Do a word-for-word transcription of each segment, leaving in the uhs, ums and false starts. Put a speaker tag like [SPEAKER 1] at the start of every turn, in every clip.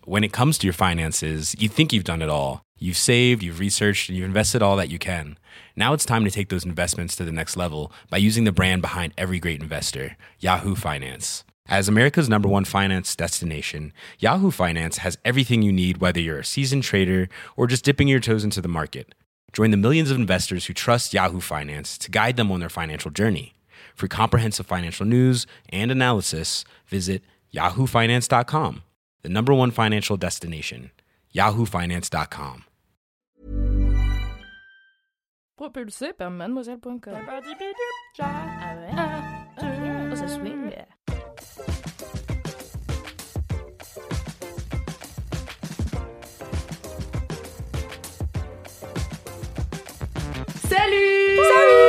[SPEAKER 1] when it comes to your finances, you think you've done it all. You've saved, you've researched, and you've invested all that you can. Now it's time to take those investments to the next level by using the brand behind every great investor, Yahoo Finance. As America's number one finance destination, Yahoo Finance has everything you need, whether you're a seasoned trader or just dipping your toes into the market. Join the millions of investors who trust Yahoo Finance to guide them on their financial journey. For comprehensive financial news and analysis, visit yahoo finance dot com, the number one financial destination, yahoo finance dot com.
[SPEAKER 2] Propulsé par mademoiselle point com. Ah ouais. Ah, ça swing.
[SPEAKER 3] Salut!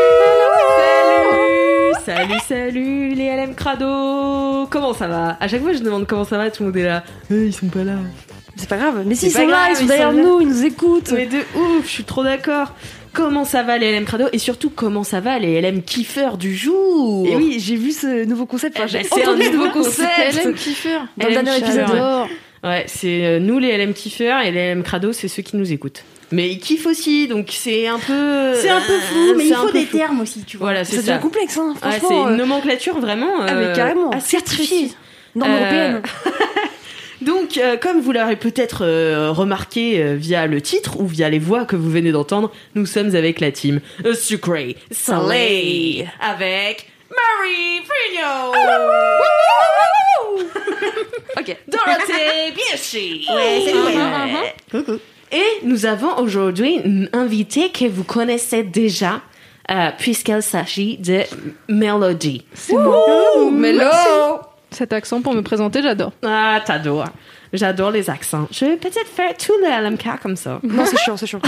[SPEAKER 3] Salut! Salut, salut les L M Crado! Comment ça va? À chaque fois je demande comment ça va, tout le monde est là. Eh, ils sont pas là.
[SPEAKER 4] C'est pas grave, mais
[SPEAKER 3] C'est
[SPEAKER 4] si, ils
[SPEAKER 3] pas
[SPEAKER 4] sont
[SPEAKER 3] grave,
[SPEAKER 4] là, ils sont
[SPEAKER 3] ils
[SPEAKER 4] derrière
[SPEAKER 3] sont là.
[SPEAKER 4] nous, ils nous écoutent.
[SPEAKER 3] Mais de ouf, je suis trop d'accord. Comment ça va les L M Crado? Et surtout, comment ça va les L M kiffeurs du jour?
[SPEAKER 4] Et oui, j'ai vu ce nouveau concept. Enfin,
[SPEAKER 3] Eh
[SPEAKER 4] j'ai
[SPEAKER 3] ben, c'est
[SPEAKER 4] entendu
[SPEAKER 3] un
[SPEAKER 4] ce nouveau
[SPEAKER 3] nouveau
[SPEAKER 4] concept.
[SPEAKER 2] L M Kiffer.
[SPEAKER 4] Dans le
[SPEAKER 3] L M
[SPEAKER 4] dernier épisode.
[SPEAKER 3] Chaleur. Ouais, c'est euh, nous les L M kiffeurs et les L M Crado, c'est ceux qui nous écoutent. Mais ils kiffent aussi, donc c'est un peu...
[SPEAKER 5] C'est un peu flou, mais
[SPEAKER 3] c'est
[SPEAKER 5] il
[SPEAKER 3] un
[SPEAKER 5] faut
[SPEAKER 3] peu
[SPEAKER 5] des
[SPEAKER 3] flou.
[SPEAKER 5] termes aussi, tu vois.
[SPEAKER 3] Voilà,
[SPEAKER 4] Ça
[SPEAKER 3] c'est ça.
[SPEAKER 4] devient complexe, hein,
[SPEAKER 3] Ouais,
[SPEAKER 4] franchement.
[SPEAKER 3] c'est une
[SPEAKER 4] euh,
[SPEAKER 3] nomenclature vraiment...
[SPEAKER 4] Ah, mais
[SPEAKER 3] euh,
[SPEAKER 4] carrément.
[SPEAKER 3] assez
[SPEAKER 4] Certifié.
[SPEAKER 3] précise.
[SPEAKER 4] Norme
[SPEAKER 3] Euh,
[SPEAKER 4] européenne.
[SPEAKER 3] Donc, euh, comme vous l'aurez peut-être euh, remarqué euh, via le titre ou via les voix que vous venez d'entendre, nous sommes avec la team euh, Sucré Salé avec Marie Frigno,
[SPEAKER 4] Ok.
[SPEAKER 3] Dorothée Biachi.
[SPEAKER 5] Ouais, c'est
[SPEAKER 3] Ouais.
[SPEAKER 5] Coucou.
[SPEAKER 3] Et nous avons aujourd'hui une invitée que vous connaissez déjà, euh, puisqu'il s'agit de Melody.
[SPEAKER 2] C'est moi.
[SPEAKER 4] Mello.
[SPEAKER 2] Cet accent pour me présenter, j'adore.
[SPEAKER 3] Ah, t'adores. J'adore les accents. Je vais peut-être faire tout le L M K comme ça.
[SPEAKER 4] Non, c'est chiant, c'est chiant.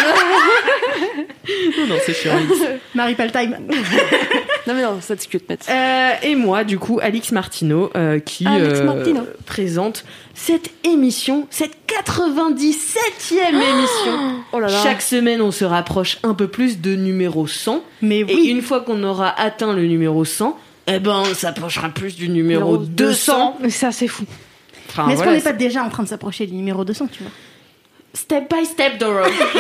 [SPEAKER 3] Non, non, c'est chiant.
[SPEAKER 5] Marie Paltime.
[SPEAKER 4] Non, mais non, ça discute, Matt.
[SPEAKER 3] Euh, et moi, du coup, Alix Martineau, euh, qui
[SPEAKER 4] Alix
[SPEAKER 3] euh,
[SPEAKER 4] Martineau.
[SPEAKER 3] présente cette émission, cette quatre-vingt-dix-septième émission.
[SPEAKER 4] Oh là là.
[SPEAKER 3] Chaque semaine, on se rapproche un peu plus de numéro cent.
[SPEAKER 5] Mais
[SPEAKER 3] Et
[SPEAKER 5] oui.
[SPEAKER 3] une fois qu'on aura atteint le numéro cent, eh ben, on s'approchera plus du numéro
[SPEAKER 4] Numéro
[SPEAKER 3] deux cents.
[SPEAKER 2] Ça, c'est fou.
[SPEAKER 3] Enfin,
[SPEAKER 5] Mais est-ce
[SPEAKER 3] voilà,
[SPEAKER 5] qu'on n'est
[SPEAKER 3] c'est-
[SPEAKER 5] pas déjà en train de s'approcher du numéro deux cents, tu vois?
[SPEAKER 3] Step by step, Doro.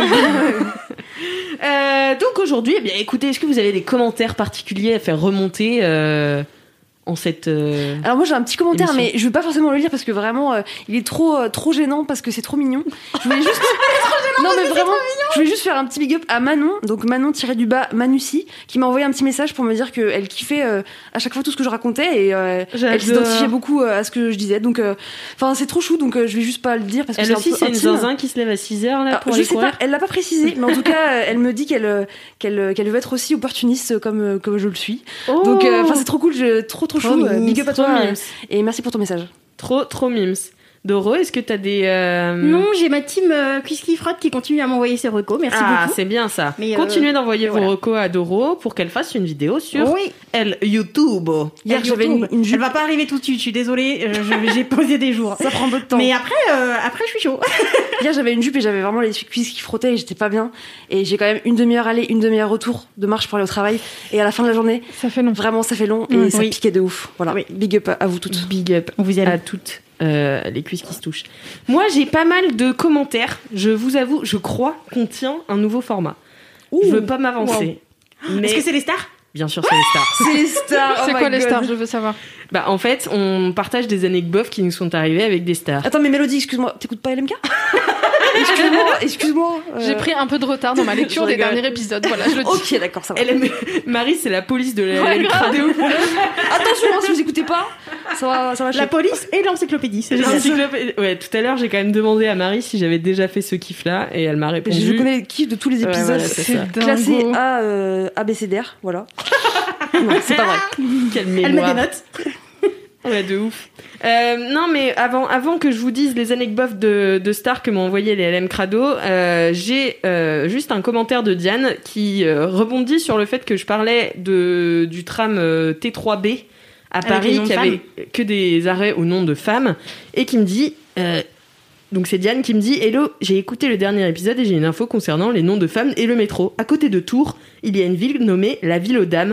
[SPEAKER 3] euh, donc aujourd'hui, eh bien, écoutez, est-ce que vous avez des commentaires particuliers à faire remonter euh, en cette... euh,
[SPEAKER 4] Alors moi j'ai un petit commentaire,
[SPEAKER 3] Émission.
[SPEAKER 4] mais je veux pas forcément le lire parce que vraiment euh, il est trop euh, trop gênant parce que c'est trop mignon. Je voulais juste non mais vraiment, je voulais juste faire un petit big up à Manon, donc Manon tiré du bas Manussi, qui m'a envoyé un petit message pour me dire que elle kiffait euh, à chaque fois tout ce que je racontais et euh,
[SPEAKER 3] J'adore.
[SPEAKER 4] elle s'identifiait beaucoup euh, à ce que je disais. Donc enfin c'est trop chou, donc euh, je vais juste pas le dire parce que
[SPEAKER 3] Elle
[SPEAKER 4] c'est
[SPEAKER 3] aussi,
[SPEAKER 4] un peu
[SPEAKER 3] c'est une
[SPEAKER 4] intime.
[SPEAKER 3] zinzin qui se lève à six heures là
[SPEAKER 4] Alors,
[SPEAKER 3] pour
[SPEAKER 4] je
[SPEAKER 3] aller
[SPEAKER 4] sais
[SPEAKER 3] courir.
[SPEAKER 4] pas, elle l'a pas précisé, mais en tout cas, euh, elle me dit qu'elle euh, qu'elle euh, qu'elle veut être aussi opportuniste comme euh, comme je le suis.
[SPEAKER 3] Oh,
[SPEAKER 4] Donc, euh, enfin, c'est trop cool, je, trop trop
[SPEAKER 5] Trop
[SPEAKER 4] chou. euh,
[SPEAKER 5] mimes,
[SPEAKER 4] Big up à
[SPEAKER 3] trop
[SPEAKER 4] toi
[SPEAKER 3] mimes.
[SPEAKER 4] euh, et merci pour ton message.
[SPEAKER 3] Trop, trop mimes. Doro, est-ce que t'as des... euh,
[SPEAKER 5] Non, j'ai ma team euh, Quisky Frotte qui continue à m'envoyer ses recos. Merci
[SPEAKER 3] Ah,
[SPEAKER 5] beaucoup.
[SPEAKER 3] c'est bien ça.
[SPEAKER 5] Mais, euh,
[SPEAKER 3] Continuez d'envoyer vos
[SPEAKER 5] voilà.
[SPEAKER 3] recos à Doro pour qu'elle fasse une vidéo sur
[SPEAKER 5] Oui.
[SPEAKER 3] elle YouTube.
[SPEAKER 4] Hier,
[SPEAKER 5] Elle
[SPEAKER 4] j'avais une,
[SPEAKER 5] YouTube.
[SPEAKER 4] une jupe.
[SPEAKER 5] Elle va pas arriver tout de suite, je suis désolée. euh, je- j'ai posé des jours.
[SPEAKER 4] Ça prend peu de temps.
[SPEAKER 5] Mais après, euh, après, je suis chaud.
[SPEAKER 4] Hier, j'avais une jupe et j'avais vraiment les cuisses qui frottaient et j'étais pas bien. Et j'ai quand même une demi-heure aller, une demi-heure retour de marche pour aller au travail. Et à la fin de la journée,
[SPEAKER 2] Ça fait long.
[SPEAKER 4] vraiment, ça fait long et
[SPEAKER 5] Mm,
[SPEAKER 4] ça
[SPEAKER 5] oui.
[SPEAKER 4] piquait de ouf. Voilà.
[SPEAKER 5] Oui.
[SPEAKER 4] Big up à, à vous toutes.
[SPEAKER 3] Big up
[SPEAKER 5] On vous aime.
[SPEAKER 3] à toutes euh, les cuisses qui se touchent. Moi, j'ai pas mal de commentaires. Je vous avoue, je crois qu'on tient un nouveau format. Je veux pas m'avancer. Mais
[SPEAKER 5] Est-ce que c'est les stars?
[SPEAKER 3] bien sûr, c'est les stars.
[SPEAKER 4] C'est les stars.
[SPEAKER 2] C'est
[SPEAKER 4] oh
[SPEAKER 2] quoi
[SPEAKER 4] my
[SPEAKER 2] les
[SPEAKER 4] God.
[SPEAKER 2] stars? Je veux savoir.
[SPEAKER 3] Bah, en fait, on partage des anecdotes bof qui nous sont arrivées avec des stars.
[SPEAKER 4] Attends, mais Mélodie, excuse-moi, t'écoutes pas L M K? Excuse-moi, excuse-moi. euh,
[SPEAKER 2] J'ai pris un peu de retard dans ma lecture
[SPEAKER 3] Je
[SPEAKER 2] des
[SPEAKER 3] rigole.
[SPEAKER 2] derniers épisodes. Voilà, je le dis.
[SPEAKER 4] Ok, d'accord, ça va.
[SPEAKER 3] Elle aime- Marie, c'est la police de la
[SPEAKER 2] Ouais,
[SPEAKER 3] la-
[SPEAKER 2] grave.
[SPEAKER 3] de ouf.
[SPEAKER 4] Attention, hein, si vous écoutez pas, ça va, ça va
[SPEAKER 5] La
[SPEAKER 4] chier.
[SPEAKER 5] police et l'encyclopédie. C'est génial.
[SPEAKER 3] L'encyclopédie- Ouais, tout à l'heure, j'ai quand même demandé à Marie si j'avais déjà fait ce kiff-là et elle m'a répondu.
[SPEAKER 4] Je connais les kiffs de tous les
[SPEAKER 3] Ouais,
[SPEAKER 4] épisodes.
[SPEAKER 3] voilà, c'est ça.
[SPEAKER 4] Classé
[SPEAKER 2] dingo.
[SPEAKER 4] à euh, A B C D R, voilà. Non, c'est pas vrai.
[SPEAKER 3] Quelle
[SPEAKER 5] Elle met
[SPEAKER 3] mémoire.
[SPEAKER 5] des notes.
[SPEAKER 3] Ouais, de ouf. Euh, non, mais avant, avant que je vous dise les anecdotes de, de stars que m'ont envoyé les L M Crado, euh, j'ai euh, juste un commentaire de Diane qui euh, rebondit sur le fait que je parlais de, du tram euh, T trois B à
[SPEAKER 5] Avec
[SPEAKER 3] Paris
[SPEAKER 5] les noms de
[SPEAKER 3] qui avait que des arrêts au nom de femmes et qui me dit... euh, donc c'est Diane qui me dit « Hello, j'ai écouté le dernier épisode et j'ai une info concernant les noms de femmes et le métro. À côté de Tours, il y a une ville nommée la Ville aux Dames.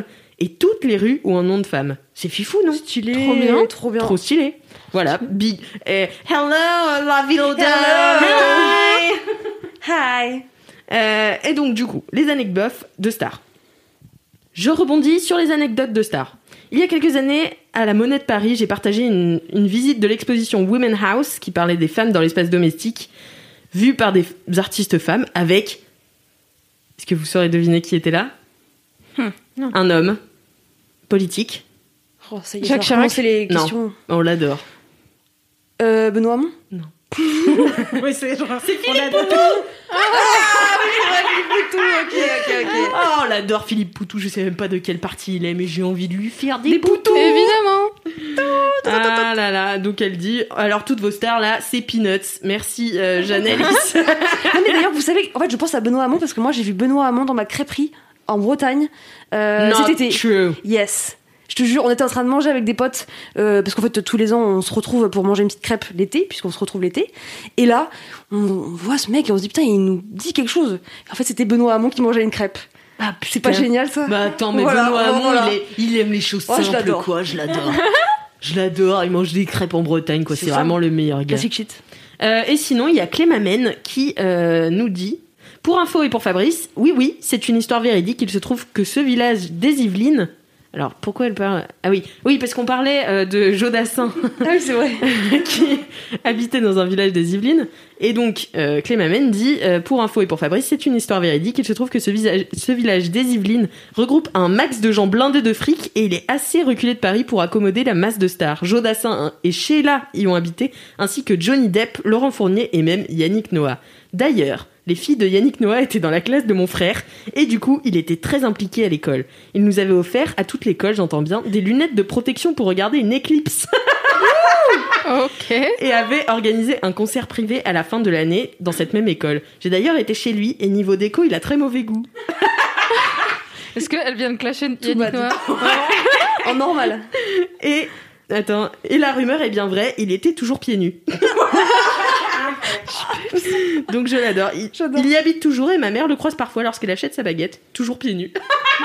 [SPEAKER 3] et toutes les rues ont un nom de femme. C'est fifou, non?
[SPEAKER 4] Stylé.
[SPEAKER 2] Trop bien.
[SPEAKER 4] Trop bien.
[SPEAKER 3] Trop stylé. Voilà, big. Eh, hello, la ville
[SPEAKER 4] Hello.
[SPEAKER 3] Hi.
[SPEAKER 4] Hi.
[SPEAKER 3] Euh, et donc, du coup, les anecdotes de stars. Je rebondis sur les anecdotes de stars. Il y a quelques années, à la Monnaie de Paris, j'ai partagé une, une visite de l'exposition Women House qui parlait des femmes dans l'espace domestique, vue par des f- artistes femmes avec... Est-ce que vous saurez deviner qui était là?
[SPEAKER 2] Hmm, non.
[SPEAKER 3] Un homme. Politique.
[SPEAKER 4] Oh, ça y est,
[SPEAKER 2] Jacques
[SPEAKER 4] ça va
[SPEAKER 2] Chirac.
[SPEAKER 4] recommencer les
[SPEAKER 3] Non.
[SPEAKER 4] questions.
[SPEAKER 3] On l'adore.
[SPEAKER 4] Euh, Benoît Hamon?
[SPEAKER 5] Oui, c'est genre. C'est Philippe
[SPEAKER 3] Poutou.
[SPEAKER 4] Ok, ok, ok.
[SPEAKER 3] Oh, on l'adore, Philippe Poutou. Je sais même pas de quelle partie il est, mais j'ai envie de lui faire des, poutous.
[SPEAKER 2] Évidemment.
[SPEAKER 3] Ah là là, donc elle dit, alors toutes vos stars là, c'est Peanuts. Merci euh, Jeanne-Alice.
[SPEAKER 4] Non, mais d'ailleurs, vous savez, en fait, je pense à Benoît Hamon parce que moi, j'ai vu Benoît Hamon dans ma crêperie en Bretagne euh,
[SPEAKER 3] Not
[SPEAKER 4] cet été.
[SPEAKER 3] true.
[SPEAKER 4] Yes. Je te jure, on était en train de manger avec des potes euh, parce qu'en fait, tous les ans, on se retrouve pour manger une petite crêpe l'été, puisqu'on se retrouve l'été. Et là, on, on voit ce mec et on se dit, putain, il nous dit quelque chose. En fait, c'était Benoît Hamon qui mangeait une crêpe.
[SPEAKER 3] Ah,
[SPEAKER 4] C'est pas génial, ça?
[SPEAKER 3] Bah attends, mais
[SPEAKER 4] Voilà,
[SPEAKER 3] Benoît Hamon,
[SPEAKER 4] voilà.
[SPEAKER 3] il, est- il aime les choses
[SPEAKER 4] Oh, je
[SPEAKER 3] simples,
[SPEAKER 4] l'adore.
[SPEAKER 3] quoi. Je l'adore. Je l'adore. Il mange des crêpes en Bretagne, quoi.
[SPEAKER 4] C'est
[SPEAKER 3] C'est
[SPEAKER 4] ça.
[SPEAKER 3] vraiment le meilleur gars.
[SPEAKER 4] Classic shit.
[SPEAKER 3] Euh, et sinon, il y a Clémamène qui euh, nous dit, pour info et pour Fabrice, oui, oui, c'est une histoire véridique. Il se trouve que ce village des Yvelines. Alors, pourquoi elle parle? Ah oui, oui, parce qu'on parlait euh, de Jodassin.
[SPEAKER 4] Ah oui, c'est vrai.
[SPEAKER 3] qui habitait dans un village des Yvelines. Et donc, euh, Clémamène dit, euh, pour info et pour Fabrice, c'est une histoire véridique. Il se trouve que ce, visage, ce village des Yvelines regroupe un max de gens blindés de fric et il est assez reculé de Paris pour accommoder la masse de stars. Jodassin et Sheila y ont habité, ainsi que Johnny Depp, Laurent Fournier et même Yannick Noah. D'ailleurs, les filles de Yannick Noah étaient dans la classe de mon frère et du coup, il était très impliqué à l'école. Il nous avait offert, à toute l'école, j'entends bien, des lunettes de protection pour regarder une éclipse.
[SPEAKER 2] Ok.
[SPEAKER 3] Et avait organisé un concert privé à la fin de l'année dans cette même école. J'ai d'ailleurs été chez lui et niveau déco, il a très mauvais goût.
[SPEAKER 2] Est-ce qu'elle vient de clasher Yannick
[SPEAKER 4] bad.
[SPEAKER 2] Noah?
[SPEAKER 4] En normal.
[SPEAKER 3] Et attends, et la rumeur est bien vraie, il était toujours pieds nus. Donc je l'adore. Il,
[SPEAKER 4] J'adore.
[SPEAKER 3] il y habite toujours et ma mère le croise parfois lorsqu'elle achète sa baguette, toujours pieds nus.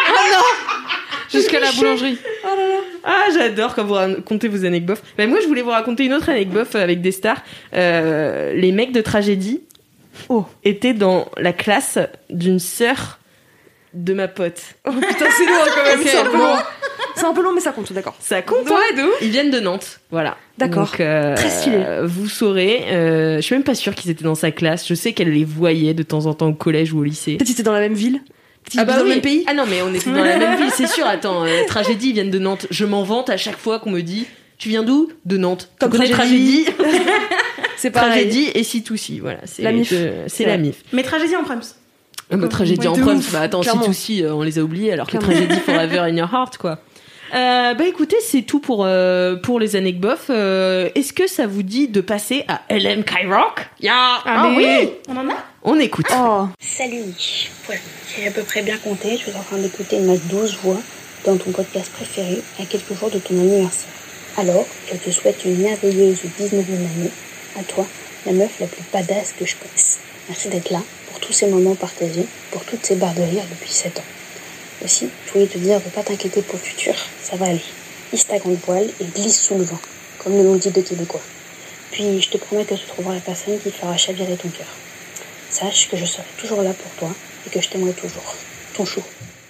[SPEAKER 2] Jusqu'à la boulangerie.
[SPEAKER 3] Ah, j'adore quand vous racontez vos anecdotes. Ben, moi, je voulais vous raconter une autre anecdote avec des stars. Euh, les mecs de Tragédie oh, étaient dans la classe d'une sœur de ma pote.
[SPEAKER 4] Oh putain, c'est loin quand même.
[SPEAKER 3] Ok,
[SPEAKER 4] C'est un peu
[SPEAKER 3] bon.
[SPEAKER 4] long. C'est un peu long, mais ça compte, d'accord.
[SPEAKER 3] Ça compte,
[SPEAKER 4] Ouais,
[SPEAKER 3] hein
[SPEAKER 4] de ouf.
[SPEAKER 3] Ils viennent de Nantes, voilà.
[SPEAKER 4] D'accord.
[SPEAKER 3] Donc, euh,
[SPEAKER 4] Très stylé.
[SPEAKER 3] Vous saurez. Euh, je suis même pas sûre qu'ils étaient dans sa classe. Je sais qu'elle les voyait de temps en temps au collège ou au lycée.
[SPEAKER 4] Peut-être qu'ils étaient dans la même ville. Peut-être qu'ils
[SPEAKER 3] Ah
[SPEAKER 4] étaient
[SPEAKER 3] bah
[SPEAKER 4] dans
[SPEAKER 3] oui.
[SPEAKER 4] le même pays.
[SPEAKER 3] Ah non, mais on était dans la même ville, c'est sûr. Attends, euh, Tragédie, ils viennent de Nantes. Je m'en vante à chaque fois qu'on me dit tu viens d'où? De Nantes.
[SPEAKER 4] Comme
[SPEAKER 3] Tu connais
[SPEAKER 4] Tragédie.
[SPEAKER 3] Tragédie.
[SPEAKER 4] C'est pareil.
[SPEAKER 3] Tragédie et C deux C, voilà. C'est
[SPEAKER 4] La MIF.
[SPEAKER 3] euh, c'est
[SPEAKER 4] C'est
[SPEAKER 3] la
[SPEAKER 4] vrai.
[SPEAKER 3] MIF.
[SPEAKER 5] Mais tragédie en Prums.
[SPEAKER 3] Ah bah, Tragédie
[SPEAKER 4] Ouais,
[SPEAKER 3] en
[SPEAKER 4] de
[SPEAKER 3] Prums,
[SPEAKER 4] ouf,
[SPEAKER 3] bah attends, C
[SPEAKER 4] clairement.
[SPEAKER 3] deux C, euh, on les a oubliés alors que
[SPEAKER 4] Clairement.
[SPEAKER 3] Tragédie Forever in Your Heart, quoi. Euh, bah écoutez, c'est tout pour, euh, pour les anecdotes. Euh, Est-ce que ça vous dit de passer à L M Kyrock? Yeah.
[SPEAKER 5] Ah
[SPEAKER 2] Allez.
[SPEAKER 5] oui, on en a.
[SPEAKER 3] On écoute.
[SPEAKER 4] Oh.
[SPEAKER 6] Salut, ouais, j'ai à peu près bien compté, je suis en train d'écouter une masse douze voix dans ton podcast préféré à quelques jours de ton anniversaire. Alors, je te souhaite une merveilleuse dix-neuvième année, à toi, la meuf la plus badass que je connaisse. Merci d'être là, pour tous ces moments partagés, pour toutes ces barres de rire depuis sept ans. Aussi, je voulais te dire de pas t'inquiéter pour le futur, ça va aller. Hisse ta grande voile et glisse sous le vent, comme nous l'ont dit deux Québécois. Puis, je te promets que tu trouveras la personne qui te fera chavirer ton cœur. Sache que je serai toujours là pour toi et que je t'aimerai toujours. Ton chou.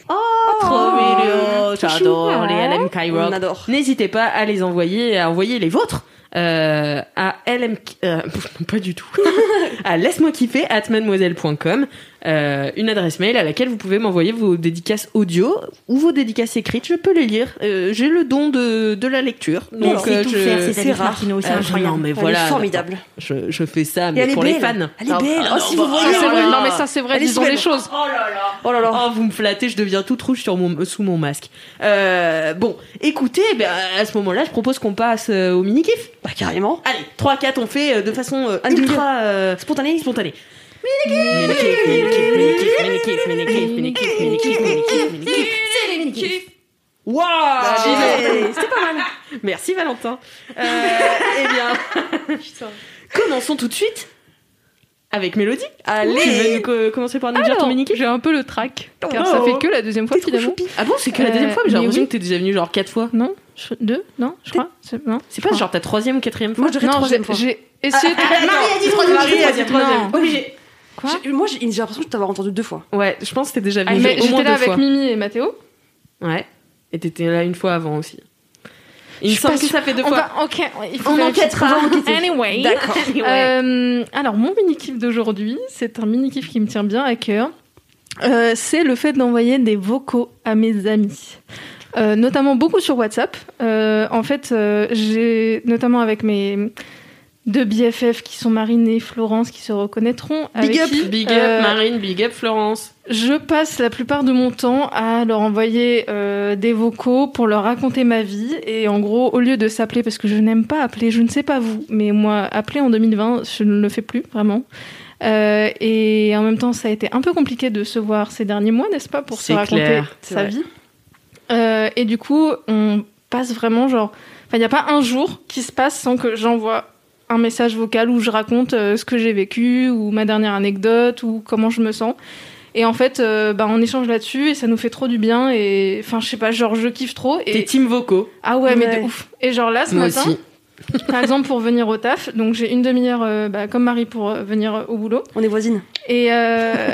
[SPEAKER 3] Trop mignon. J'adore
[SPEAKER 2] chou.
[SPEAKER 3] les L M Kyrock.
[SPEAKER 4] On adore.
[SPEAKER 3] N'hésitez pas à les envoyer, à envoyer les vôtres. Euh, à L M... Euh, pas du tout. à laisse-moi kiffer at mademoiselle point com. Euh, une adresse mail à laquelle vous pouvez m'envoyer vos dédicaces audio ou vos dédicaces écrites. Je peux les lire. Euh, j'ai le don de, de la lecture.
[SPEAKER 5] Mais
[SPEAKER 3] Donc,
[SPEAKER 5] c'est
[SPEAKER 3] euh,
[SPEAKER 5] tout
[SPEAKER 3] je...
[SPEAKER 5] faire, c'est
[SPEAKER 4] c'est
[SPEAKER 5] Alice
[SPEAKER 4] rare.
[SPEAKER 5] Martineau, c'est
[SPEAKER 3] Euh,
[SPEAKER 5] incroyable.
[SPEAKER 3] non, mais
[SPEAKER 4] Elle
[SPEAKER 3] voilà.
[SPEAKER 4] est formidable.
[SPEAKER 3] Je, je fais ça,
[SPEAKER 4] Et
[SPEAKER 3] mais
[SPEAKER 4] elle est
[SPEAKER 3] pour les
[SPEAKER 4] belle.
[SPEAKER 3] fans.
[SPEAKER 4] Elle est
[SPEAKER 3] Ah,
[SPEAKER 4] belle.
[SPEAKER 3] ah,
[SPEAKER 4] Oh, si
[SPEAKER 3] non,
[SPEAKER 4] vous
[SPEAKER 3] bah,
[SPEAKER 4] voyez.
[SPEAKER 2] Ah, c'est vrai.
[SPEAKER 3] ah,
[SPEAKER 2] Non mais ça c'est vrai,
[SPEAKER 4] Elle est
[SPEAKER 2] disons les
[SPEAKER 4] super.
[SPEAKER 2] choses.
[SPEAKER 3] Oh là là.
[SPEAKER 4] Oh là là.
[SPEAKER 3] Oh, vous me flattez, je deviens toute rouge sur mon, sous mon masque. Euh, bon, écoutez, ben, à ce moment-là, je propose qu'on passe euh, au mini-kiff.
[SPEAKER 4] Bah, carrément.
[SPEAKER 3] Allez, trois quatre, on fait euh, de façon euh,
[SPEAKER 4] Un
[SPEAKER 3] ultra euh,
[SPEAKER 4] Spontané.
[SPEAKER 3] spontanée. Mini-kiff, mini-kiff, mini-kiff, minikiff, minikiff, minikiff, minikiff, minikiff, minikiff.
[SPEAKER 5] C'est les mini-kifs.
[SPEAKER 3] Waouh!
[SPEAKER 4] Allez, C'était pas mal.
[SPEAKER 3] Merci Valentin. Euh, eh bien, commençons tout de suite Avec Mélodie.
[SPEAKER 4] Allez.
[SPEAKER 3] Tu veux nous co- commencer par nous dire ton
[SPEAKER 2] Alors,
[SPEAKER 3] mini-kiff?
[SPEAKER 2] j'ai un peu le trac, car
[SPEAKER 3] Oh.
[SPEAKER 2] ça fait que la deuxième fois
[SPEAKER 4] T'es trop
[SPEAKER 2] finalement.
[SPEAKER 4] choupi.
[SPEAKER 3] Ah bon, c'est que la
[SPEAKER 2] Euh,
[SPEAKER 3] deuxième fois, mais j'ai
[SPEAKER 2] mais
[SPEAKER 3] l'impression
[SPEAKER 2] oui.
[SPEAKER 3] que t'es déjà venu genre quatre fois.
[SPEAKER 2] Non, je- deux, non, je crois. C'est, non,
[SPEAKER 3] C'est pas genre ta troisième ou quatrième fois?
[SPEAKER 4] Moi, je dirais
[SPEAKER 2] non,
[SPEAKER 4] troisième
[SPEAKER 2] j'ai,
[SPEAKER 4] fois.
[SPEAKER 2] j'ai essayé. de-
[SPEAKER 5] Marie a dit troisième.
[SPEAKER 3] Marie a dit troisième.
[SPEAKER 2] Non.
[SPEAKER 5] Obligé.
[SPEAKER 2] Quoi
[SPEAKER 4] J'ai- Moi, j'ai j'ai l'impression de t'avoir entendu deux fois.
[SPEAKER 3] Ouais, je pense que t'es déjà
[SPEAKER 2] Ah,
[SPEAKER 3] venu
[SPEAKER 2] mais
[SPEAKER 3] au moins
[SPEAKER 2] j'étais là
[SPEAKER 3] deux
[SPEAKER 2] avec
[SPEAKER 3] fois.
[SPEAKER 2] Mimi et Mathéo.
[SPEAKER 3] Ouais. Et t'étais là une fois avant aussi. Il me
[SPEAKER 2] Je suis
[SPEAKER 3] semble
[SPEAKER 2] pas
[SPEAKER 3] que ça fait deux
[SPEAKER 2] On
[SPEAKER 3] fois.
[SPEAKER 2] va, ok, il faut
[SPEAKER 5] On
[SPEAKER 2] vérifier.
[SPEAKER 5] enquêtera.
[SPEAKER 2] On va enquêter. Anyway.
[SPEAKER 4] D'accord.
[SPEAKER 2] Euh, alors, mon mini-kiff d'aujourd'hui, c'est un mini-kiff qui me tient bien à cœur. Euh, c'est le fait d'envoyer des vocaux à mes amis. Euh, notamment beaucoup sur WhatsApp. Euh, en fait, euh, j'ai, notamment avec mes deux B F F qui sont Marine et Florence, qui se reconnaîtront.
[SPEAKER 3] Big
[SPEAKER 2] avec
[SPEAKER 3] up,
[SPEAKER 2] qui,
[SPEAKER 3] big up
[SPEAKER 2] euh,
[SPEAKER 3] Marine, big up Florence.
[SPEAKER 2] Je passe la plupart de mon temps à leur envoyer euh, des vocaux pour leur raconter ma vie. Et en gros, au lieu de s'appeler, parce que je n'aime pas appeler, je ne sais pas vous, mais moi, appeler en deux mille vingt, je ne le fais plus, vraiment. Euh, et en même temps, ça a été un peu compliqué de se voir ces derniers mois, n'est-ce pas, pour
[SPEAKER 3] C'est
[SPEAKER 2] se raconter
[SPEAKER 3] clair,
[SPEAKER 4] c'est
[SPEAKER 2] sa
[SPEAKER 4] vrai.
[SPEAKER 2] vie. Euh, et du coup, on passe vraiment genre... Enfin, il n'y a pas un jour qui se passe sans que j'envoie un message vocal où je raconte euh, ce que j'ai vécu, ou ma dernière anecdote, ou comment je me sens. Et en fait, euh, bah, on échange là-dessus et ça nous fait trop du bien. Et enfin, je sais pas, genre, je kiffe trop.
[SPEAKER 3] T'es
[SPEAKER 2] Et...
[SPEAKER 3] team vocaux.
[SPEAKER 2] Ah ouais, mais
[SPEAKER 4] Ouais.
[SPEAKER 2] de ouf. Et genre là, ce
[SPEAKER 3] Moi
[SPEAKER 2] matin,
[SPEAKER 3] aussi.
[SPEAKER 2] par exemple, pour venir au taf, donc j'ai une demi-heure, euh, bah, comme Marie, pour euh, venir euh, au boulot.
[SPEAKER 4] On est voisines.
[SPEAKER 2] Et, euh,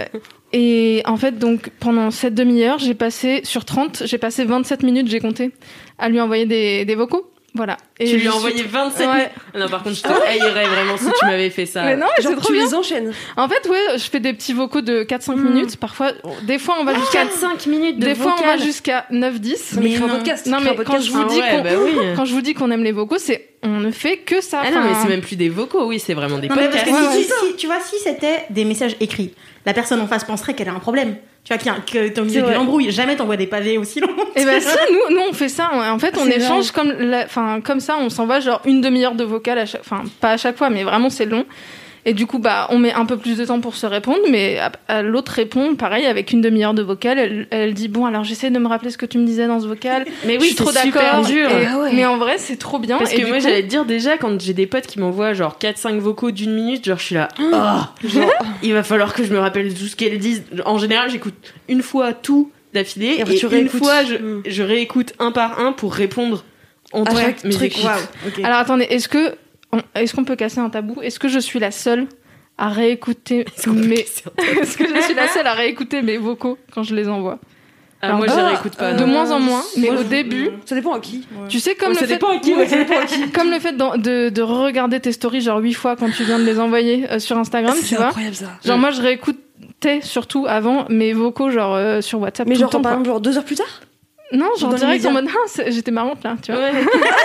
[SPEAKER 2] et en fait, donc, pendant cette demi-heure, j'ai passé, sur trente, j'ai passé vingt-sept minutes, j'ai compté, à lui envoyer des, des vocaux. Voilà. Et
[SPEAKER 3] Tu lui
[SPEAKER 2] je
[SPEAKER 3] as
[SPEAKER 2] suis-
[SPEAKER 3] envoyé vingt-sept
[SPEAKER 2] Ouais.
[SPEAKER 3] Ah non, par contre, je te haïrais vraiment si tu m'avais fait ça.
[SPEAKER 2] Mais non, mais
[SPEAKER 4] Genre,
[SPEAKER 2] c'est trop
[SPEAKER 4] tu
[SPEAKER 2] bien.
[SPEAKER 4] les enchaînes.
[SPEAKER 2] En fait, ouais, je fais des petits vocaux de quatre cinq
[SPEAKER 4] Mm.
[SPEAKER 2] minutes. Parfois, des fois, on va jusqu'à
[SPEAKER 5] quatre cinq minutes de
[SPEAKER 2] des fois, on va
[SPEAKER 5] vocal.
[SPEAKER 2] jusqu'à neuf dix.
[SPEAKER 4] Non, mais
[SPEAKER 5] Mais
[SPEAKER 4] crée un
[SPEAKER 5] non.
[SPEAKER 4] podcast.
[SPEAKER 2] Non,
[SPEAKER 4] crée
[SPEAKER 2] mais
[SPEAKER 4] un
[SPEAKER 2] quand
[SPEAKER 4] podcast.
[SPEAKER 2] je vous
[SPEAKER 3] Ah
[SPEAKER 2] dis
[SPEAKER 3] ouais,
[SPEAKER 2] qu'on-
[SPEAKER 3] bah oui.
[SPEAKER 2] Quand je vous dis qu'on aime les vocaux, c'est on ne fait que ça.
[SPEAKER 3] Ah non, mais
[SPEAKER 2] Enfin,
[SPEAKER 3] c'est même plus des vocaux, oui, c'est vraiment des
[SPEAKER 5] Non, mais parce
[SPEAKER 3] podcasts.
[SPEAKER 5] que
[SPEAKER 2] Ouais,
[SPEAKER 5] si, si- si- tu vois, si c'était des messages écrits, la personne en face penserait qu'elle a un problème. Tu vois, qu'il y a- que t'as
[SPEAKER 4] C'est
[SPEAKER 5] envie
[SPEAKER 4] vrai.
[SPEAKER 5] de l'embrouille. Jamais t'envoies des pavés aussi longs.
[SPEAKER 2] Et ben si, nous, nous on fait ça. En fait, on
[SPEAKER 4] C'est
[SPEAKER 2] échange comme, la- enfin comme ça. On s'envoie genre une demi-heure de vocal à chaque, enfin pas à chaque fois, mais vraiment c'est long. Et du coup, bah, on met un peu plus de temps pour se répondre, mais à, à l'autre répond pareil avec une demi-heure de vocal. Elle, elle dit bon, alors j'essaie de me rappeler ce que tu me disais dans ce vocal.
[SPEAKER 3] Mais
[SPEAKER 2] je
[SPEAKER 3] oui,
[SPEAKER 2] suis trop
[SPEAKER 3] c'est super
[SPEAKER 2] d'accord.
[SPEAKER 3] dur.
[SPEAKER 2] Et-
[SPEAKER 4] Ah ouais.
[SPEAKER 2] Mais en vrai, c'est trop bien.
[SPEAKER 3] Parce
[SPEAKER 2] Et
[SPEAKER 3] que
[SPEAKER 2] du
[SPEAKER 3] moi,
[SPEAKER 2] coup-
[SPEAKER 3] j'allais te dire déjà, quand j'ai des potes qui m'envoient genre quatre cinq vocaux d'une minute, genre je suis là, oh,
[SPEAKER 4] Genre,
[SPEAKER 3] il va falloir que je me rappelle tout ce qu'elles disent. En général, j'écoute une fois tout d'affilée
[SPEAKER 4] Et
[SPEAKER 3] et,
[SPEAKER 4] après, tu
[SPEAKER 3] une
[SPEAKER 4] réécoutes.
[SPEAKER 3] fois, je,
[SPEAKER 4] Mm.
[SPEAKER 3] je réécoute un par un pour répondre entre
[SPEAKER 4] À chaque
[SPEAKER 3] mes
[SPEAKER 4] truc.
[SPEAKER 3] écoutes.
[SPEAKER 5] Waouh. Ok.
[SPEAKER 2] Alors attendez, est-ce que on- est-ce qu'on peut casser un tabou? Est-ce que je suis la seule à réécouter
[SPEAKER 3] Est-ce qu'on peut
[SPEAKER 2] mes
[SPEAKER 3] casser un
[SPEAKER 2] est-ce que je suis la seule à réécouter mes vocaux quand je les envoie?
[SPEAKER 3] Ah, moi, je
[SPEAKER 4] Ah,
[SPEAKER 3] les réécoute pas.
[SPEAKER 4] euh,
[SPEAKER 2] De
[SPEAKER 3] non.
[SPEAKER 2] moins en moins, mais
[SPEAKER 3] moi,
[SPEAKER 2] au
[SPEAKER 3] je-
[SPEAKER 2] début,
[SPEAKER 4] ça dépend à qui.
[SPEAKER 2] tu sais comme
[SPEAKER 3] Ouais,
[SPEAKER 2] le
[SPEAKER 3] ça
[SPEAKER 2] fait
[SPEAKER 3] dépend à qui, ouais, ça dépend à qui.
[SPEAKER 2] comme le fait d'en- de, de regarder tes stories genre huit fois quand tu viens de les envoyer euh, sur Instagram, tu
[SPEAKER 4] C'est
[SPEAKER 2] vois.
[SPEAKER 4] incroyable ça.
[SPEAKER 2] Genre moi je réécoutais surtout avant mes vocaux genre euh, sur WhatsApp
[SPEAKER 4] Mais
[SPEAKER 2] tout
[SPEAKER 4] genre,
[SPEAKER 2] le temps,
[SPEAKER 4] par
[SPEAKER 2] quoi.
[SPEAKER 4] exemple, genre deux heures plus tard.
[SPEAKER 2] Non, genre
[SPEAKER 4] dans
[SPEAKER 2] direct
[SPEAKER 4] l'immédiat.
[SPEAKER 2] en mode ah, c'est- j'étais marrante là, tu vois.
[SPEAKER 3] Ouais.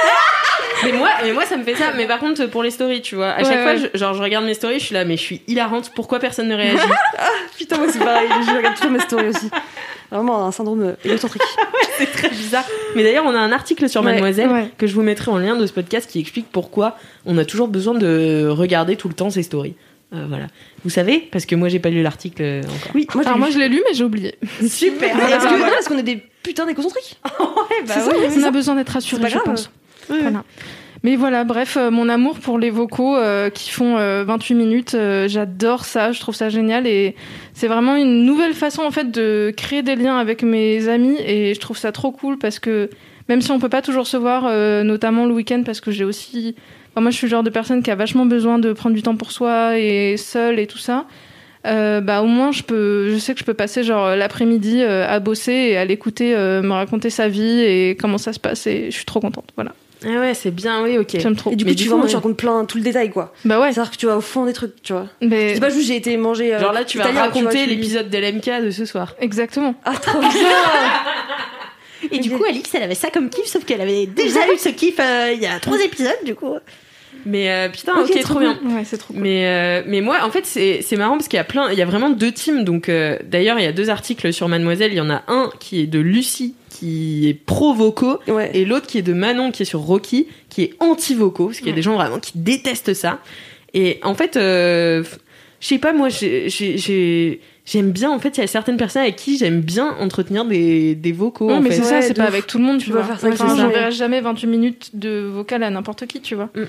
[SPEAKER 3] mais moi, mais moi, ça me fait ça. Mais par contre, pour les stories, tu vois, à
[SPEAKER 2] Ouais,
[SPEAKER 3] chaque fois,
[SPEAKER 2] ouais.
[SPEAKER 3] je, genre, je regarde mes stories, je suis là, mais je suis hilarante. Pourquoi personne ne réagit?
[SPEAKER 4] Putain, moi c'est pareil. Je regarde toujours mes stories aussi. Vraiment un syndrome euh, égocentrique.
[SPEAKER 3] C'est très bizarre. Mais d'ailleurs, on a un article sur
[SPEAKER 4] Ouais,
[SPEAKER 3] Mademoiselle
[SPEAKER 2] ouais.
[SPEAKER 3] que je vous mettrai en lien de ce podcast qui explique pourquoi on a toujours besoin de regarder tout le temps ses stories. Euh, voilà. Vous savez, parce que moi, j'ai pas lu l'article euh, encore.
[SPEAKER 4] Oui, moi,
[SPEAKER 2] Alors moi je l'ai lu mais j'ai oublié.
[SPEAKER 3] Super.
[SPEAKER 4] Est-ce que, non, est-ce qu'on est des putains d'égocentriques?
[SPEAKER 3] bah
[SPEAKER 4] c'est ça,
[SPEAKER 3] ouais.
[SPEAKER 4] oui, c'est
[SPEAKER 2] On
[SPEAKER 4] ça.
[SPEAKER 2] a besoin d'être
[SPEAKER 4] C'est
[SPEAKER 2] rassuré,
[SPEAKER 4] pas
[SPEAKER 2] je
[SPEAKER 4] grave.
[SPEAKER 2] pense. Voilà. Mais voilà, bref, euh, mon amour pour les vocaux euh, qui font euh, vingt-huit minutes, euh, j'adore ça, je trouve ça génial et c'est vraiment une nouvelle façon en fait de créer des liens avec mes amis et je trouve ça trop cool parce que même si on peut pas toujours se voir, euh, notamment le week-end parce que j'ai aussi, enfin, moi je suis le genre de personne qui a vachement besoin de prendre du temps pour soi et seule et tout ça. Euh, bah au moins je peux, je sais que je peux passer genre l'après-midi euh, à bosser et à l'écouter euh, me raconter sa vie et comment ça se passe et je suis trop contente. Voilà,
[SPEAKER 3] Ah ouais, c'est bien, oui, ok.
[SPEAKER 2] j'aime trop.
[SPEAKER 4] Et du coup,
[SPEAKER 3] Mais
[SPEAKER 4] tu
[SPEAKER 3] du
[SPEAKER 4] vraiment,
[SPEAKER 3] coup,
[SPEAKER 4] tu
[SPEAKER 3] ouais.
[SPEAKER 4] racontes plein, tout le détail, quoi.
[SPEAKER 2] Bah ouais.
[SPEAKER 4] C'est-à-dire que tu vas au fond des trucs, tu vois.
[SPEAKER 2] Mais
[SPEAKER 4] C'est pas juste j'ai été manger. euh,
[SPEAKER 3] Genre là, tu vas
[SPEAKER 4] italien, tu vois,
[SPEAKER 3] raconter
[SPEAKER 4] tu-
[SPEAKER 3] l'épisode d'L M K de ce soir.
[SPEAKER 2] exactement.
[SPEAKER 4] Ah, trop bien.
[SPEAKER 5] Et du coup, Alix, elle avait ça comme kiff, sauf qu'elle avait déjà eu ce kiff euh, il y a trois épisodes, du coup.
[SPEAKER 3] Mais euh, putain,
[SPEAKER 4] Ok,
[SPEAKER 3] ok,
[SPEAKER 4] trop
[SPEAKER 3] trop bien.
[SPEAKER 2] Ouais, c'est trop cool.
[SPEAKER 3] Mais euh, mais moi en fait c'est c'est marrant parce qu'il y a plein il y a vraiment deux teams donc euh, d'ailleurs il y a deux articles sur Mademoiselle, il y en a un qui est de Lucie qui est pro vocaux
[SPEAKER 4] Ouais.
[SPEAKER 3] et l'autre qui est de Manon qui est sur Rocky qui est anti vocaux parce qu'il y a des gens vraiment qui détestent ça. Et en fait euh, je sais pas moi j'ai j'ai j'ai j'aime bien en fait il y a certaines personnes avec qui j'aime bien entretenir des des vocaux
[SPEAKER 2] Ouais,
[SPEAKER 3] en
[SPEAKER 2] mais
[SPEAKER 3] fait.
[SPEAKER 2] c'est ça,
[SPEAKER 4] Ouais,
[SPEAKER 2] c'est
[SPEAKER 4] de
[SPEAKER 2] pas
[SPEAKER 4] ouf.
[SPEAKER 2] avec tout le monde, tu,
[SPEAKER 4] Tu
[SPEAKER 2] vois.
[SPEAKER 4] dois faire ça
[SPEAKER 3] avec
[SPEAKER 2] Enfin,
[SPEAKER 3] les gens.
[SPEAKER 2] j'enverrai jamais vingt-huit minutes de vocal à n'importe qui, tu vois.
[SPEAKER 3] Mm, mm.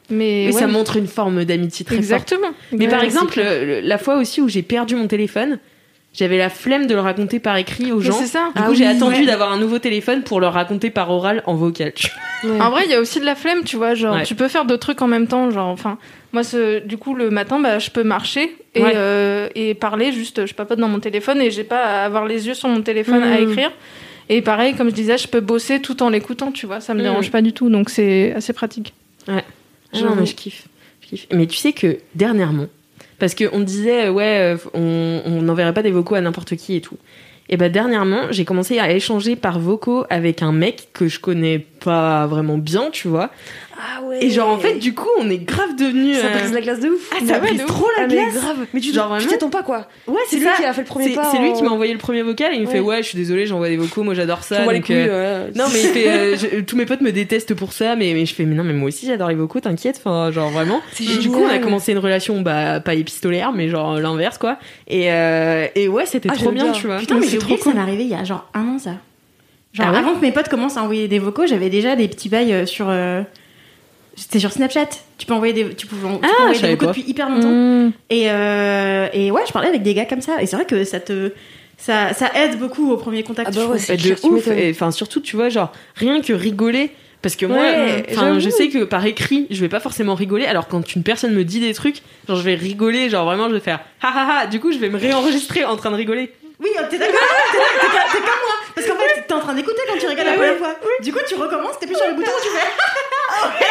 [SPEAKER 2] Mais
[SPEAKER 3] Et
[SPEAKER 2] ouais.
[SPEAKER 3] ça montre une forme d'amitié très forte.
[SPEAKER 2] Exactement.
[SPEAKER 3] Mais par
[SPEAKER 2] Ouais,
[SPEAKER 3] exemple,
[SPEAKER 2] c'est clair.
[SPEAKER 3] le- la fois aussi où j'ai perdu mon téléphone, j'avais la flemme de le raconter par écrit aux
[SPEAKER 2] Mais
[SPEAKER 3] gens.
[SPEAKER 2] c'est ça.
[SPEAKER 3] Du coup,
[SPEAKER 5] Ah
[SPEAKER 3] j'ai
[SPEAKER 5] oui,
[SPEAKER 3] attendu
[SPEAKER 5] ouais.
[SPEAKER 3] d'avoir un nouveau téléphone pour le raconter par oral en vocal. tu vois.
[SPEAKER 2] En vrai, il y a aussi de la flemme, tu vois. Genre,
[SPEAKER 3] Ouais.
[SPEAKER 2] tu peux faire d'autres trucs en même temps. Genre, enfin, moi, ce, du coup, le matin, bah, je peux marcher et,
[SPEAKER 3] Ouais.
[SPEAKER 2] euh, et parler. Juste, je papote dans mon téléphone et j'ai pas à avoir les yeux sur mon téléphone à
[SPEAKER 3] Mhm.
[SPEAKER 2] écrire. Et pareil, comme je disais, je peux bosser tout en l'écoutant, tu vois. Ça me
[SPEAKER 3] Mhm.
[SPEAKER 2] dérange pas du tout, donc c'est assez pratique.
[SPEAKER 3] Ah non, mais je kiffe. je kiffe. Mais tu sais que dernièrement, parce qu'on disait, euh, ouais, euh, on on n'enverrait pas des vocaux à n'importe qui et tout. Et bah dernièrement, j'ai commencé à échanger par vocaux avec un mec que je connais pas vraiment bien, tu vois.
[SPEAKER 4] Ah ouais.
[SPEAKER 3] Et genre, en fait, du coup, on est grave devenus.
[SPEAKER 4] ça
[SPEAKER 3] euh,
[SPEAKER 4] brise la glace de ouf.
[SPEAKER 3] Ah, ça
[SPEAKER 2] ouais,
[SPEAKER 3] brise
[SPEAKER 2] de ouf.
[SPEAKER 3] trop la
[SPEAKER 4] Ah, mais
[SPEAKER 3] glace.
[SPEAKER 4] grave. Mais tu
[SPEAKER 3] Genre,
[SPEAKER 4] tu
[SPEAKER 3] vraiment
[SPEAKER 4] t'attends pas quoi.
[SPEAKER 3] Ouais,
[SPEAKER 4] C'est lui
[SPEAKER 3] ça.
[SPEAKER 4] qui a fait le premier
[SPEAKER 3] C'est
[SPEAKER 4] pas.
[SPEAKER 3] c'est lui
[SPEAKER 4] en-
[SPEAKER 3] qui m'a envoyé le premier vocal et il me
[SPEAKER 4] Ouais.
[SPEAKER 3] fait ouais, je suis désolé, j'envoie des vocaux, moi j'adore ça.
[SPEAKER 4] Moi les
[SPEAKER 3] donc,
[SPEAKER 4] couilles.
[SPEAKER 3] euh,
[SPEAKER 4] ouais.
[SPEAKER 3] Non mais il fait euh, je- tous mes potes me détestent pour ça, mais, mais je fais mais non mais moi aussi j'adore les vocaux, t'inquiète, enfin genre vraiment.
[SPEAKER 4] C'est
[SPEAKER 3] Et du coup on a
[SPEAKER 4] génial.
[SPEAKER 3] commencé une relation bah pas épistolaire mais genre l'inverse quoi. Et euh, et ouais c'était
[SPEAKER 4] Ah,
[SPEAKER 3] trop
[SPEAKER 4] j'aime
[SPEAKER 3] bien,
[SPEAKER 4] bien.
[SPEAKER 3] tu vois.
[SPEAKER 5] Putain, mais
[SPEAKER 2] c'est
[SPEAKER 5] j'ai
[SPEAKER 2] trop
[SPEAKER 5] oublié que ça
[SPEAKER 2] cool.
[SPEAKER 5] m'est arrivé il y a genre un an, ça. Genre,
[SPEAKER 3] Ah ouais
[SPEAKER 5] avant que mes potes commencent à envoyer des vocaux, j'avais déjà des petits bails euh, sur. euh, C'était sur Snapchat. Tu peux envoyer des, tu pouvais, tu peux
[SPEAKER 3] Ah,
[SPEAKER 5] envoyer
[SPEAKER 3] je
[SPEAKER 5] des
[SPEAKER 3] savais
[SPEAKER 5] vocaux
[SPEAKER 3] pas.
[SPEAKER 5] depuis hyper longtemps.
[SPEAKER 2] Mmh.
[SPEAKER 5] Et, euh, et ouais, je parlais avec des gars comme ça. Et c'est vrai que ça te. Ça, ça aide beaucoup au premier contact.
[SPEAKER 4] Ah bah
[SPEAKER 5] je
[SPEAKER 4] ouais,
[SPEAKER 5] trouve.
[SPEAKER 4] c'est
[SPEAKER 3] de
[SPEAKER 4] clair, tu
[SPEAKER 3] ouf.
[SPEAKER 4] m'étonnes.
[SPEAKER 3] Et enfin surtout tu vois genre rien que rigoler. Parce que moi,
[SPEAKER 4] Ouais,
[SPEAKER 3] enfin,
[SPEAKER 4] j'avoue.
[SPEAKER 3] je sais que par écrit, je vais pas forcément rigoler. Alors quand une personne me dit des trucs, genre je vais rigoler, genre vraiment je vais faire ha ha ha. Du coup, je vais me réenregistrer en train de rigoler.
[SPEAKER 5] Oui, t'es d'accord. T'es t'es- t'es comme moi. Parce qu'en fait, t'es en train d'écouter quand tu rigoles la première fois. Du coup, tu recommences, t'es plus sur le bouton, tu fais.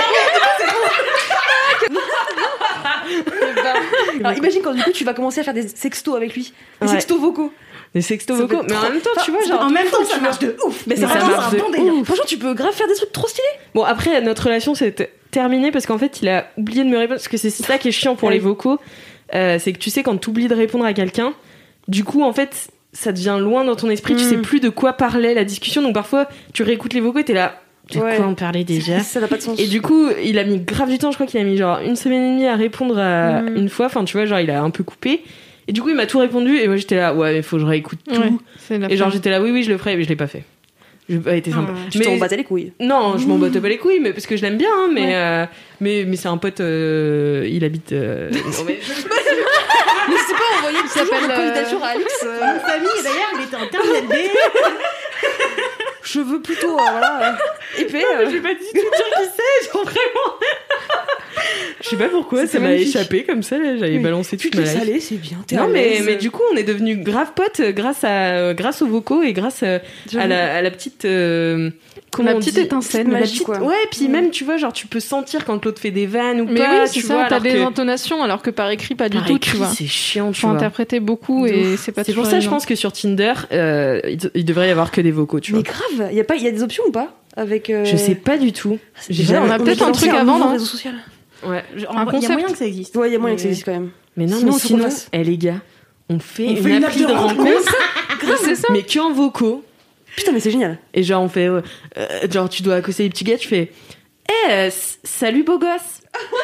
[SPEAKER 4] Alors imagine quand du coup tu vas commencer à faire des sextos avec lui. Des
[SPEAKER 3] Ouais.
[SPEAKER 4] sextos vocaux.
[SPEAKER 3] Des sextos
[SPEAKER 4] Ça
[SPEAKER 3] vocaux.
[SPEAKER 4] peut être
[SPEAKER 3] Mais en
[SPEAKER 4] trop-
[SPEAKER 3] même temps, tu vois,
[SPEAKER 4] Enfin,
[SPEAKER 3] genre.
[SPEAKER 5] En même temps,
[SPEAKER 4] tu
[SPEAKER 5] ça
[SPEAKER 4] vois.
[SPEAKER 5] marche de ouf. Mais
[SPEAKER 3] Mais
[SPEAKER 5] c'est
[SPEAKER 3] ça
[SPEAKER 5] vraiment
[SPEAKER 3] marche
[SPEAKER 5] un
[SPEAKER 3] de
[SPEAKER 5] bon délire.
[SPEAKER 4] Ouf. Franchement, tu peux grave faire des trucs trop stylés.
[SPEAKER 3] Bon, après, notre relation s'est t- terminée parce qu'en fait, il a oublié de me répondre. Parce que c'est ça qui est chiant pour
[SPEAKER 4] Ouais.
[SPEAKER 3] les vocaux. Euh, c'est que tu sais, quand tu oublies de répondre à quelqu'un, du coup, en fait, ça devient loin dans ton esprit. Tu
[SPEAKER 4] Mm.
[SPEAKER 3] sais plus de quoi parlait la discussion. Donc parfois, tu réécoutes les vocaux et t'es là. De
[SPEAKER 4] Ouais.
[SPEAKER 3] quoi on parlait déjà?
[SPEAKER 4] Ça n'a pas de sens.
[SPEAKER 3] Et du coup, il a mis grave du temps. Je crois qu'il a mis genre une semaine et demie à répondre à
[SPEAKER 4] Mm.
[SPEAKER 3] une fois. Enfin, tu vois, genre, il a un peu coupé. Et du coup, il m'a tout répondu. Et moi, j'étais là, ouais, il faut que je réécoute tout.
[SPEAKER 2] Ouais, c'est la
[SPEAKER 3] Et genre,
[SPEAKER 2] flemme.
[SPEAKER 3] j'étais là, oui, oui, je le ferai. Mais je l'ai pas fait. J'ai pas été sympa.
[SPEAKER 4] Tu
[SPEAKER 3] Mais-
[SPEAKER 4] t'en battais les couilles.
[SPEAKER 3] Non, je m'en batte pas les couilles, mais parce que je l'aime bien, hein, mais,
[SPEAKER 4] Ouais.
[SPEAKER 3] euh, mais mais c'est un pote, euh, il habite. euh, non, mais-
[SPEAKER 4] N'hésitez pas à envoyer une
[SPEAKER 2] s'appelle, euh,
[SPEAKER 4] candidature à Alex. euh,
[SPEAKER 5] Une famille, d'ailleurs, il était en terminale B.
[SPEAKER 4] cheveux plutôt, euh, voilà, euh, épais.
[SPEAKER 3] Mais
[SPEAKER 4] euh.
[SPEAKER 3] je vais pas du tout dire qui c'est, genre vraiment. Je sais pas pourquoi,
[SPEAKER 4] C'était
[SPEAKER 3] ça m'a
[SPEAKER 4] magnifique.
[SPEAKER 3] échappé comme ça, là, j'avais
[SPEAKER 4] Oui.
[SPEAKER 3] balancé
[SPEAKER 4] Tu
[SPEAKER 3] toute
[SPEAKER 4] te
[SPEAKER 3] ma
[SPEAKER 4] laisses
[SPEAKER 3] life.
[SPEAKER 4] aller, c'est bien. T'es
[SPEAKER 3] Non
[SPEAKER 4] à
[SPEAKER 3] mais,
[SPEAKER 4] l'aise.
[SPEAKER 3] mais du coup on est devenus grave potes euh, grâce à euh, grâce aux vocaux et grâce euh, à la, à la petite euh, comment
[SPEAKER 2] La
[SPEAKER 3] on
[SPEAKER 2] petite
[SPEAKER 3] dit
[SPEAKER 2] étincelle.
[SPEAKER 3] la
[SPEAKER 4] magie,
[SPEAKER 3] petite-
[SPEAKER 4] quoi.
[SPEAKER 3] ouais puis
[SPEAKER 4] Mm.
[SPEAKER 3] même tu vois genre tu peux sentir quand l'autre fait des vannes ou
[SPEAKER 2] Mais
[SPEAKER 3] pas
[SPEAKER 2] oui, c'est
[SPEAKER 3] tu
[SPEAKER 2] ça,
[SPEAKER 3] vois
[SPEAKER 2] t'as
[SPEAKER 3] alors
[SPEAKER 2] des
[SPEAKER 3] que
[SPEAKER 2] intonations, alors que par écrit, pas du
[SPEAKER 3] par
[SPEAKER 2] tout,
[SPEAKER 3] écrit,
[SPEAKER 2] tu vois.
[SPEAKER 3] c'est chiant tu
[SPEAKER 2] Faut
[SPEAKER 3] vois.
[SPEAKER 2] interpréter beaucoup
[SPEAKER 3] De
[SPEAKER 2] et
[SPEAKER 3] ouf.
[SPEAKER 2] c'est pas
[SPEAKER 3] C'est pour
[SPEAKER 2] toujours
[SPEAKER 3] ça, je
[SPEAKER 2] évident.
[SPEAKER 3] pense que sur Tinder, euh, il, il devrait y avoir que des vocaux, tu vois.
[SPEAKER 4] Mais grave, il y a pas, il y a des options ou pas avec. euh,
[SPEAKER 3] Je sais pas du tout. J'ai
[SPEAKER 2] Ouais, on
[SPEAKER 3] jamais-
[SPEAKER 2] a peut-être un
[SPEAKER 4] lancer
[SPEAKER 2] truc à
[SPEAKER 4] nouveau
[SPEAKER 2] vendre, hein.
[SPEAKER 4] réseau social.
[SPEAKER 3] Ouais. je-
[SPEAKER 5] En
[SPEAKER 2] Un
[SPEAKER 5] vrai, il y a
[SPEAKER 2] concept.
[SPEAKER 5] moyen que ça existe.
[SPEAKER 4] Ouais, il y a moyen que ça
[SPEAKER 5] Mais-
[SPEAKER 4] existe quand même.
[SPEAKER 3] Mais non,
[SPEAKER 4] Sinon,
[SPEAKER 3] mais
[SPEAKER 4] il faut qu'on
[SPEAKER 3] sinon,
[SPEAKER 4] fasse.
[SPEAKER 3] eh les gars, on fait
[SPEAKER 5] On
[SPEAKER 3] une
[SPEAKER 5] fait une
[SPEAKER 3] appli
[SPEAKER 5] appli
[SPEAKER 3] de
[SPEAKER 5] de
[SPEAKER 3] rencontre,
[SPEAKER 2] C'est ça.
[SPEAKER 3] mais que en vocaux.
[SPEAKER 4] Putain, mais c'est génial.
[SPEAKER 3] Et genre, on fait, euh, euh, genre, tu dois accoster les petits gars, tu fais, eh, euh, s- salut beau gosse.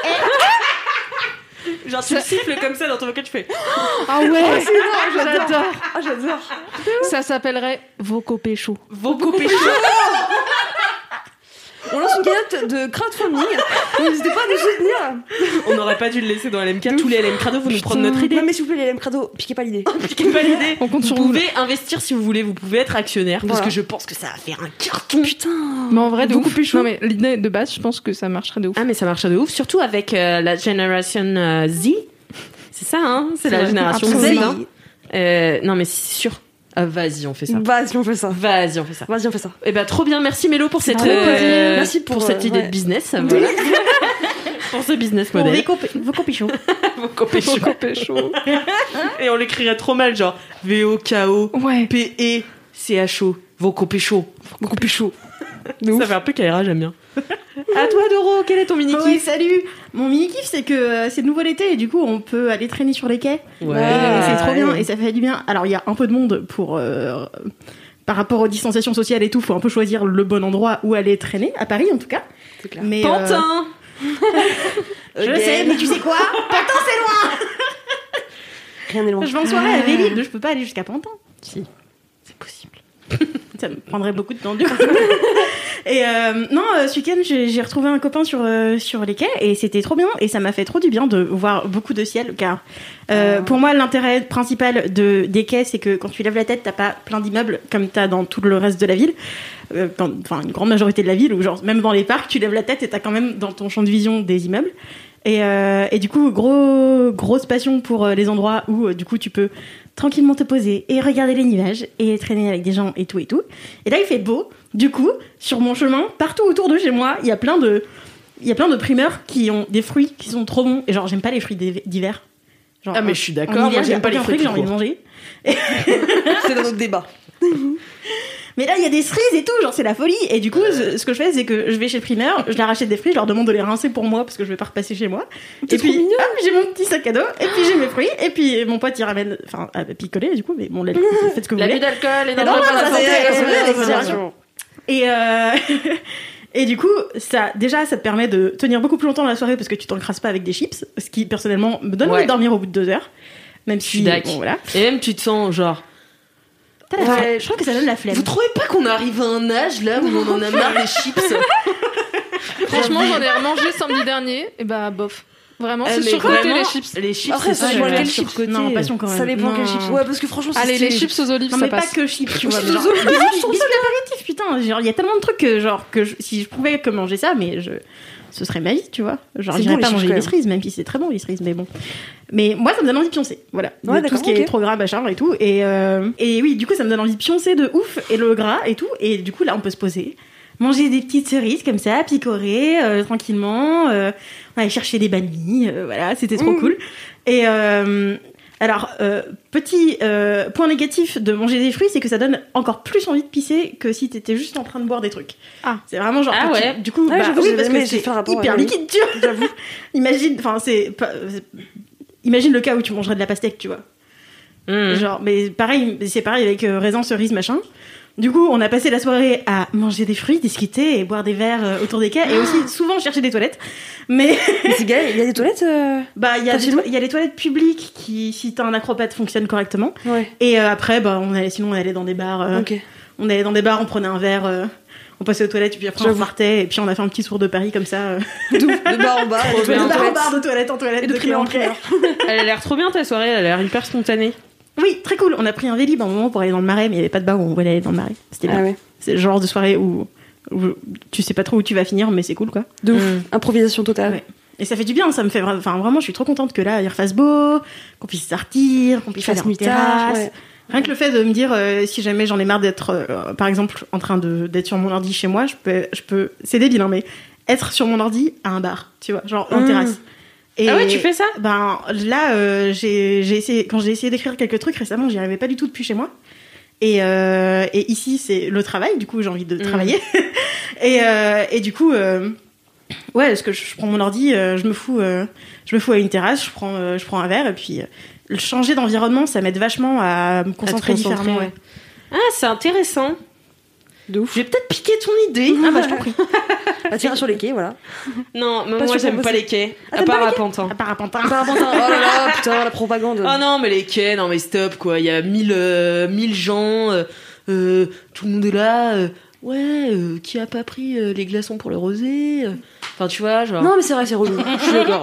[SPEAKER 3] Genre, tu le siffles comme ça dans ton vocal, tu fais,
[SPEAKER 2] Ah ouais, j'adore.
[SPEAKER 4] Ah, j'adore.
[SPEAKER 2] Ça s'appellerait Voco Pécho.
[SPEAKER 3] vocaux pécho.
[SPEAKER 4] On lance une cagnotte de crowdfunding. N'hésitez pas à nous soutenir.
[SPEAKER 3] On n'aurait pas dû le laisser dans L M K. Tous les L M Crado vont nous prendre notre idée.
[SPEAKER 4] Non, mais s'il vous plaît, les L M Crado, piquez pas l'idée.
[SPEAKER 3] Piquez pas l'idée.
[SPEAKER 2] On compte
[SPEAKER 3] Vous
[SPEAKER 2] sur vous.
[SPEAKER 3] pouvez investir si vous voulez, vous pouvez être actionnaire, parce
[SPEAKER 4] Voilà.
[SPEAKER 3] que je pense que ça va faire un carton.
[SPEAKER 4] Putain.
[SPEAKER 2] Mais en vrai, de
[SPEAKER 4] Beaucoup
[SPEAKER 2] ouf.
[SPEAKER 4] plus chaud.
[SPEAKER 2] Non, mais l'idée de base, je pense que ça marcherait de ouf.
[SPEAKER 3] Ah mais ça marche de ouf, surtout avec euh, la génération euh, Z. C'est ça, hein. C'est
[SPEAKER 2] C'est
[SPEAKER 3] la
[SPEAKER 2] vrai.
[SPEAKER 3] génération Z.
[SPEAKER 2] Absolument.
[SPEAKER 3] Hein. Euh, non mais c'est sûr. Ah, vas-y, on fait ça.
[SPEAKER 4] Vas-y, on fait ça.
[SPEAKER 3] Vas-y, on fait ça.
[SPEAKER 4] Vas-y, on fait ça.
[SPEAKER 3] Eh ben trop bien, merci Mélo pour cette
[SPEAKER 4] Avec
[SPEAKER 3] euh,
[SPEAKER 4] plaisir. Merci pour,
[SPEAKER 3] cette
[SPEAKER 4] euh,
[SPEAKER 3] idée
[SPEAKER 4] ouais.
[SPEAKER 3] de business. Voilà. pour ce business
[SPEAKER 5] Pour
[SPEAKER 3] model.
[SPEAKER 5] Voco Pichon.
[SPEAKER 3] Voco pécho.
[SPEAKER 2] Voco Pécho.
[SPEAKER 3] Et on l'écrirait trop mal, genre V O K O
[SPEAKER 2] Ouais.
[SPEAKER 3] P E C H O. Voco pécho.
[SPEAKER 4] Beaucoup plus chaud.
[SPEAKER 3] Ça fait un peu Kaira, j'aime bien. À toi Doro, quel est ton mini
[SPEAKER 5] Ouais,
[SPEAKER 3] kiff?
[SPEAKER 5] salut. Mon mini kiff, c'est que euh, c'est de nouveau l'été et du coup, on peut aller traîner sur les quais.
[SPEAKER 3] Ouais.
[SPEAKER 5] Et c'est trop bien
[SPEAKER 4] ouais.
[SPEAKER 5] et ça fait du bien. Alors, il y a un peu de monde pour. euh, par rapport aux distanciations sociales et tout, faut un peu choisir le bon endroit où aller traîner, à Paris en tout cas.
[SPEAKER 4] C'est clair.
[SPEAKER 5] Mais, euh,
[SPEAKER 3] Pantin.
[SPEAKER 5] je le sais, mais tu sais quoi Pantin, c'est loin.
[SPEAKER 4] Rien n'est loin.
[SPEAKER 5] Je vais en soirée à Vélib, je peux pas aller jusqu'à Pantin.
[SPEAKER 3] Si, c'est possible.
[SPEAKER 5] Ça me prendrait beaucoup de temps du coup. Et euh, non, euh, ce week-end, j'ai, j'ai retrouvé un copain sur, euh, sur les quais et c'était trop bien. Et ça m'a fait trop du bien de voir beaucoup de ciel. Car euh, oh. pour moi, l'intérêt principal de, des quais, c'est que quand tu lèves la tête, t'as pas plein d'immeubles comme t'as dans tout le reste de la ville. Euh, dans, enfin, une grande majorité de la ville, ou genre même dans les parcs, tu lèves la tête et t'as quand même dans ton champ de vision des immeubles. Et, euh, et du coup, gros, grosse passion pour euh, les endroits où euh, du coup tu peux tranquillement te poser et regarder les nuages et traîner avec des gens et tout et tout. Et là, il fait beau. Du coup, sur mon chemin, partout autour de chez moi, il y a plein de, il y a plein de primeurs qui ont des fruits qui sont trop bons. Et genre, j'aime pas les fruits d'hiver. Genre,
[SPEAKER 3] ah mais je suis d'accord, moi j'aime pas les fruits
[SPEAKER 5] que j'ai envie de manger. Et...
[SPEAKER 4] c'est dans notre débat.
[SPEAKER 5] Mais là, il y a des cerises et tout, genre c'est la folie. Et du coup, ce, ce que je fais, c'est que je vais chez le primeur, je leur achète des fruits, je leur demande de les rincer pour moi parce que je vais pas repasser chez moi.
[SPEAKER 4] C'est
[SPEAKER 5] et puis,
[SPEAKER 4] mignon.
[SPEAKER 5] hop, j'ai mon petit sac à dos, et puis j'ai mes fruits, et puis mon pote il ramène, enfin, à picoler du coup, mais bon, là, faites ce que vous voulez.
[SPEAKER 3] L'abus d'alcool et
[SPEAKER 5] Non,
[SPEAKER 3] dangereux pour
[SPEAKER 5] ça,
[SPEAKER 3] la santé.
[SPEAKER 5] c'est- c'est-
[SPEAKER 3] euh,
[SPEAKER 5] c'est-
[SPEAKER 3] euh,
[SPEAKER 5] modération. Et euh... et du coup, ça, déjà, ça te permet de tenir beaucoup plus longtemps dans la soirée parce que tu t'encrasses pas avec des chips, ce qui personnellement me donne envie
[SPEAKER 3] Ouais.
[SPEAKER 5] de dormir au bout de deux heures. Même
[SPEAKER 3] Je suis
[SPEAKER 5] si,
[SPEAKER 3] d'accord.
[SPEAKER 5] bon, voilà.
[SPEAKER 3] Et même tu te sens genre.
[SPEAKER 5] T'as la
[SPEAKER 4] Ouais.
[SPEAKER 5] flemme. Je trouve que ça donne la flemme.
[SPEAKER 3] Vous trouvez pas qu'on arrive à un âge là où on en a marre des chips?
[SPEAKER 2] Franchement, j'en ai remangé samedi dernier, et bah bof. Vraiment,
[SPEAKER 3] Eh,
[SPEAKER 2] c'est
[SPEAKER 3] mais
[SPEAKER 2] surcoté
[SPEAKER 3] vraiment,
[SPEAKER 2] les chips.
[SPEAKER 3] Les chips,
[SPEAKER 4] Après,
[SPEAKER 3] c'est
[SPEAKER 4] ça dépend
[SPEAKER 3] super
[SPEAKER 4] quel chips.
[SPEAKER 3] surcoté.
[SPEAKER 5] Non, passion quand même.
[SPEAKER 4] Ça dépend
[SPEAKER 5] Non.
[SPEAKER 4] quel chips. Ouais, parce que franchement, c'est
[SPEAKER 2] Allez, les
[SPEAKER 4] stylé.
[SPEAKER 2] chips aux olives,
[SPEAKER 5] Non,
[SPEAKER 2] ça
[SPEAKER 5] mais
[SPEAKER 2] passe.
[SPEAKER 5] pas que chips, tu vois.
[SPEAKER 4] Chips
[SPEAKER 5] mais
[SPEAKER 4] aux
[SPEAKER 5] genre,
[SPEAKER 4] olives,
[SPEAKER 5] biscuits
[SPEAKER 4] biscuits
[SPEAKER 5] biscuits apéritifs, putain. Genre, il y a tellement de trucs que, genre, que je- si je pouvais que manger ça, mais je, ce serait ma vie, tu vois. Genre,
[SPEAKER 4] C'est
[SPEAKER 5] j'irais
[SPEAKER 4] bon,
[SPEAKER 5] pas
[SPEAKER 4] les
[SPEAKER 5] manger
[SPEAKER 4] chips,
[SPEAKER 5] des
[SPEAKER 4] quand
[SPEAKER 5] cerises, même si c'est très bon, les cerises, mais bon. Mais moi, ça me donne envie de pioncer. Voilà.
[SPEAKER 4] Ouais,
[SPEAKER 5] De tout
[SPEAKER 4] d'accord,
[SPEAKER 5] ce qui est
[SPEAKER 4] ok.
[SPEAKER 5] trop gras, machin et tout. Et, euh, et oui, du coup, ça me donne envie de pioncer de ouf. Et le gras et tout. Et du coup, là, on peut se poser. Manger des petites cerises comme ça, picorer euh, tranquillement. Euh, on allait chercher des bannis. Euh, voilà, c'était trop
[SPEAKER 4] Mmh.
[SPEAKER 5] cool. Et euh, alors, euh, petit euh, point négatif de manger des fruits, c'est que ça donne encore plus envie de pisser que si t'étais juste en train de boire des trucs.
[SPEAKER 2] Ah.
[SPEAKER 5] C'est vraiment genre.
[SPEAKER 3] Ah
[SPEAKER 5] que tu-
[SPEAKER 3] ouais.
[SPEAKER 5] Du coup,
[SPEAKER 4] Ouais,
[SPEAKER 5] bah,
[SPEAKER 4] j'avoue,
[SPEAKER 5] oui,
[SPEAKER 4] j'ai-
[SPEAKER 5] parce
[SPEAKER 4] mais
[SPEAKER 5] que
[SPEAKER 4] j'ai
[SPEAKER 5] c'est
[SPEAKER 4] fait un rapport,
[SPEAKER 5] hyper
[SPEAKER 4] ouais,
[SPEAKER 5] liquide, tu vois. J'avoue. Imagine, enfin, c'est pas. c'est- Imagine le cas où tu mangerais de la pastèque, tu vois.
[SPEAKER 3] Mmh.
[SPEAKER 5] Genre, mais pareil, c'est pareil avec euh, raisin, cerise, machin. Du coup, on a passé la soirée à manger des fruits, discuter et boire des verres euh, autour des quais et aussi souvent chercher des toilettes. Mais
[SPEAKER 4] Mais c'est galère, il y a des toilettes euh,
[SPEAKER 5] bah, il y a des
[SPEAKER 4] Facilement.
[SPEAKER 5] toi- il y a les toilettes publiques qui, si t'as un acropate, fonctionnent correctement.
[SPEAKER 4] Ouais.
[SPEAKER 5] Et euh, après, bah, on allait, sinon on allait dans des bars. euh,
[SPEAKER 4] Ok.
[SPEAKER 5] On allait dans des bars, on prenait un verre, euh, on passait aux toilettes, puis après on
[SPEAKER 4] J'avoue.
[SPEAKER 5] repartait, et puis on a fait un petit tour de Paris comme ça. euh,
[SPEAKER 4] De bar en bar,
[SPEAKER 5] de
[SPEAKER 4] de
[SPEAKER 5] bar en
[SPEAKER 4] toilettes.
[SPEAKER 5] bar, de toilette en toilette,
[SPEAKER 4] Et de
[SPEAKER 5] quai
[SPEAKER 4] primeur
[SPEAKER 5] en
[SPEAKER 4] en
[SPEAKER 5] quai.
[SPEAKER 4] primeur.
[SPEAKER 3] Elle a l'air trop bien ta soirée, elle a l'air hyper spontanée.
[SPEAKER 5] Oui, très cool. On a pris un Vélib à un moment pour aller dans le Marais, mais il n'y avait pas de bar où on voulait aller dans le Marais. C'était bien.
[SPEAKER 4] Ah ouais.
[SPEAKER 5] C'est le genre de soirée où, où tu sais pas trop où tu vas finir, mais c'est cool, quoi.
[SPEAKER 4] De ouf.
[SPEAKER 3] Mm.
[SPEAKER 4] Improvisation totale.
[SPEAKER 5] Ouais. Et ça fait du bien, ça me fait vra- enfin vraiment, je suis trop contente que là il refasse beau, qu'on puisse sortir, qu'on puisse
[SPEAKER 4] Fasse
[SPEAKER 5] aller en
[SPEAKER 4] nuit tard,
[SPEAKER 5] terrasse.
[SPEAKER 4] ouais.
[SPEAKER 5] Rien que le fait de me dire euh, si jamais j'en ai marre d'être euh, par exemple en train de d'être sur mon ordi chez moi, je peux je peux c'est débile hein, mais être sur mon ordi à un bar, tu vois, genre en
[SPEAKER 4] Mm.
[SPEAKER 5] terrasse. Et
[SPEAKER 3] Ah ouais, tu fais ça?
[SPEAKER 5] Ben là euh, j'ai j'ai essayé quand j'ai essayé d'écrire quelques trucs récemment, j'y arrivais pas du tout depuis chez moi. Et, euh, et ici c'est le travail, du coup j'ai envie de
[SPEAKER 3] Mm.
[SPEAKER 5] travailler. et, euh, et du coup euh, ouais, parce que je, je prends mon ordi, euh, je me fous, euh, je me fous à une terrasse, je prends, euh, je prends un verre et puis euh, changer d'environnement, ça m'aide vachement à me concentrer
[SPEAKER 3] concentrer,
[SPEAKER 5] différemment.
[SPEAKER 3] ouais.
[SPEAKER 5] Ouais.
[SPEAKER 3] Ah, c'est intéressant.
[SPEAKER 4] De ouf.
[SPEAKER 3] Je vais peut-être piquer ton idée.
[SPEAKER 5] Ah bah je t'en prie.
[SPEAKER 4] Bah, tiens sur les quais, voilà.
[SPEAKER 3] Non, mais
[SPEAKER 4] Pas
[SPEAKER 3] moi
[SPEAKER 4] sûr
[SPEAKER 3] j'aime
[SPEAKER 4] qu'on
[SPEAKER 3] pas
[SPEAKER 4] bosse.
[SPEAKER 3] les quais.
[SPEAKER 4] Ah,
[SPEAKER 3] à
[SPEAKER 4] t'aimes pas
[SPEAKER 3] part
[SPEAKER 4] les
[SPEAKER 3] à
[SPEAKER 4] quais
[SPEAKER 3] Pantin.
[SPEAKER 5] À part à Pantin.
[SPEAKER 4] Par rapport à- Oh là là, putain, la propagande.
[SPEAKER 3] Ah non, mais les quais, non mais stop quoi. Il y a mille, euh, mille gens, euh, euh, tout le monde est là. euh, ouais, euh, qui a pas pris euh, les glaçons pour le rosé euh. Enfin, tu vois, genre.
[SPEAKER 4] Non, mais c'est vrai, c'est relou. Je suis d'accord.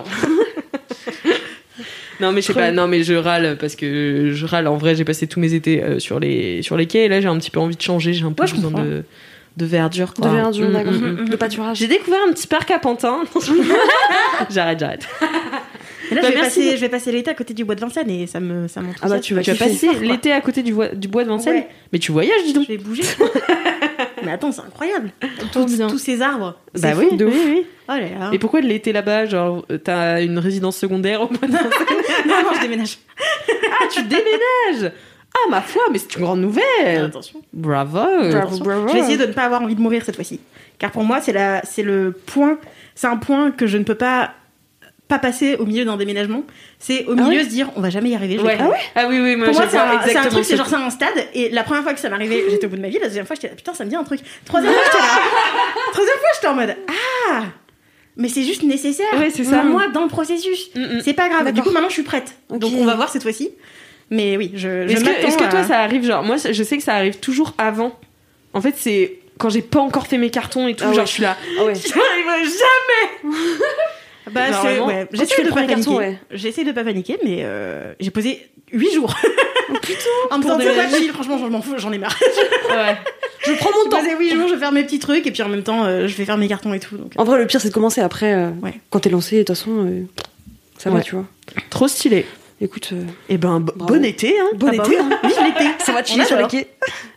[SPEAKER 3] Non mais je sais pas, non mais je râle parce que je râle. En vrai, j'ai passé tous mes étés euh, sur les sur les quais et là j'ai un petit peu envie de changer. J'ai un peu
[SPEAKER 5] Ouais, je
[SPEAKER 3] besoin
[SPEAKER 5] comprends.
[SPEAKER 3] de de verdure. Quoi.
[SPEAKER 4] De verdure,
[SPEAKER 3] Mm,
[SPEAKER 4] d'accord.
[SPEAKER 3] mm, mm.
[SPEAKER 4] De pâturage.
[SPEAKER 3] J'ai découvert un petit parc à Pantin. j'arrête, j'arrête.
[SPEAKER 5] Et là
[SPEAKER 3] Bah,
[SPEAKER 5] je, vais
[SPEAKER 3] merci.
[SPEAKER 5] passer, je vais passer l'été à côté du bois de Vincennes et ça me ça m'enthousiasme.
[SPEAKER 4] Ah bah, tu vas
[SPEAKER 3] Tu vas
[SPEAKER 4] kiffer.
[SPEAKER 3] passer
[SPEAKER 5] Quoi.
[SPEAKER 3] l'été à côté du, voi- du bois de Vincennes.
[SPEAKER 5] Ouais.
[SPEAKER 3] Mais tu voyages, dis donc.
[SPEAKER 5] Je vais bouger. Mais attends, c'est incroyable.
[SPEAKER 2] Trop
[SPEAKER 5] Tous,
[SPEAKER 2] bien.
[SPEAKER 5] tous ces arbres. C'est
[SPEAKER 3] Bah
[SPEAKER 5] fou.
[SPEAKER 3] oui, oui, oui.
[SPEAKER 5] Oh là là.
[SPEAKER 3] Et pourquoi de l'été là-bas? Genre, euh, t'as une résidence secondaire au bois de Vincennes?
[SPEAKER 5] Non, non, je déménage.
[SPEAKER 3] Ah, tu déménages! Ah, ma foi, mais c'est une grande nouvelle!
[SPEAKER 5] Attention.
[SPEAKER 3] Bravo!
[SPEAKER 4] Bravo, bravo.
[SPEAKER 5] Je vais essayer de ne pas avoir envie de mourir cette fois-ci. Car pour moi, c'est la, c'est le point, c'est un point que je ne peux pas, pas passer au milieu d'un déménagement. C'est au
[SPEAKER 3] Ah
[SPEAKER 5] milieu
[SPEAKER 3] ouais
[SPEAKER 5] se dire, on va jamais y arriver. je vais
[SPEAKER 3] Ouais.
[SPEAKER 5] crever.
[SPEAKER 3] Ah oui, oui, moi,
[SPEAKER 5] Pour moi,
[SPEAKER 3] je
[SPEAKER 5] c'est
[SPEAKER 3] vois
[SPEAKER 5] un, c'est un
[SPEAKER 3] exactement
[SPEAKER 5] truc, c'est
[SPEAKER 3] ce-
[SPEAKER 5] genre c'est un stade. Et la première fois que ça m'est arrivé, j'étais au bout de ma vie. La deuxième fois, j'étais là, putain, ça me dit un truc. Troisième fois, j'étais là. Troisième fois, j'étais en mode, ah, mais c'est juste nécessaire.
[SPEAKER 3] Ouais, c'est ça.
[SPEAKER 5] Pour moi, dans le processus.
[SPEAKER 3] Mm, mm.
[SPEAKER 5] C'est pas grave. Du
[SPEAKER 4] D'accord.
[SPEAKER 5] coup, maintenant, je suis prête.
[SPEAKER 4] Ok.
[SPEAKER 5] Donc, on va voir cette fois-ci. Mais oui, je, je
[SPEAKER 3] Est-ce que,
[SPEAKER 5] m'attends
[SPEAKER 3] est-ce que toi,
[SPEAKER 5] à-
[SPEAKER 3] ça arrive, genre, moi, je sais que ça arrive toujours avant. En fait, c'est quand j'ai pas encore fait mes cartons et tout,
[SPEAKER 4] Ah
[SPEAKER 3] genre
[SPEAKER 4] ouais.
[SPEAKER 3] je suis là.
[SPEAKER 4] Ah ouais.
[SPEAKER 3] J'y arrive jamais.
[SPEAKER 5] Bah,
[SPEAKER 3] Genre,
[SPEAKER 5] c'est,
[SPEAKER 3] vraiment.
[SPEAKER 5] ouais.
[SPEAKER 4] Quand
[SPEAKER 5] J'essaie
[SPEAKER 4] tu
[SPEAKER 5] de
[SPEAKER 4] fais
[SPEAKER 5] pas
[SPEAKER 4] le premier
[SPEAKER 5] paniquer.
[SPEAKER 4] carton, ouais.
[SPEAKER 5] J'essaie de pas paniquer, mais euh, j'ai posé huit jours.
[SPEAKER 4] Putain.
[SPEAKER 5] En me
[SPEAKER 3] Pour
[SPEAKER 5] disant,
[SPEAKER 3] des-
[SPEAKER 5] ouais, chill, franchement, j'en m'en fous, j'en ai marre.
[SPEAKER 3] Ouais.
[SPEAKER 4] Je prends mon
[SPEAKER 5] J'ai
[SPEAKER 4] temps.
[SPEAKER 5] posé huit jours, je vais faire mes petits trucs, et puis en même temps, euh, je vais faire mes cartons et tout. Donc,
[SPEAKER 4] En vrai, le pire, c'est de commencer après. euh,
[SPEAKER 5] Ouais.
[SPEAKER 4] Quand t'es lancé, de toute façon, euh, ça va,
[SPEAKER 3] Ouais.
[SPEAKER 4] tu vois.
[SPEAKER 3] Trop stylé.
[SPEAKER 4] Écoute, euh,
[SPEAKER 3] Et ben b-
[SPEAKER 4] Bravo.
[SPEAKER 3] bon été hein.
[SPEAKER 4] bon
[SPEAKER 5] Ah bah
[SPEAKER 4] été.
[SPEAKER 5] oui,
[SPEAKER 4] hein.
[SPEAKER 5] vive l'été.
[SPEAKER 4] Ça va
[SPEAKER 5] On
[SPEAKER 4] chiller sur
[SPEAKER 5] adore.
[SPEAKER 4] les quais.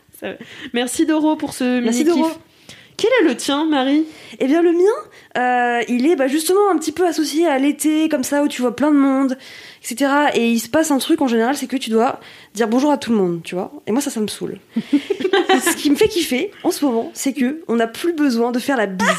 [SPEAKER 3] Merci Doro pour ce
[SPEAKER 4] Merci,
[SPEAKER 3] mini
[SPEAKER 4] Doro.
[SPEAKER 3] kiff. Quel est le tien, Marie?
[SPEAKER 4] Eh bien, le mien, euh, il est bah, justement un petit peu associé à l'été, comme ça, où tu vois plein de monde, et cetera. Et il se passe un truc en général, c'est que tu dois dire bonjour à tout le monde, tu vois. Et moi, ça, ça me saoule. Ce qui me fait kiffer en ce moment, c'est que on n'a plus besoin de faire la bise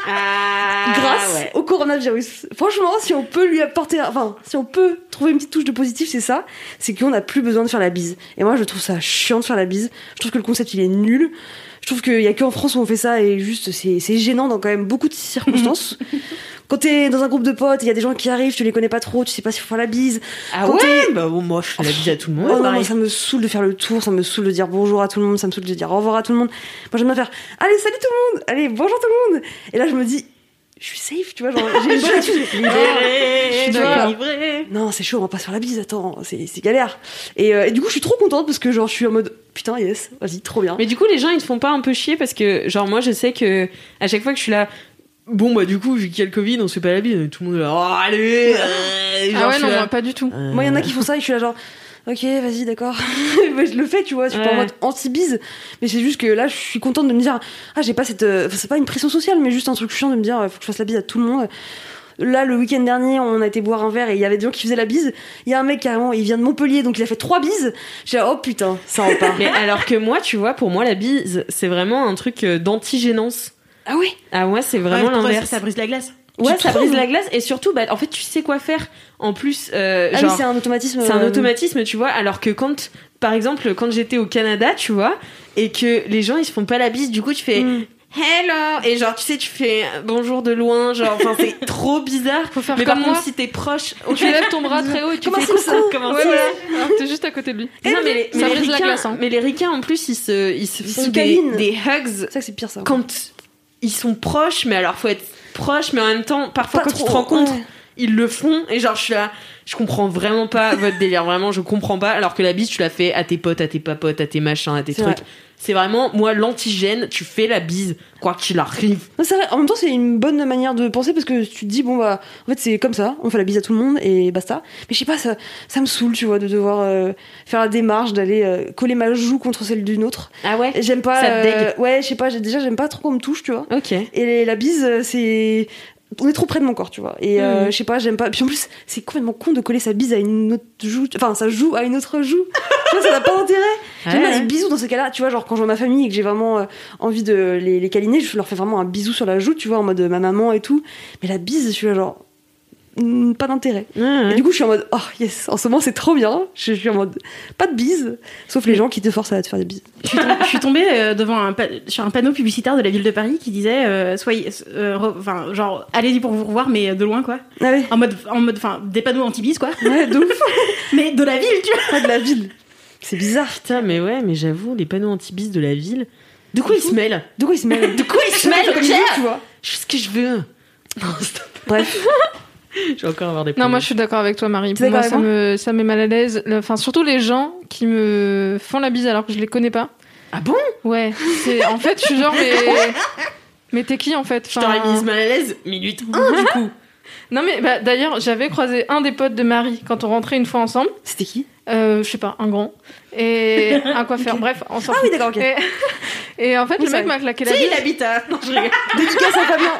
[SPEAKER 3] Ah,
[SPEAKER 4] grâce
[SPEAKER 3] ouais.
[SPEAKER 4] au coronavirus. Franchement, si on peut lui apporter, enfin, si on peut trouver une petite touche de positif, c'est ça. C'est qu'on n'a plus besoin de faire la bise. Et moi, je trouve ça chiant de faire la bise. Je trouve que le concept, il est nul. Je trouve qu'il y a qu'en France où on fait ça et juste, c'est, c'est gênant dans quand même beaucoup de circonstances. Quand t'es dans un groupe de potes, il y a des gens qui arrivent, tu les connais pas trop, tu sais pas s'il faut faire la bise.
[SPEAKER 3] Ah
[SPEAKER 4] Quand
[SPEAKER 3] ouais
[SPEAKER 4] t'es-
[SPEAKER 3] Bah bon, moi je fais la bise à tout le monde.
[SPEAKER 4] Oh non,
[SPEAKER 3] pareil.
[SPEAKER 4] moi, ça me saoule de faire le tour, ça me saoule de dire bonjour à tout le monde, ça me saoule de dire au revoir à tout le monde. Moi, j'aime bien faire allez, salut tout le monde, allez, bonjour tout le monde. Et là, je me dis, je suis safe, tu vois, genre, j'ai une bonne attitude.
[SPEAKER 3] Libéré,
[SPEAKER 4] Je suis d'accord.
[SPEAKER 3] délivré.
[SPEAKER 4] Non, c'est chaud, on va pas se faire la bise, attends, c'est, c'est galère. Et, euh, et du coup, je suis trop contente parce que, genre, je suis en mode putain, yes, vas-y, trop bien.
[SPEAKER 3] Mais du coup, les gens ils te font pas un peu chier parce que, genre, moi je sais que à chaque fois que je suis là, bon bah du coup, vu qu'il y a le Covid, on se fait pas la bise, tout le monde est là, oh, allez euh, genre,
[SPEAKER 2] Ah
[SPEAKER 3] je
[SPEAKER 2] ouais,
[SPEAKER 3] suis
[SPEAKER 2] non,
[SPEAKER 3] là,
[SPEAKER 2] moi pas du tout.
[SPEAKER 3] euh,
[SPEAKER 4] Moi, il y en a qui font ça et je suis là, genre, ok, vas-y, d'accord. Mais je le fais, tu vois, je suis pas en
[SPEAKER 3] Ouais.
[SPEAKER 4] mode anti-bise. Mais c'est juste que là, je suis contente de me dire, ah, j'ai pas cette. euh, enfin, c'est pas une pression sociale, mais juste un truc chiant de me dire, faut que je fasse la bise à tout le monde. Là, le week-end dernier, on a été boire un verre et il y avait des gens qui faisaient la bise. Il y a un mec carrément, il vient de Montpellier, donc il a fait trois bises. J'ai dit, oh putain, ça repart.
[SPEAKER 3] Mais alors que moi, tu vois, pour moi, la bise, c'est vraiment un truc euh, d'antigénance.
[SPEAKER 4] Ah oui.
[SPEAKER 3] Ah, moi, c'est
[SPEAKER 5] Ouais,
[SPEAKER 3] vraiment
[SPEAKER 5] pour toi,
[SPEAKER 3] l'inverse.
[SPEAKER 5] ça brise la glace.
[SPEAKER 3] Ouais,
[SPEAKER 4] Tu
[SPEAKER 3] ça
[SPEAKER 4] trouves
[SPEAKER 3] brise la glace et surtout, bah, en fait, tu sais quoi faire. En plus, euh,
[SPEAKER 4] Ah
[SPEAKER 3] genre,
[SPEAKER 4] oui, c'est un automatisme.
[SPEAKER 3] c'est un
[SPEAKER 4] euh,
[SPEAKER 3] automatisme, tu vois. Alors que quand, par exemple, quand j'étais au Canada, tu vois, et que les gens ils se font pas la bise, du coup, tu fais
[SPEAKER 4] Mm.
[SPEAKER 3] hello et genre, tu sais, tu fais bonjour de loin, genre, enfin, c'est trop bizarre.
[SPEAKER 2] Faut faire
[SPEAKER 3] Mais
[SPEAKER 2] comme
[SPEAKER 3] par
[SPEAKER 2] moi.
[SPEAKER 3] contre, si t'es proche,
[SPEAKER 2] Tu lèves ton bras très haut et tu
[SPEAKER 4] Comment
[SPEAKER 2] fais
[SPEAKER 4] c'est ça
[SPEAKER 2] coucou.
[SPEAKER 3] Comment
[SPEAKER 2] Ouais,
[SPEAKER 3] c'est
[SPEAKER 2] voilà. Alors que t'es juste à côté de lui.
[SPEAKER 3] non, mais les,
[SPEAKER 2] Ça
[SPEAKER 3] mais les
[SPEAKER 2] brise la
[SPEAKER 3] ricains,
[SPEAKER 2] glace, hein.
[SPEAKER 3] mais les ricains, en plus, ils se, ils se
[SPEAKER 4] Ils
[SPEAKER 3] font
[SPEAKER 4] se
[SPEAKER 3] des,
[SPEAKER 4] câlinent.
[SPEAKER 3] des hugs
[SPEAKER 4] C'est ça que c'est pire, ça.
[SPEAKER 3] quand ils sont proches, mais alors faut être proche, mais en même temps, parfois
[SPEAKER 4] Pas
[SPEAKER 3] quand
[SPEAKER 4] trop,
[SPEAKER 3] tu te rencontres,
[SPEAKER 4] ouais.
[SPEAKER 3] ils le font, et genre je suis là, je comprends vraiment pas votre délire, vraiment, je comprends pas, alors que la bise, tu la fais à tes potes, à tes papotes, à tes machins, à tes
[SPEAKER 4] C'est
[SPEAKER 3] trucs.
[SPEAKER 4] vrai.
[SPEAKER 3] C'est vraiment, moi, l'antigène, tu fais la bise, quoi qu'il arrive.
[SPEAKER 4] Non, c'est vrai. En même temps, c'est une bonne manière de penser parce que tu te dis, bon, bah, en fait, c'est comme ça, on fait la bise à tout le monde et basta. Mais je sais pas, ça, ça me saoule, tu vois, de devoir euh, faire la démarche d'aller euh, coller ma joue contre celle d'une autre.
[SPEAKER 3] Ah ouais?
[SPEAKER 4] Et j'aime pas.
[SPEAKER 3] Ça te
[SPEAKER 4] euh,
[SPEAKER 3] dégue.
[SPEAKER 4] ouais, je sais pas, j'ai- déjà, j'aime pas trop qu'on me touche, tu vois.
[SPEAKER 3] Ok.
[SPEAKER 4] Et la bise, euh, c'est. On est trop près de mon corps, tu vois. Et euh,
[SPEAKER 3] Mhm.
[SPEAKER 4] je sais pas, j'aime pas. Puis en plus, c'est complètement con de coller sa bise à une autre joue. Enfin, sa joue à une autre joue. Tu vois, ça n'a pas d'intérêt. J'aime bien
[SPEAKER 3] Ouais.
[SPEAKER 4] les bisous dans ces cas-là. Tu vois, genre quand je vois ma famille et que j'ai vraiment euh, envie de les, les câliner, je leur fais vraiment un bisou sur la joue, tu vois, en mode euh, ma maman et tout. Mais la bise, je suis là, genre. hmm, pas d'intérêt.
[SPEAKER 3] Ouais, ouais.
[SPEAKER 4] Et du coup, je suis en mode, oh yes, en ce moment c'est trop bien. Je suis en mode, pas de bise, sauf les gens qui te forcent à te faire des bises.
[SPEAKER 5] Je suis, tom- je suis tombée euh, devant un pa- sur un panneau publicitaire de la ville de Paris qui disait euh, soyez euh, re- enfin genre allez-y pour vous revoir mais de loin quoi,
[SPEAKER 4] Ah ouais,
[SPEAKER 5] en mode en mode enfin des panneaux anti-bis quoi,
[SPEAKER 4] ouais, de ouf.
[SPEAKER 5] mais de la ville tu vois.
[SPEAKER 4] Pas de la ville. C'est bizarre.
[SPEAKER 3] Putain, mais ouais, mais j'avoue, les panneaux anti-bis de la ville. De quoi ils se mêlent?
[SPEAKER 4] De quoi ils se mêlent
[SPEAKER 3] De quoi ils se mêlent,
[SPEAKER 4] comme ils
[SPEAKER 3] Pierre
[SPEAKER 4] disent, tu vois.
[SPEAKER 3] Je fais ce que je veux. Non, stop.
[SPEAKER 4] Bref.
[SPEAKER 3] Je vais encore avoir des
[SPEAKER 2] Non,
[SPEAKER 3] problèmes.
[SPEAKER 2] moi je suis d'accord avec toi, Marie.
[SPEAKER 4] T'es
[SPEAKER 2] Pour moi,
[SPEAKER 4] d'accord
[SPEAKER 2] ça
[SPEAKER 4] avec
[SPEAKER 2] me, ça met mal à l'aise. Le- Enfin, surtout les gens qui me font la bise alors que je les connais pas.
[SPEAKER 3] Ah bon?
[SPEAKER 2] Ouais, c'est en fait, je suis genre, mais. Mais t'es qui en fait?
[SPEAKER 3] Je t'aurais mise mal à l'aise. Minute un, du coup.
[SPEAKER 2] Non, mais bah, d'ailleurs, j'avais croisé un des potes de Marie quand on rentrait une fois ensemble.
[SPEAKER 4] C'était qui?
[SPEAKER 2] Euh, je sais pas, un grand. Et un coiffeur. Bref, on s'en
[SPEAKER 4] Ah
[SPEAKER 2] fout.
[SPEAKER 4] oui, d'accord, ok.
[SPEAKER 2] Et, et en fait,
[SPEAKER 4] Oui,
[SPEAKER 2] le
[SPEAKER 4] ça
[SPEAKER 2] mec
[SPEAKER 4] va.
[SPEAKER 2] m'a claqué la
[SPEAKER 3] Tu sais,
[SPEAKER 2] bise.
[SPEAKER 3] il habite à. Non, je rigole.
[SPEAKER 4] Dédicace à Fabien.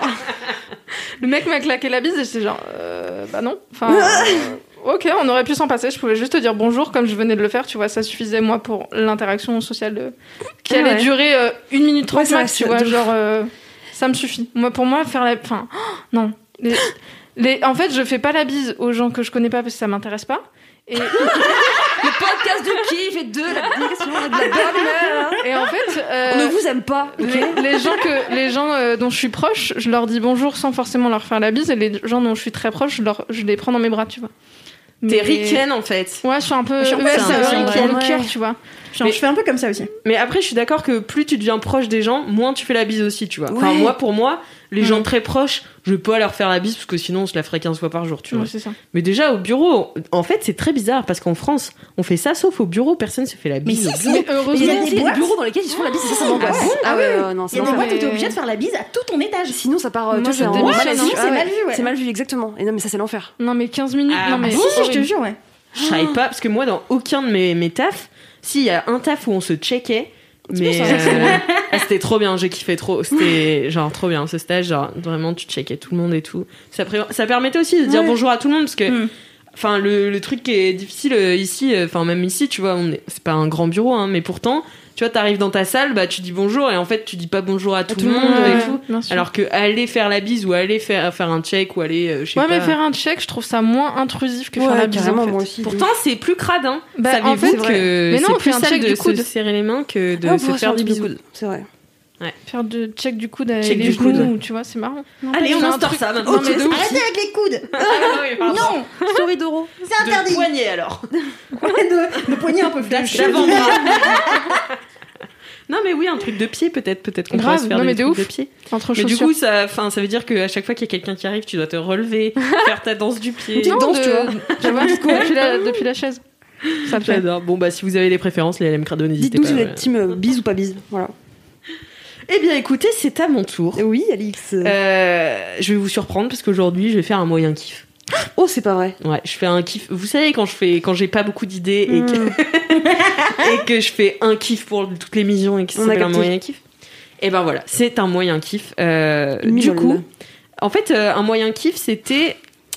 [SPEAKER 2] Le mec m'a claqué la bise et j'étais genre, euh, bah non. Enfin, euh, ok, on aurait pu s'en passer. Je pouvais juste te dire bonjour comme je venais de le faire. Tu vois, ça suffisait moi pour l'interaction sociale de... qui
[SPEAKER 4] Ah
[SPEAKER 2] allait
[SPEAKER 4] ouais.
[SPEAKER 2] durer euh, une minute trente
[SPEAKER 4] Ouais, c'est
[SPEAKER 2] max.
[SPEAKER 4] vrai,
[SPEAKER 2] Tu vois,
[SPEAKER 4] de ouf.
[SPEAKER 2] genre, euh, ça me suffit. Moi, pour moi, faire la, enfin, oh, non. Les... Les... En fait, je fais pas la bise aux gens que je connais pas parce que ça m'intéresse pas. Et,
[SPEAKER 4] Le podcast de kiff et de la dédication et de la bonne humeur.
[SPEAKER 2] et en fait, euh,
[SPEAKER 4] On ne vous aime pas, ok?
[SPEAKER 2] les, les gens que les gens euh, dont je suis proche, je leur dis bonjour sans forcément leur faire la bise, et les gens dont je suis très proche, je, leur, je les prends dans mes bras, tu vois.
[SPEAKER 3] T'es
[SPEAKER 2] Mais-
[SPEAKER 3] ricaine en fait.
[SPEAKER 2] Ouais, je suis un peu.
[SPEAKER 5] Je suis un peu
[SPEAKER 2] ouais,
[SPEAKER 5] comme
[SPEAKER 2] ça
[SPEAKER 5] ça,
[SPEAKER 2] me
[SPEAKER 5] ouais.
[SPEAKER 2] pour le
[SPEAKER 4] Ouais.
[SPEAKER 2] cœur, tu vois.
[SPEAKER 5] Genre,
[SPEAKER 3] Mais-
[SPEAKER 5] je fais un peu comme ça aussi.
[SPEAKER 3] Mais après, je suis d'accord que plus tu deviens proche des gens, moins tu fais la bise aussi, tu vois. Enfin,
[SPEAKER 4] Ouais.
[SPEAKER 3] moi, pour moi, les
[SPEAKER 2] Mm.
[SPEAKER 3] gens très proches, je peux pas leur faire la bise parce que sinon, on se la ferait quinze fois par jour, tu vois.
[SPEAKER 2] Ouais, c'est ça.
[SPEAKER 3] Mais déjà, au bureau, en fait, c'est très bizarre parce qu'en France, on fait ça sauf au bureau, personne se fait la bise.
[SPEAKER 5] Mais
[SPEAKER 3] au
[SPEAKER 5] si,
[SPEAKER 3] bureau.
[SPEAKER 2] Mais
[SPEAKER 4] Il y
[SPEAKER 2] heureusement.
[SPEAKER 4] a des,
[SPEAKER 5] des boîtes.
[SPEAKER 4] bureaux dans lesquels ils se font la bise, ça, ça m'angoisse.
[SPEAKER 5] Ah ouais.
[SPEAKER 4] Ah ouais, ouais, non,
[SPEAKER 5] Il
[SPEAKER 4] c'est
[SPEAKER 5] y a des
[SPEAKER 4] l'enfer.
[SPEAKER 5] boîtes où t'es
[SPEAKER 2] mais-
[SPEAKER 5] obligé de faire la bise à tout ton étage.
[SPEAKER 4] Sinon, ça part. euh,
[SPEAKER 2] Moi,
[SPEAKER 4] tu vois,
[SPEAKER 2] je
[SPEAKER 4] c'est en
[SPEAKER 2] démissionne,
[SPEAKER 4] mal
[SPEAKER 2] hein.
[SPEAKER 4] vu.
[SPEAKER 5] C'est
[SPEAKER 4] Ah ouais.
[SPEAKER 5] mal vu, ouais.
[SPEAKER 4] C'est mal vu, exactement. Et non, mais ça, c'est l'enfer.
[SPEAKER 2] Non, mais quinze minutes.
[SPEAKER 3] Ah,
[SPEAKER 2] non, mais.
[SPEAKER 3] bah,
[SPEAKER 5] Si, si, je te
[SPEAKER 2] horrible.
[SPEAKER 5] jure, ouais.
[SPEAKER 3] Je savais pas, parce que moi, dans aucun de mes, mes tafs, si, il y a un taf où on se checkait, mais
[SPEAKER 2] bien, ça,
[SPEAKER 3] euh, ah, c'était trop bien, j'ai kiffé trop. C'était genre trop bien ce stage, genre vraiment tu checkais tout le monde et tout. Ça, pré- ça permettait aussi de dire
[SPEAKER 5] Ouais.
[SPEAKER 3] bonjour à tout le monde parce que,
[SPEAKER 5] Mm.
[SPEAKER 3] enfin, le, le truc qui est difficile euh, ici, enfin même ici, tu vois, on est, c'est pas un grand bureau, hein, mais pourtant, tu vois, t'arrives dans ta salle, bah tu dis bonjour et en fait tu dis pas bonjour à tout, le monde
[SPEAKER 2] ouais,
[SPEAKER 3] et tout.
[SPEAKER 2] bien sûr.
[SPEAKER 3] Alors que aller faire la bise ou aller faire faire un check ou aller, euh, je sais
[SPEAKER 2] Ouais,
[SPEAKER 3] pas.
[SPEAKER 2] mais faire un check, je trouve ça moins intrusif que faire la bise.
[SPEAKER 4] carrément,
[SPEAKER 2] en fait.
[SPEAKER 4] moi aussi.
[SPEAKER 3] Pourtant, c'est plus crade, hein.
[SPEAKER 2] Bah,
[SPEAKER 3] Savez-vous
[SPEAKER 2] en fait,
[SPEAKER 3] que
[SPEAKER 2] Mais non,
[SPEAKER 3] c'est
[SPEAKER 2] on fait
[SPEAKER 3] plus
[SPEAKER 2] un
[SPEAKER 3] sale
[SPEAKER 2] check
[SPEAKER 3] de
[SPEAKER 2] du
[SPEAKER 3] se
[SPEAKER 2] coude.
[SPEAKER 3] serrer les mains que de
[SPEAKER 4] Ah, on
[SPEAKER 3] se
[SPEAKER 4] pourra
[SPEAKER 3] faire
[SPEAKER 4] un
[SPEAKER 3] des
[SPEAKER 4] truc de
[SPEAKER 3] bisous.
[SPEAKER 4] coude, c'est vrai.
[SPEAKER 2] Faire de check du coude avec
[SPEAKER 3] Check
[SPEAKER 2] les
[SPEAKER 3] du coude.
[SPEAKER 2] genoux, tu vois, c'est marrant.
[SPEAKER 5] Allez, on
[SPEAKER 2] fais un
[SPEAKER 5] instaure
[SPEAKER 2] truc-
[SPEAKER 3] ça maintenant.
[SPEAKER 5] Oh,
[SPEAKER 3] c'est de ouf.
[SPEAKER 5] arrêtez avec les coudes.
[SPEAKER 3] Ah, oui, pardon.
[SPEAKER 5] Non,
[SPEAKER 4] Story d'Oro.
[SPEAKER 5] c'est
[SPEAKER 3] De
[SPEAKER 5] interdit.
[SPEAKER 3] poignet alors.
[SPEAKER 5] de, de poignet un peu flash.
[SPEAKER 3] D'avant-bras. Non mais oui, un truc de pied peut-être, peut-être qu'on pourrait
[SPEAKER 2] Grave,
[SPEAKER 3] se faire
[SPEAKER 2] non,
[SPEAKER 3] des
[SPEAKER 2] mais de
[SPEAKER 3] trucs
[SPEAKER 2] ouf.
[SPEAKER 3] de pied.
[SPEAKER 2] Entre
[SPEAKER 3] Mais du
[SPEAKER 2] chaussures.
[SPEAKER 3] coup, ça, enfin, ça veut dire qu'à chaque fois qu'il y a quelqu'un qui arrive, tu dois te relever, faire ta danse du pied.
[SPEAKER 2] Non,
[SPEAKER 4] danse,
[SPEAKER 2] de-
[SPEAKER 4] tu vois.
[SPEAKER 2] Tu vois, depuis la, depuis la chaise. Ça me fait.
[SPEAKER 3] J'adore. Bon bah si vous avez des préférences, les L M Crado, n'hésitez
[SPEAKER 4] Dites-nous
[SPEAKER 3] pas.
[SPEAKER 4] si vous
[SPEAKER 3] ouais.
[SPEAKER 4] êtes team euh, bise ou pas bise. Voilà.
[SPEAKER 3] Eh bien écoutez, c'est à mon tour.
[SPEAKER 4] Oui, Alix.
[SPEAKER 3] Euh, je vais vous surprendre parce qu'aujourd'hui, je vais faire un moyen kiff.
[SPEAKER 4] Oh, c'est pas vrai.
[SPEAKER 3] Ouais, je fais un kiff. Vous savez quand je fais, quand j'ai pas beaucoup d'idées et que
[SPEAKER 4] Mm.
[SPEAKER 3] et que je fais un kiff pour toutes les missions et que ça
[SPEAKER 4] On a
[SPEAKER 3] s'appelle un
[SPEAKER 4] capté.
[SPEAKER 3] moyen kiff. Et ben voilà, c'est un moyen kiff. Euh,
[SPEAKER 4] Une
[SPEAKER 3] du
[SPEAKER 4] mimole.
[SPEAKER 3] coup, en fait, euh, un moyen kiff, c'était,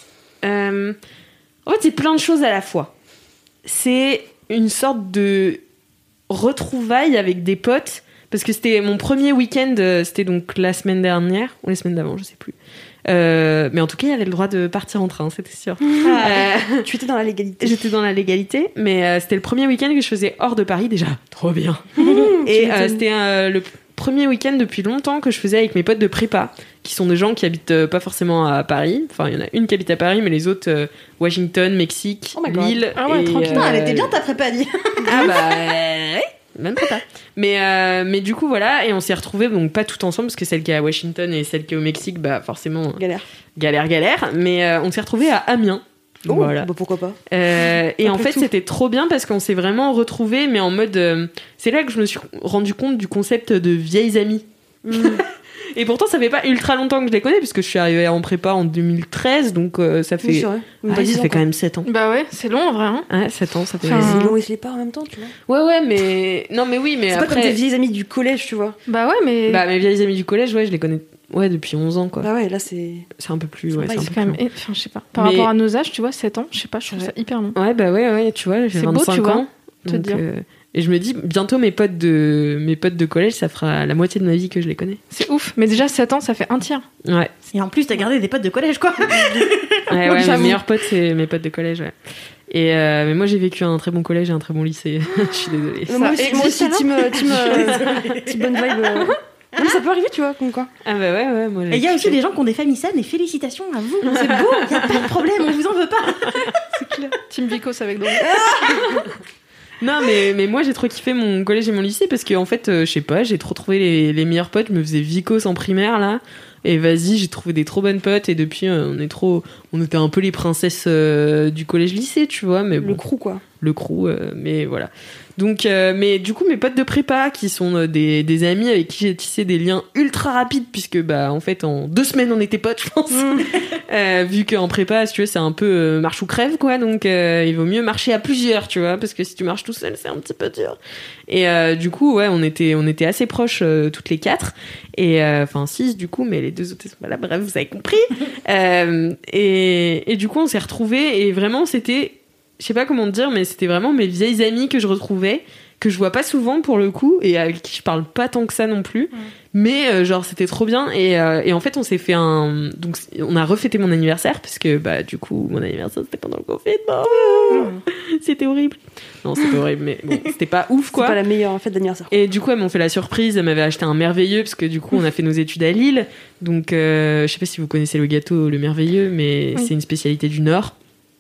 [SPEAKER 3] euh, en fait, c'est plein de choses à la fois. C'est une sorte de retrouvaille avec des potes parce que c'était mon premier week-end. euh, C'était donc la semaine dernière ou la semaine d'avant, je sais plus. Euh, mais en tout cas, il y avait le droit de partir en train, c'était sûr. Euh,
[SPEAKER 4] Tu étais dans la légalité.
[SPEAKER 3] J'étais dans la légalité, mais euh, c'était le premier week-end que je faisais hors de Paris déjà. Trop bien.
[SPEAKER 4] Tu
[SPEAKER 3] Et euh,
[SPEAKER 4] m'étonnes.
[SPEAKER 3] c'était euh, le premier week-end depuis longtemps que je faisais avec mes potes de prépa, qui sont des gens qui habitent euh, pas forcément à Paris. Enfin, il y en a une qui habite à Paris, mais les autres, euh, Washington, Mexique,
[SPEAKER 4] Oh my God.
[SPEAKER 3] Lille.
[SPEAKER 2] Ah ouais,
[SPEAKER 3] et,
[SPEAKER 2] tranquille.
[SPEAKER 5] Putain, elle
[SPEAKER 3] euh,
[SPEAKER 5] était bien ta prépa, dit.
[SPEAKER 3] Ah bah ouais, même prépa. Mais, euh, mais du coup, voilà, et on s'est retrouvés, donc pas tout ensemble, parce que celle qui est à Washington et celle qui est au Mexique, bah forcément,
[SPEAKER 4] Galère.
[SPEAKER 3] galère, galère. Mais euh, on s'est retrouvés à Amiens.
[SPEAKER 4] Oh,
[SPEAKER 3] Voilà.
[SPEAKER 4] bah pourquoi pas.
[SPEAKER 3] Euh, et en
[SPEAKER 4] Après
[SPEAKER 3] fait,
[SPEAKER 4] tout.
[SPEAKER 3] c'était trop bien parce qu'on s'est vraiment retrouvés, mais en mode. euh, c'est là que je me suis rendu compte du concept de vieilles amies. Et pourtant, ça fait pas ultra longtemps que je les connais, puisque je suis arrivée en prépa en deux mille treize, donc euh, ça
[SPEAKER 4] Oui,
[SPEAKER 3] fait.
[SPEAKER 4] c'est vrai.
[SPEAKER 3] Ouais,
[SPEAKER 4] Pas dix
[SPEAKER 3] ça
[SPEAKER 4] ans,
[SPEAKER 3] fait
[SPEAKER 4] quoi.
[SPEAKER 3] quand même sept ans.
[SPEAKER 2] Bah ouais, c'est long en vrai. Hein.
[SPEAKER 3] Ouais, sept ans, ça fait.
[SPEAKER 2] Enfin,
[SPEAKER 4] Mais ils l'ont et se les pas en même temps, tu vois.
[SPEAKER 3] Ouais, ouais, mais. Non, mais oui, mais
[SPEAKER 4] C'est pas comme
[SPEAKER 3] après.
[SPEAKER 4] tes vieilles amies du collège, tu vois.
[SPEAKER 2] Bah ouais, mais.
[SPEAKER 3] Bah, mes vieilles amies du collège, ouais, je les connais. Ouais, depuis onze ans, quoi.
[SPEAKER 4] Bah ouais, là, c'est.
[SPEAKER 3] C'est un peu plus. Ouais,
[SPEAKER 2] Bah,
[SPEAKER 3] c'est un
[SPEAKER 2] c'est
[SPEAKER 3] peu
[SPEAKER 2] quand
[SPEAKER 3] plus
[SPEAKER 2] même.
[SPEAKER 3] long.
[SPEAKER 2] Enfin, je sais pas. Par
[SPEAKER 3] Mais-
[SPEAKER 2] rapport à nos âges, tu vois, sept ans, je sais pas, je trouve
[SPEAKER 4] Ouais.
[SPEAKER 2] ça hyper long.
[SPEAKER 3] Ouais, bah ouais, ouais, tu vois, j'ai
[SPEAKER 2] C'est beau,
[SPEAKER 3] vingt-cinq
[SPEAKER 2] tu vois,
[SPEAKER 3] ans.
[SPEAKER 2] te
[SPEAKER 3] donc,
[SPEAKER 2] dire.
[SPEAKER 3] euh, et je me dis, bientôt mes potes de mes potes de collège, ça fera la moitié de ma vie que je les connais.
[SPEAKER 2] C'est ouf. Mais déjà, sept ans, ça fait un tiers.
[SPEAKER 3] Ouais,
[SPEAKER 5] Et en plus, t'as gardé des potes de collège, quoi.
[SPEAKER 3] ouais, ouais mes
[SPEAKER 2] J'avoue.
[SPEAKER 3] meilleurs potes, c'est mes potes de collège, ouais. Et euh, mais moi, j'ai vécu un très bon collège et un très bon lycée. Je suis désolée.
[SPEAKER 4] Euh, Moi aussi,
[SPEAKER 2] et
[SPEAKER 4] moi
[SPEAKER 2] si
[SPEAKER 4] aussi,
[SPEAKER 2] ça,
[SPEAKER 4] team, euh, team, euh, team bonne vibe. euh. Non, mais ça peut arriver, tu vois, comme quoi.
[SPEAKER 3] Ah bah ouais, ouais, moi. j'ai
[SPEAKER 5] Et il y a aussi
[SPEAKER 3] kiffé.
[SPEAKER 5] des gens qui ont des familles saines, et félicitations à vous. C'est beau, y a pas de problème, on vous en veut pas.
[SPEAKER 2] Team Vicos avec Doro.
[SPEAKER 3] Non, mais, mais moi j'ai trop kiffé mon collège et mon lycée parce que en fait, euh, je sais pas, j'ai trop trouvé les, les meilleurs potes. Je me faisais vicos en primaire là. Et vas-y, j'ai trouvé des trop bonnes potes. Et depuis, euh, on est trop. On était un peu les princesses euh, du collège-lycée, tu vois. Mais
[SPEAKER 4] Le
[SPEAKER 3] bon,
[SPEAKER 4] crew, quoi.
[SPEAKER 3] le crew, euh, mais voilà. Donc, euh, mais du coup, mes potes de prépa, qui sont euh, des, des amis avec qui j'ai tissé des liens ultra rapides, puisque, bah, en fait, en deux semaines, on était potes, je pense. Euh, vu qu'en prépa, si tu veux, c'est un peu euh, marche ou crève, quoi. Donc, euh, il vaut mieux marcher à plusieurs, tu vois, parce que si tu marches tout seul, c'est un petit peu dur. Et euh, du coup, ouais, on était, on était assez proches, euh, toutes les quatre. Et, euh, enfin, six, du coup, mais les deux autres, ils sont pas là. Bref, vous avez compris. euh, et, et du coup, on s'est retrouvés, et vraiment, c'était. Je sais pas comment te dire, mais c'était vraiment mes vieilles amies que je retrouvais, que je vois pas souvent pour le coup, et avec qui je parle pas tant que ça non plus. Mais euh, genre, c'était trop bien. Et, euh, et en fait, on s'est fait un. Donc, on a refêté mon anniversaire, parce que bah, du coup, mon anniversaire, c'était pendant le confinement. C'était horrible. Non, c'était horrible, mais bon, c'était pas ouf,
[SPEAKER 4] C'est
[SPEAKER 3] quoi.
[SPEAKER 4] pas la meilleure fête d'anniversaire.
[SPEAKER 3] Et du coup, elles m'ont fait la surprise. Elles m'avaient acheté un merveilleux parce que du coup, on a fait nos études à Lille. Donc, euh, je sais pas si vous connaissez le gâteau, le merveilleux, mais
[SPEAKER 2] Oui.
[SPEAKER 3] c'est une spécialité du Nord.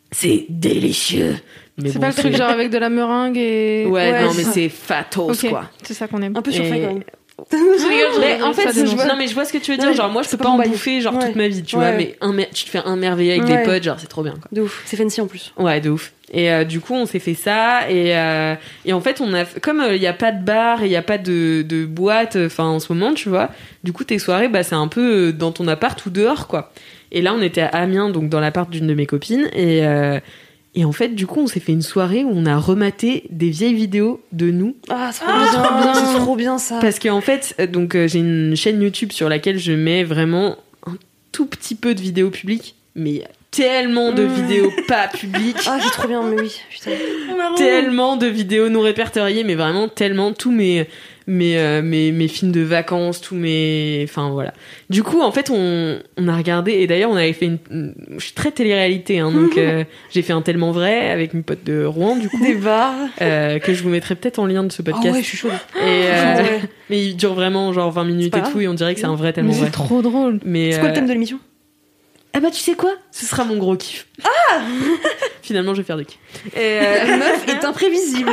[SPEAKER 3] c'est délicieux. Mais
[SPEAKER 2] C'est
[SPEAKER 3] bon,
[SPEAKER 2] pas le truc genre avec de la meringue et.
[SPEAKER 3] Ouais,
[SPEAKER 4] Ouais,
[SPEAKER 3] non,
[SPEAKER 4] c'est
[SPEAKER 3] mais
[SPEAKER 4] ça.
[SPEAKER 3] c'est fatos,
[SPEAKER 2] Ok,
[SPEAKER 3] quoi.
[SPEAKER 2] c'est ça qu'on aime.
[SPEAKER 4] Un peu surfait
[SPEAKER 3] Et-
[SPEAKER 4] quand même.
[SPEAKER 3] Mais en fait,
[SPEAKER 2] Ça
[SPEAKER 3] je
[SPEAKER 2] dénonce.
[SPEAKER 3] vois, non, mais je vois ce que tu veux
[SPEAKER 4] Non,
[SPEAKER 3] dire.
[SPEAKER 4] mais
[SPEAKER 3] Genre, moi, je
[SPEAKER 4] c'est
[SPEAKER 3] peux
[SPEAKER 4] pas
[SPEAKER 3] pas
[SPEAKER 4] mon
[SPEAKER 3] en
[SPEAKER 4] bail.
[SPEAKER 3] bouffer, genre,
[SPEAKER 4] Ouais.
[SPEAKER 3] toute ma vie, tu
[SPEAKER 4] Ouais.
[SPEAKER 3] vois. Mais un mer- tu te fais un merveilleux avec
[SPEAKER 4] Ouais.
[SPEAKER 3] des potes, genre, c'est trop bien, quoi.
[SPEAKER 4] De ouf. C'est fancy en plus.
[SPEAKER 3] Ouais, de ouf. Et euh, du coup, on s'est fait ça. Et, euh, et en fait, on a, comme il n'y a pas de bar et il n'y a pas de, de boîte, enfin, en ce moment, tu vois. Du coup, tes soirées, bah, c'est un peu dans ton appart ou dehors, quoi. Et là, on était à Amiens, donc dans l'appart d'une de mes copines. Et, euh, et en fait, du coup, on s'est fait une soirée où on a rematé des vieilles vidéos de nous.
[SPEAKER 4] Ah, c'est trop bien. C'est trop bien ça.
[SPEAKER 3] Parce qu'en fait, euh, donc, euh, j'ai une chaîne YouTube sur laquelle je mets vraiment un tout petit peu de vidéos publiques. Mais il y a tellement de
[SPEAKER 4] Mmh.
[SPEAKER 3] vidéos pas publiques.
[SPEAKER 4] Ah, c'est trop bien, mais oui. Putain.
[SPEAKER 3] Tellement de vidéos non répertoriées, mais vraiment tellement tous mes mes euh, mes, mes films de vacances, tous mes, enfin voilà. Du coup, en fait, on on a regardé et d'ailleurs on avait fait une, une- je suis très télé-réalité, hein, donc euh, j'ai fait un tellement vrai avec une pote de Rouen, du coup,
[SPEAKER 4] Des bars.
[SPEAKER 3] euh, que je vous mettrai peut-être en lien de ce
[SPEAKER 4] Ah
[SPEAKER 3] podcast.
[SPEAKER 4] ouais, je suis chaude.
[SPEAKER 3] Et euh,
[SPEAKER 4] Ouais.
[SPEAKER 3] mais il dure vraiment genre vingt minutes
[SPEAKER 4] pas
[SPEAKER 3] et
[SPEAKER 4] grave.
[SPEAKER 3] tout, et on dirait que c'est un vrai
[SPEAKER 2] Mais
[SPEAKER 3] tellement vrai.
[SPEAKER 2] c'est trop drôle.
[SPEAKER 3] Mais
[SPEAKER 4] C'est quoi le
[SPEAKER 3] euh,
[SPEAKER 4] thème de l'émission?
[SPEAKER 3] ah bah tu sais quoi, ce sera mon gros kiff. Ah finalement, je vais faire des kiffs. Et, euh,
[SPEAKER 4] La meuf est imprévisible.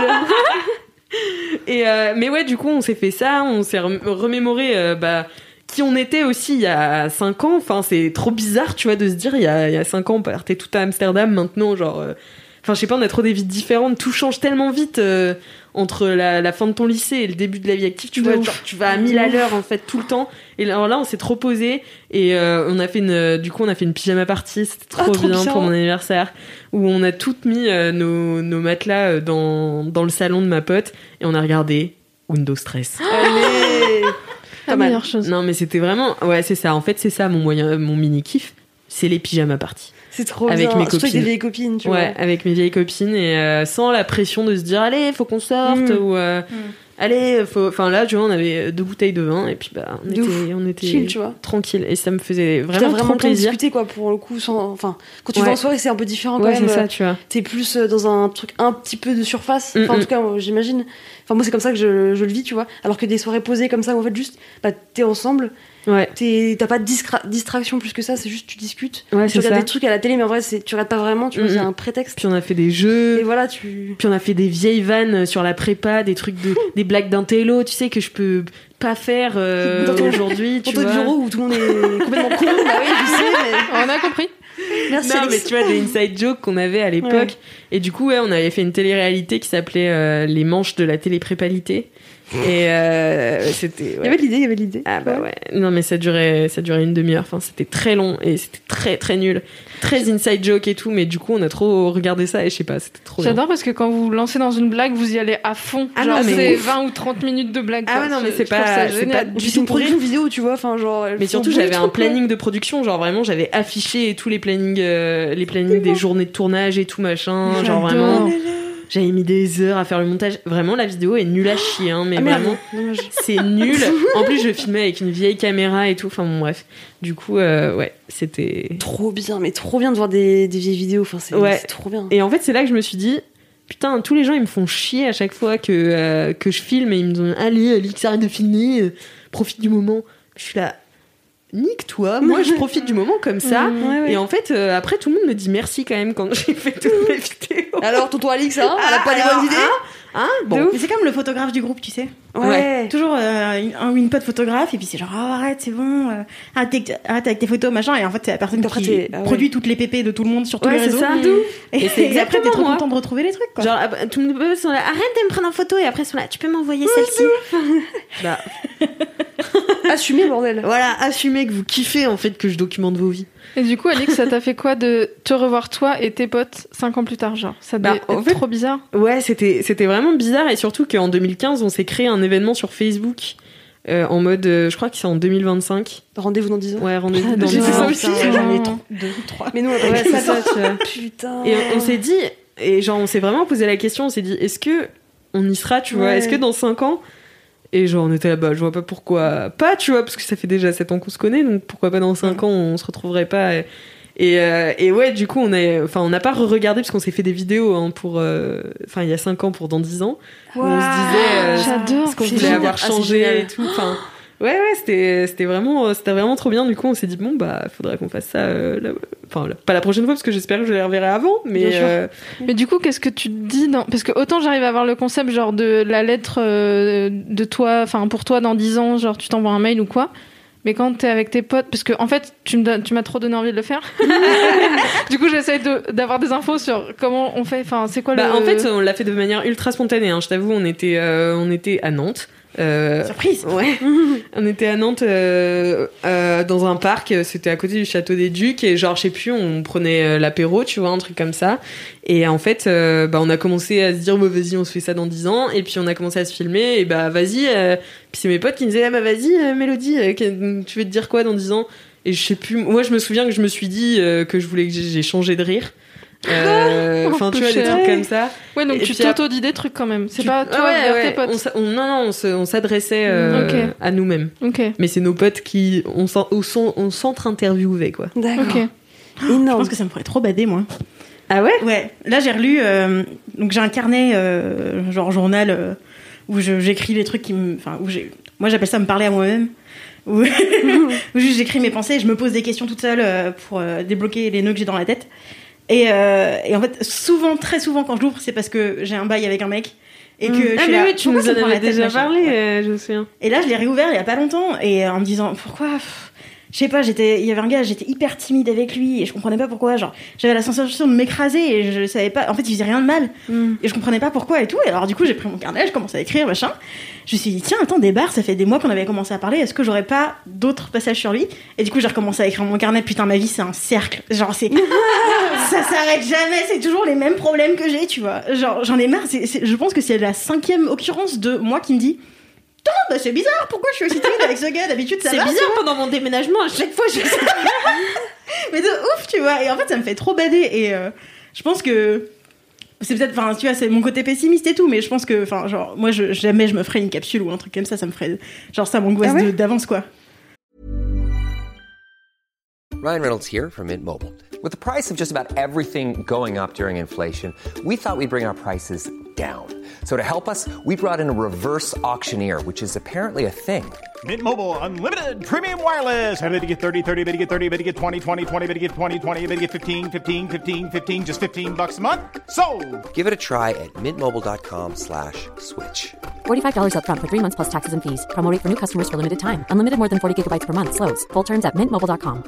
[SPEAKER 3] Et euh, mais ouais, du coup, on s'est fait ça, on s'est rem- remémoré euh, bah, qui on était aussi il y a cinq ans. Enfin, c'est trop bizarre, tu vois, de se dire il y a, il y a cinq ans, on partait tout à Amsterdam, maintenant, genre. euh, Enfin, je sais pas, on a trop des vies différentes, tout change tellement vite euh, entre la, la fin de ton lycée et le début de la vie active, tu
[SPEAKER 2] De
[SPEAKER 3] vois,
[SPEAKER 2] ouf.
[SPEAKER 3] genre, tu vas à mille à l'heure en fait tout le temps. Et alors là, on s'est trop posé et euh, on a fait une, du coup, on a fait une pyjama party, c'était trop,
[SPEAKER 4] Ah, trop
[SPEAKER 3] bien,
[SPEAKER 4] bien.
[SPEAKER 3] pour mon anniversaire, où on a toutes mis euh, nos, nos matelas euh, dans, dans le salon de ma pote et on a regardé Windows Stress.
[SPEAKER 4] Allez.
[SPEAKER 2] La
[SPEAKER 4] Pas mal.
[SPEAKER 2] meilleure chose.
[SPEAKER 3] Non, mais c'était vraiment, ouais, c'est ça. En fait, c'est ça mon moyen, mon mini kiff, c'est les pyjama party.
[SPEAKER 4] C'est trop
[SPEAKER 3] Avec
[SPEAKER 4] bien.
[SPEAKER 3] mes
[SPEAKER 4] Surtout avec
[SPEAKER 3] copines.
[SPEAKER 4] des vieilles copines, tu
[SPEAKER 3] Ouais,
[SPEAKER 4] vois.
[SPEAKER 3] avec mes vieilles copines et euh, sans la pression de se dire allez, faut qu'on sorte
[SPEAKER 4] Mm.
[SPEAKER 3] ou euh, allez, faut. Enfin là, tu vois, on avait deux bouteilles de vin et puis bah on
[SPEAKER 4] De
[SPEAKER 3] était,
[SPEAKER 4] ouf.
[SPEAKER 3] on était
[SPEAKER 4] Chill, tu vois.
[SPEAKER 3] tranquille et ça me faisait
[SPEAKER 4] Puis t'as
[SPEAKER 3] vraiment,
[SPEAKER 4] vraiment
[SPEAKER 3] trop
[SPEAKER 4] le temps de
[SPEAKER 3] plaisir.
[SPEAKER 4] discuter, quoi, pour le coup. Sans... Enfin, quand tu
[SPEAKER 3] Ouais.
[SPEAKER 4] vas en soirée, c'est un peu différent quand
[SPEAKER 3] Ouais,
[SPEAKER 4] même.
[SPEAKER 3] c'est ça, tu vois.
[SPEAKER 4] T'es plus euh, dans un truc un petit peu de surface.
[SPEAKER 3] Mm,
[SPEAKER 4] Enfin, en
[SPEAKER 3] mm.
[SPEAKER 4] tout cas, moi, j'imagine. Enfin, moi, c'est comme ça que je, je le vis, tu vois. Alors que des soirées posées comme ça, où en fait, juste, bah, t'es ensemble,
[SPEAKER 3] Ouais,
[SPEAKER 4] t'es- t'as pas de discra- distraction plus que ça, c'est juste tu discutes.
[SPEAKER 3] ouais,
[SPEAKER 4] Tu
[SPEAKER 3] c'est
[SPEAKER 4] regardes
[SPEAKER 3] ça.
[SPEAKER 4] des trucs à la télé, mais en vrai, c'est- tu regardes pas vraiment, tu vois,
[SPEAKER 3] Mm,
[SPEAKER 4] c'est
[SPEAKER 3] mm.
[SPEAKER 4] un prétexte.
[SPEAKER 3] Puis on a fait des jeux.
[SPEAKER 4] Et voilà, tu.
[SPEAKER 3] Puis on a fait des vieilles vannes sur la prépa, des trucs de, des blagues d'intello, tu sais que je peux pas faire euh,
[SPEAKER 4] Dans ton-
[SPEAKER 3] aujourd'hui,
[SPEAKER 4] Pour
[SPEAKER 3] tu
[SPEAKER 4] ton
[SPEAKER 3] vois.
[SPEAKER 4] bureau où tout le monde est complètement con, bah oui, je sais, mais.
[SPEAKER 2] On a compris.
[SPEAKER 4] Merci,
[SPEAKER 3] Non, mais
[SPEAKER 4] Alex.
[SPEAKER 3] tu vois, des inside jokes qu'on avait à l'époque.
[SPEAKER 4] Ouais.
[SPEAKER 3] Et du coup, ouais, on avait fait une télé-réalité qui s'appelait euh, Les manches de la télé-prépalité. Et euh, c'était.
[SPEAKER 4] Il y
[SPEAKER 3] ouais.
[SPEAKER 4] avait de l'idée, il y avait de l'idée.
[SPEAKER 3] Ah bah ouais. Non, mais ça durait, ça durait une demi-heure. Enfin, c'était très long et c'était très très nul. Très inside joke et tout. Mais du coup, on a trop regardé ça et je sais pas, c'était trop bien.
[SPEAKER 2] J'adore parce que quand vous vous lancez dans une blague, vous y allez à fond.
[SPEAKER 3] Ah
[SPEAKER 2] Genre,
[SPEAKER 3] non, mais-
[SPEAKER 2] c'est vingt ou trente minutes de blague.
[SPEAKER 3] Ah
[SPEAKER 2] quoi.
[SPEAKER 3] ouais, non, mais
[SPEAKER 2] Je-
[SPEAKER 3] c'est
[SPEAKER 2] je trouve
[SPEAKER 3] pas-
[SPEAKER 2] ça
[SPEAKER 3] c'est
[SPEAKER 2] génial.
[SPEAKER 3] pas
[SPEAKER 4] Et puis
[SPEAKER 3] du
[SPEAKER 4] c'est une
[SPEAKER 3] tout vrai.
[SPEAKER 4] production vidéo, tu vois, enfin, genre. elles
[SPEAKER 3] Mais
[SPEAKER 4] font
[SPEAKER 3] surtout,
[SPEAKER 4] beaucoup de
[SPEAKER 3] j'avais un
[SPEAKER 4] trucs, quoi.
[SPEAKER 3] planning de production. Genre vraiment, j'avais affiché tous les plannings, euh, les plannings des journées de tournage et tout machin. Genre vraiment, j'avais mis des heures à faire le montage. Vraiment, la vidéo est nulle à chier, hein, mais
[SPEAKER 4] Ah merde,
[SPEAKER 3] vraiment,
[SPEAKER 4] dommage.
[SPEAKER 3] c'est nul. En plus, je filmais avec une vieille caméra et tout. Enfin bon, bref. Du coup, euh, ouais, c'était.
[SPEAKER 4] Trop bien, mais trop bien de voir des, des vieilles vidéos, enfin, c'est
[SPEAKER 3] Ouais.
[SPEAKER 4] c'est trop bien.
[SPEAKER 3] Et en fait, c'est là que je me suis dit, putain, tous les gens, ils me font chier à chaque fois que, euh, que je filme et ils me disent, allez, Alix, arrête de filmer, euh, profite du moment. Je suis là, nique-toi, moi, je profite du moment comme ça.
[SPEAKER 2] Mmh.
[SPEAKER 4] Ouais, ouais.
[SPEAKER 3] Et en fait, euh, après, tout le monde me dit merci quand même quand j'ai fait toutes mes vidéos.
[SPEAKER 4] Alors, tonton Alix, hein, elle a
[SPEAKER 5] Ah,
[SPEAKER 4] pas les
[SPEAKER 5] alors,
[SPEAKER 4] bonnes idées
[SPEAKER 3] Hein bon.
[SPEAKER 5] Mais c'est comme le photographe du groupe, tu sais.
[SPEAKER 4] Ouais.
[SPEAKER 5] Toujours euh, une- un ou une pote photographe, et puis c'est genre, oh, arrête, c'est bon, euh, arrête, avec- arrête avec tes photos, machin. Et en fait, c'est la personne
[SPEAKER 4] Après,
[SPEAKER 5] qui
[SPEAKER 4] t'es- ah ouais.
[SPEAKER 5] produit toutes les pépés de tout le monde sur tous
[SPEAKER 3] Ouais,
[SPEAKER 5] les
[SPEAKER 3] c'est
[SPEAKER 5] réseaux.
[SPEAKER 3] ça.
[SPEAKER 5] Et,
[SPEAKER 3] Et c'est
[SPEAKER 5] et après, t'es
[SPEAKER 3] exactement
[SPEAKER 5] trop
[SPEAKER 3] moi.
[SPEAKER 5] content de retrouver les trucs, quoi.
[SPEAKER 3] Genre, ah bah, tout le monde sont là, arrête de me prendre en photo, et après, ils sont là, tu peux m'envoyer celle-ci. Bah,
[SPEAKER 4] Assumez, bordel.
[SPEAKER 3] voilà, assumez que vous kiffez en fait que je documente vos vies.
[SPEAKER 2] Et du coup, Alix, ça t'a fait quoi de te revoir toi et tes potes cinq ans plus tard, genre ça devait
[SPEAKER 3] Bah, en
[SPEAKER 2] être
[SPEAKER 3] fait-
[SPEAKER 2] trop bizarre.
[SPEAKER 3] Ouais, c'était c'était vraiment bizarre et surtout qu'en deux mille quinze, on s'est créé un événement sur Facebook euh, en mode, euh, je crois que c'est en deux mille vingt-cinq.
[SPEAKER 4] Rendez-vous dans dix ans.
[SPEAKER 3] Ouais, rendez-vous
[SPEAKER 2] Ah,
[SPEAKER 3] dans
[SPEAKER 2] j'ai
[SPEAKER 3] dix
[SPEAKER 2] fait ça
[SPEAKER 3] ans.
[SPEAKER 2] aussi.
[SPEAKER 5] Putain, j'en ai trop, deux, trois.
[SPEAKER 4] Mais nous, on a
[SPEAKER 3] Ouais,
[SPEAKER 4] pas
[SPEAKER 3] c'est ça, tu vois.
[SPEAKER 4] Putain.
[SPEAKER 3] Et on, on s'est dit, et genre on s'est vraiment posé la question, on s'est dit, est-ce que on y sera, tu vois,
[SPEAKER 4] Ouais.
[SPEAKER 3] est-ce que dans cinq ans, et genre on était là-bas, je vois pas pourquoi pas, tu vois, parce que ça fait déjà sept ans qu'on se connaît, donc pourquoi pas dans cinq ans on se retrouverait pas. Et, et, euh, et ouais, du coup on a, enfin on n'a pas re-regardé parce qu'on s'est fait des vidéos hein, pour, euh, enfin il y a cinq ans pour dans dix ans, où on se disait, euh,
[SPEAKER 2] J'adore.
[SPEAKER 3] ce qu'on
[SPEAKER 2] c'est
[SPEAKER 3] voulait
[SPEAKER 2] génial.
[SPEAKER 3] avoir
[SPEAKER 4] Ah, c'est
[SPEAKER 3] changé
[SPEAKER 4] génial.
[SPEAKER 3] et tout, enfin. Ouais, ouais, c'était, c'était, vraiment, c'était vraiment trop bien. Du coup, on s'est dit, bon, bah, faudrait qu'on fasse ça. Euh, la... Enfin, la... pas la prochaine fois, parce que j'espère que je les reverrai avant. Mais, euh...
[SPEAKER 2] mais du coup, qu'est-ce que tu te dis dans... Parce que autant j'arrive à avoir le concept, genre, de la lettre euh, de toi, enfin, pour toi dans dix ans, genre, tu t'envoies un mail ou quoi. Mais quand t'es avec tes potes, parce que en fait, tu, me donnes, tu m'as trop donné envie de le faire. Du coup, j'essaie de, d'avoir des infos sur comment on fait. Enfin, c'est quoi
[SPEAKER 3] bah,
[SPEAKER 2] le.
[SPEAKER 3] En fait, on l'a fait de manière ultra spontanée. Hein. Je t'avoue, on était, euh, on était à Nantes. Euh,
[SPEAKER 5] Surprise.
[SPEAKER 3] Ouais. On était à Nantes euh, euh, dans un parc, c'était à côté du château des Ducs et genre je sais plus, on prenait euh, l'apéro, tu vois, un truc comme ça. Et en fait, euh, bah on a commencé à se dire bah vas-y, on se fait ça dans dix ans et puis on a commencé à se filmer et bah vas-y. Euh, puis c'est mes potes qui me disaient ah bah vas-y euh, Mélodie, euh, tu veux te dire quoi dans dix ans? Et je sais plus. Moi je me souviens que je me suis dit euh, que je voulais que j'ai changé de rire. Enfin, euh, tu vois, des trucs comme ça.
[SPEAKER 2] Ouais, donc
[SPEAKER 3] et
[SPEAKER 2] tu t'auto-dis des trucs quand même. C'est
[SPEAKER 3] tu...
[SPEAKER 2] pas toi
[SPEAKER 3] ouais,
[SPEAKER 2] vers
[SPEAKER 3] ouais.
[SPEAKER 2] tes potes.
[SPEAKER 3] On, on, non, non, on, se, on s'adressait euh,
[SPEAKER 2] okay.
[SPEAKER 3] à nous-mêmes.
[SPEAKER 2] Okay.
[SPEAKER 3] Mais c'est nos potes qui. On, on, on s'entre-interviewait, quoi.
[SPEAKER 4] D'accord.
[SPEAKER 2] Okay.
[SPEAKER 5] Énorme. Je pense que ça me ferait trop bader, moi.
[SPEAKER 3] Ah ouais?
[SPEAKER 5] Ouais. Là, j'ai relu. Euh, donc, j'ai un carnet, euh, genre journal, euh, où je, j'écris les trucs qui me. Enfin, où j'ai. Moi, j'appelle ça me parler à moi-même. Où, où juste j'écris mes pensées et je me pose des questions toute seule euh, pour euh, débloquer les nœuds que j'ai dans la tête. Et, euh, et en fait, souvent, très souvent, quand je l'ouvre, c'est parce que j'ai un bail avec un mec. Et que
[SPEAKER 3] mmh.
[SPEAKER 5] je
[SPEAKER 3] ah,
[SPEAKER 5] suis
[SPEAKER 3] mais
[SPEAKER 5] là,
[SPEAKER 3] oui, tu nous en avais déjà parlé,
[SPEAKER 5] ouais.
[SPEAKER 3] euh, je me souviens.
[SPEAKER 5] Et là, je l'ai réouvert il y a pas longtemps, et en me disant, pourquoi pff, je sais pas, j'étais, il y avait un gars, j'étais hyper timide avec lui, et je comprenais pas pourquoi, genre, j'avais la sensation de m'écraser, et je savais pas, en fait, il faisait rien de mal, mm. et je comprenais pas pourquoi et tout, et alors du coup, j'ai pris mon carnet, je commençais à écrire, machin, je me suis dit, tiens, attends, des barres, ça fait des mois qu'on avait commencé à parler, est-ce que j'aurais pas d'autres passages sur lui? Et du coup, j'ai recommencé à écrire mon carnet, putain, ma vie, c'est un cercle, genre, c'est, ça s'arrête jamais, c'est toujours les mêmes problèmes que j'ai, tu vois, genre, j'en ai marre, c'est, c'est, je pense que c'est la cinquième occurrence de moi qui me dit, bah c'est bizarre, pourquoi je suis aussi timide avec ce gars? D'habitude ça
[SPEAKER 3] c'est
[SPEAKER 5] va.
[SPEAKER 3] C'est bizarre pendant mon déménagement, à chaque fois je
[SPEAKER 5] mais de ouf, tu vois. Et en fait, ça me fait trop bader. Et euh, je pense que c'est peut-être, enfin, tu vois, c'est mon côté pessimiste et tout, mais je pense que, enfin, genre, moi, je, jamais je me ferais une capsule ou un truc comme ça, ça me ferait, genre, ça m'angoisse ah ouais? de, d'avance, quoi.
[SPEAKER 7] Ryan Reynolds here from Mint Mobile. With the price of just about everything going up during inflation, we thought we'd bring our prices down. So to help us, we brought in a reverse auctioneer, which is apparently a thing.
[SPEAKER 8] Mint Mobile Unlimited Premium Wireless. How to get thirty, thirty, bit to get thirty, bit to get twenty, twenty, twenty, bit to get twenty, twenty, bit to get fifteen, fifteen, fifteen, fifteen, just fifteen bucks a month? Sold!
[SPEAKER 7] Give it a try at mintmobile.com slash switch.
[SPEAKER 9] forty-five dollars up front for three months plus taxes and fees. Promo rate for new customers for limited time. Unlimited more than forty gigabytes per month. Slows full terms at mint mobile dot com.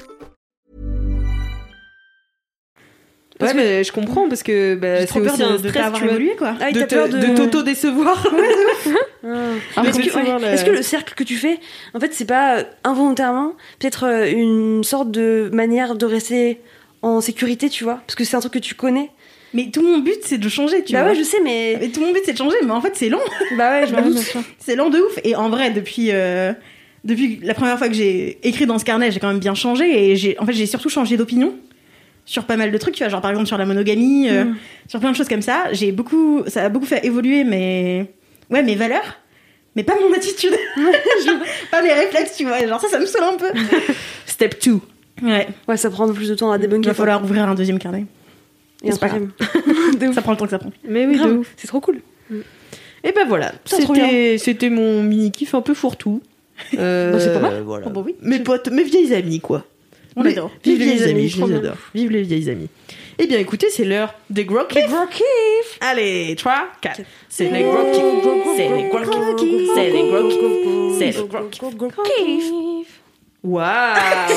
[SPEAKER 3] Ouais, mais je comprends parce que bah, c'est aussi un
[SPEAKER 5] de,
[SPEAKER 3] stress,
[SPEAKER 5] de
[SPEAKER 3] tu vois,
[SPEAKER 5] évolué, quoi.
[SPEAKER 4] Ah,
[SPEAKER 3] de,
[SPEAKER 4] t'as peur de...
[SPEAKER 3] de t'auto-décevoir. Ouais, de ouf.
[SPEAKER 4] Ah. Est-ce, que, ouais, la... est-ce que le cercle que tu fais, en fait, c'est pas involontairement peut-être une sorte de manière de rester en sécurité, tu vois? Parce que c'est un truc que tu connais.
[SPEAKER 5] Mais tout mon but, c'est de changer, tu
[SPEAKER 4] bah
[SPEAKER 5] vois.
[SPEAKER 4] Bah ouais, je sais, mais...
[SPEAKER 5] mais... Tout mon but, c'est de changer, mais en fait, c'est long.
[SPEAKER 4] Bah ouais, je me doute.
[SPEAKER 5] C'est long de ouf. Et en vrai, depuis... Euh... Depuis la première fois que j'ai écrit dans ce carnet, j'ai quand même bien changé. Et j'ai, en fait, j'ai surtout changé d'opinion sur pas mal de trucs, tu vois, genre par exemple sur la monogamie, euh, mm. sur plein de choses comme ça. J'ai beaucoup, ça a beaucoup fait évoluer mes, ouais, mes valeurs, mais pas mon attitude, pas mes réflexes, tu vois. Genre ça, ça me saoule un peu.
[SPEAKER 3] Step two.
[SPEAKER 5] Ouais.
[SPEAKER 4] Ouais, ça prend un peu plus de temps à débunker.
[SPEAKER 5] Il va falloir ouvrir un deuxième carnet.
[SPEAKER 4] Et c'est pas grave.
[SPEAKER 5] Ça prend le temps que ça prend.
[SPEAKER 3] Mais oui, de ouf.
[SPEAKER 4] C'est trop cool.
[SPEAKER 3] Mm. Et ben voilà,
[SPEAKER 4] ça,
[SPEAKER 3] c'était, c'était mon mini kiff un peu fourre-tout.
[SPEAKER 5] Euh, bah, c'est pas mal.
[SPEAKER 3] Voilà.
[SPEAKER 5] Oh, bah oui.
[SPEAKER 3] Mes potes, mes vieilles amies, quoi.
[SPEAKER 5] On
[SPEAKER 3] Mais,
[SPEAKER 5] adore.
[SPEAKER 3] Vive les vieilles amies,
[SPEAKER 4] amies
[SPEAKER 3] je les adore. Vive les vieilles amies. Eh bien, écoutez, c'est l'heure des gros kiffs.
[SPEAKER 4] Les gros kiffs.
[SPEAKER 3] Allez, trois, quatre. C'est les gros kiffs. C'est les gros kiffs. C'est les gros kiffs. C'est les gros kiffs. Waouh.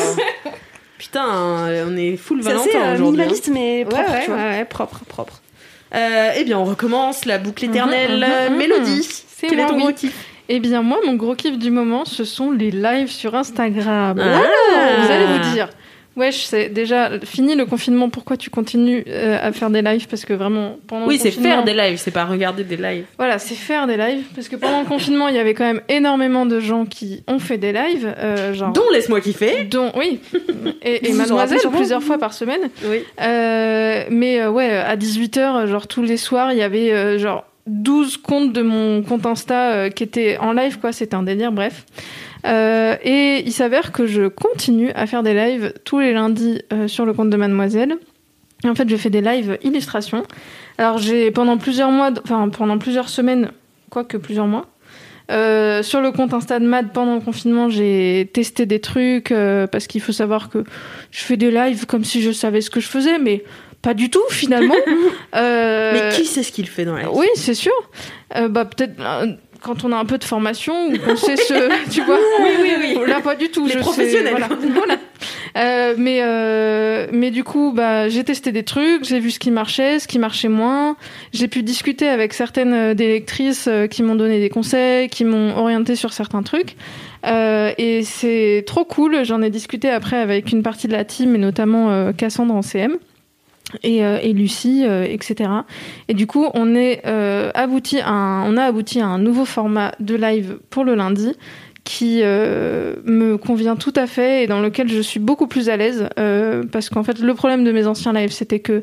[SPEAKER 3] Putain, on est full Valentin
[SPEAKER 4] aujourd'hui. C'est minimaliste,
[SPEAKER 3] hein.
[SPEAKER 4] mais propre,
[SPEAKER 3] ouais,
[SPEAKER 4] tu vois.
[SPEAKER 3] Ouais, ouais, propre, propre. Euh, eh bien, on recommence la boucle éternelle. Mmh, mmh, Mélodie,
[SPEAKER 2] c'est
[SPEAKER 3] quel
[SPEAKER 2] moi,
[SPEAKER 3] est ton
[SPEAKER 2] oui.
[SPEAKER 3] gros kiff?
[SPEAKER 2] Eh bien, moi, mon gros kiff du moment, ce sont les lives sur Instagram.
[SPEAKER 3] Ah.
[SPEAKER 2] Vous allez vous dire, wesh, c'est déjà fini le confinement, pourquoi tu continues euh, à faire des lives? Parce que vraiment, pendant
[SPEAKER 3] oui,
[SPEAKER 2] le confinement...
[SPEAKER 3] c'est faire des lives, c'est pas regarder des lives.
[SPEAKER 2] Voilà, c'est faire des lives. Parce que pendant le confinement, il y avait quand même énormément de gens qui ont fait des lives. Euh, genre,
[SPEAKER 3] dont Laisse-moi kiffer.
[SPEAKER 2] Dont, oui. Et, et Mademoiselle, plusieurs fois par semaine.
[SPEAKER 3] Oui.
[SPEAKER 2] Euh, mais euh, ouais, à dix-huit heures, genre tous les soirs, il y avait euh, genre... douze comptes de mon compte Insta euh, qui étaient en live, quoi, c'était un délire, bref. Euh, et il s'avère que je continue à faire des lives tous les lundis euh, sur le compte de Mademoiselle. Et en fait, je fais des lives illustrations. Alors, j'ai pendant plusieurs mois, enfin pendant plusieurs semaines, quoique plusieurs mois, Euh, sur le compte Insta de Mad, pendant le confinement, j'ai testé des trucs euh, parce qu'il faut savoir que je fais des lives comme si je savais ce que je faisais, mais pas du tout finalement. euh...
[SPEAKER 3] Mais qui sait ce qu'il fait dans la vie ?
[SPEAKER 2] Oui, c'est sûr. Euh, bah peut-être euh, quand on a un peu de formation ou qu'on sait ce, tu vois.
[SPEAKER 3] Oui, oui, oui.
[SPEAKER 2] Là, pas du tout.
[SPEAKER 3] Les
[SPEAKER 2] je
[SPEAKER 3] professionnels.
[SPEAKER 2] Sais, voilà. voilà. Euh, mais euh, mais du coup, bah j'ai testé des trucs, j'ai vu ce qui marchait, ce qui marchait moins. J'ai pu discuter avec certaines des lectrices euh, qui m'ont donné des conseils, qui m'ont orienté sur certains trucs. Euh, et c'est trop cool. J'en ai discuté après avec une partie de la team, et notamment euh, Cassandre en C M. Et, euh, et Lucie, euh, et cetera. Et du coup, on est euh, abouti à un, on a abouti à un nouveau format de live pour le lundi qui euh, me convient tout à fait et dans lequel je suis beaucoup plus à l'aise euh, parce qu'en fait, le problème de mes anciens lives, c'était que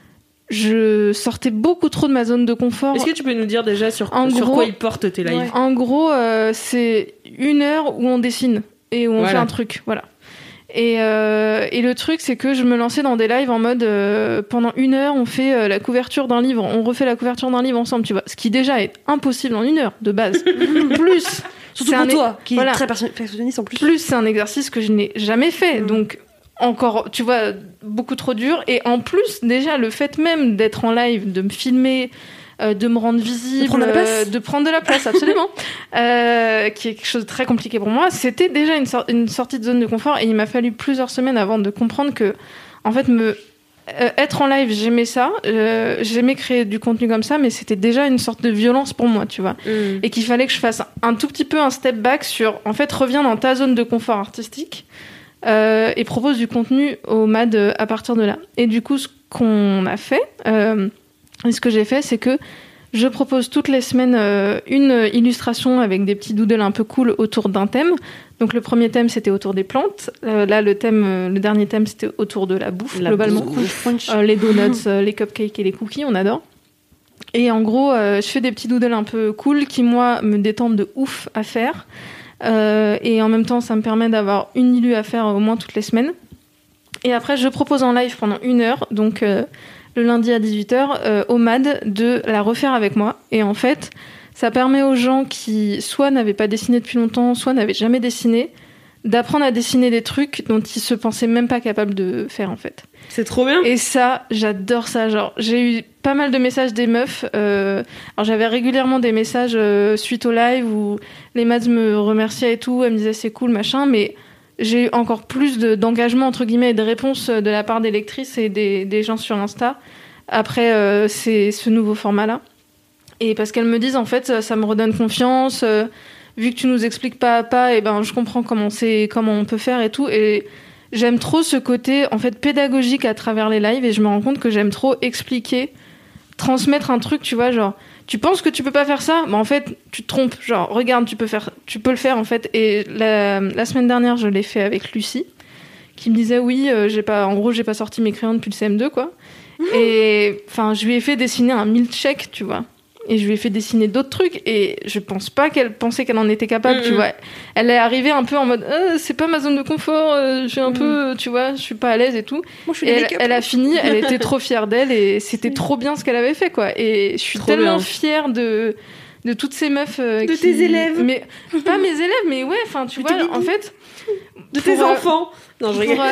[SPEAKER 2] je sortais beaucoup trop de ma zone de confort.
[SPEAKER 3] Est-ce que tu peux nous dire déjà sur,
[SPEAKER 2] en
[SPEAKER 3] sur
[SPEAKER 2] gros,
[SPEAKER 3] quoi ils portent tes lives ?
[SPEAKER 2] Ouais. En gros, euh, c'est une heure où on dessine et où on
[SPEAKER 3] voilà.
[SPEAKER 2] fait un truc, voilà. Et, euh, et le truc, c'est que je me lançais dans des lives en mode euh, pendant une heure, on fait euh, la couverture d'un livre, on refait la couverture d'un livre ensemble, tu vois. Ce qui déjà est impossible en une heure de base. Plus,
[SPEAKER 4] surtout pour toi, qui
[SPEAKER 2] voilà.
[SPEAKER 4] est très perfectionniste en plus.
[SPEAKER 2] Plus, c'est un exercice que je n'ai jamais fait, mmh. donc encore, tu vois, beaucoup trop dur. Et en plus, déjà, le fait même d'être en live, de me filmer. Euh, de me rendre visible,
[SPEAKER 4] de prendre de la place,
[SPEAKER 2] euh, de prendre de la place absolument, euh, qui est quelque chose de très compliqué pour moi. C'était déjà une, sor- une sortie de zone de confort et il m'a fallu plusieurs semaines avant de comprendre que, en fait, me euh, être en live, j'aimais ça, euh, j'aimais créer du contenu comme ça, mais c'était déjà une sorte de violence pour moi, tu vois,
[SPEAKER 3] mmh.
[SPEAKER 2] et qu'il fallait que je fasse un tout petit peu un step back sur, en fait, reviens dans ta zone de confort artistique euh, et propose du contenu au Mad à partir de là. Et du coup, ce qu'on a fait. Euh, Et ce que j'ai fait, c'est que je propose toutes les semaines euh, une illustration avec des petits doodles un peu cool autour d'un thème. Donc le premier thème, c'était autour des plantes. Euh, là, le thème, euh, le dernier thème, c'était autour de la bouffe,
[SPEAKER 3] la
[SPEAKER 2] globalement.
[SPEAKER 3] bouffe.
[SPEAKER 2] Euh, les donuts, euh, les cupcakes et les cookies, on adore. Et en gros, euh, je fais des petits doodles un peu cool qui, moi, me détendent de ouf à faire. Euh, et en même temps, ça me permet d'avoir une illu à faire au moins toutes les semaines. Et après, je propose en live pendant une heure. Donc... Euh, le lundi à dix-huit heures, euh, au Mad, de la refaire avec moi. Et en fait, ça permet aux gens qui soit n'avaient pas dessiné depuis longtemps, soit n'avaient jamais dessiné, d'apprendre à dessiner des trucs dont ils se pensaient même pas capables de faire, en fait.
[SPEAKER 3] C'est trop bien.
[SPEAKER 2] Et ça, j'adore ça. Genre, j'ai eu pas mal de messages des meufs. Euh, alors, j'avais régulièrement des messages euh, suite au live où les Mads me remerciaient et tout. Elles me disaient c'est cool, machin, mais... j'ai eu encore plus de, d'engagement, entre guillemets, et de réponses de la part des lectrices et des, des gens sur Insta après euh, c'est, ce nouveau format-là. Et parce qu'elles me disent, en fait, ça me redonne confiance. Euh, vu que tu nous expliques pas à pas, et ben, je comprends comment, c'est, comment on peut faire et tout. Et j'aime trop ce côté, en fait, pédagogique à travers les lives. Et je me rends compte que j'aime trop expliquer, transmettre un truc, tu vois, genre... tu penses que tu peux pas faire ça, mais en fait tu te trompes. Genre regarde, tu peux faire, tu peux le faire en fait. Et la, la semaine dernière, je l'ai fait avec Lucie, qui me disait oui, euh, j'ai pas, en gros j'ai pas sorti mes crayons depuis le C M deux quoi. Mmh. Et enfin je lui ai fait dessiner un milkshake, tu vois. Et je lui ai fait dessiner d'autres trucs et je pense pas qu'elle pensait qu'elle en était capable, mmh. tu vois. Elle est arrivée un peu en mode euh, c'est pas ma zone de confort, euh, je suis un mmh. peu, tu vois, je suis pas à l'aise et tout.
[SPEAKER 4] Moi, je suis
[SPEAKER 2] et elle, elle a fini, elle était trop fière d'elle et c'était trop bien ce qu'elle avait fait quoi. Et je suis trop tellement bien. fière de de toutes ces meufs euh,
[SPEAKER 3] de
[SPEAKER 2] qui...
[SPEAKER 3] tes élèves.
[SPEAKER 2] Mais pas mes élèves, mais ouais, enfin tu vois, en fait
[SPEAKER 3] de tes
[SPEAKER 2] euh,
[SPEAKER 3] enfants. Non, je rigole.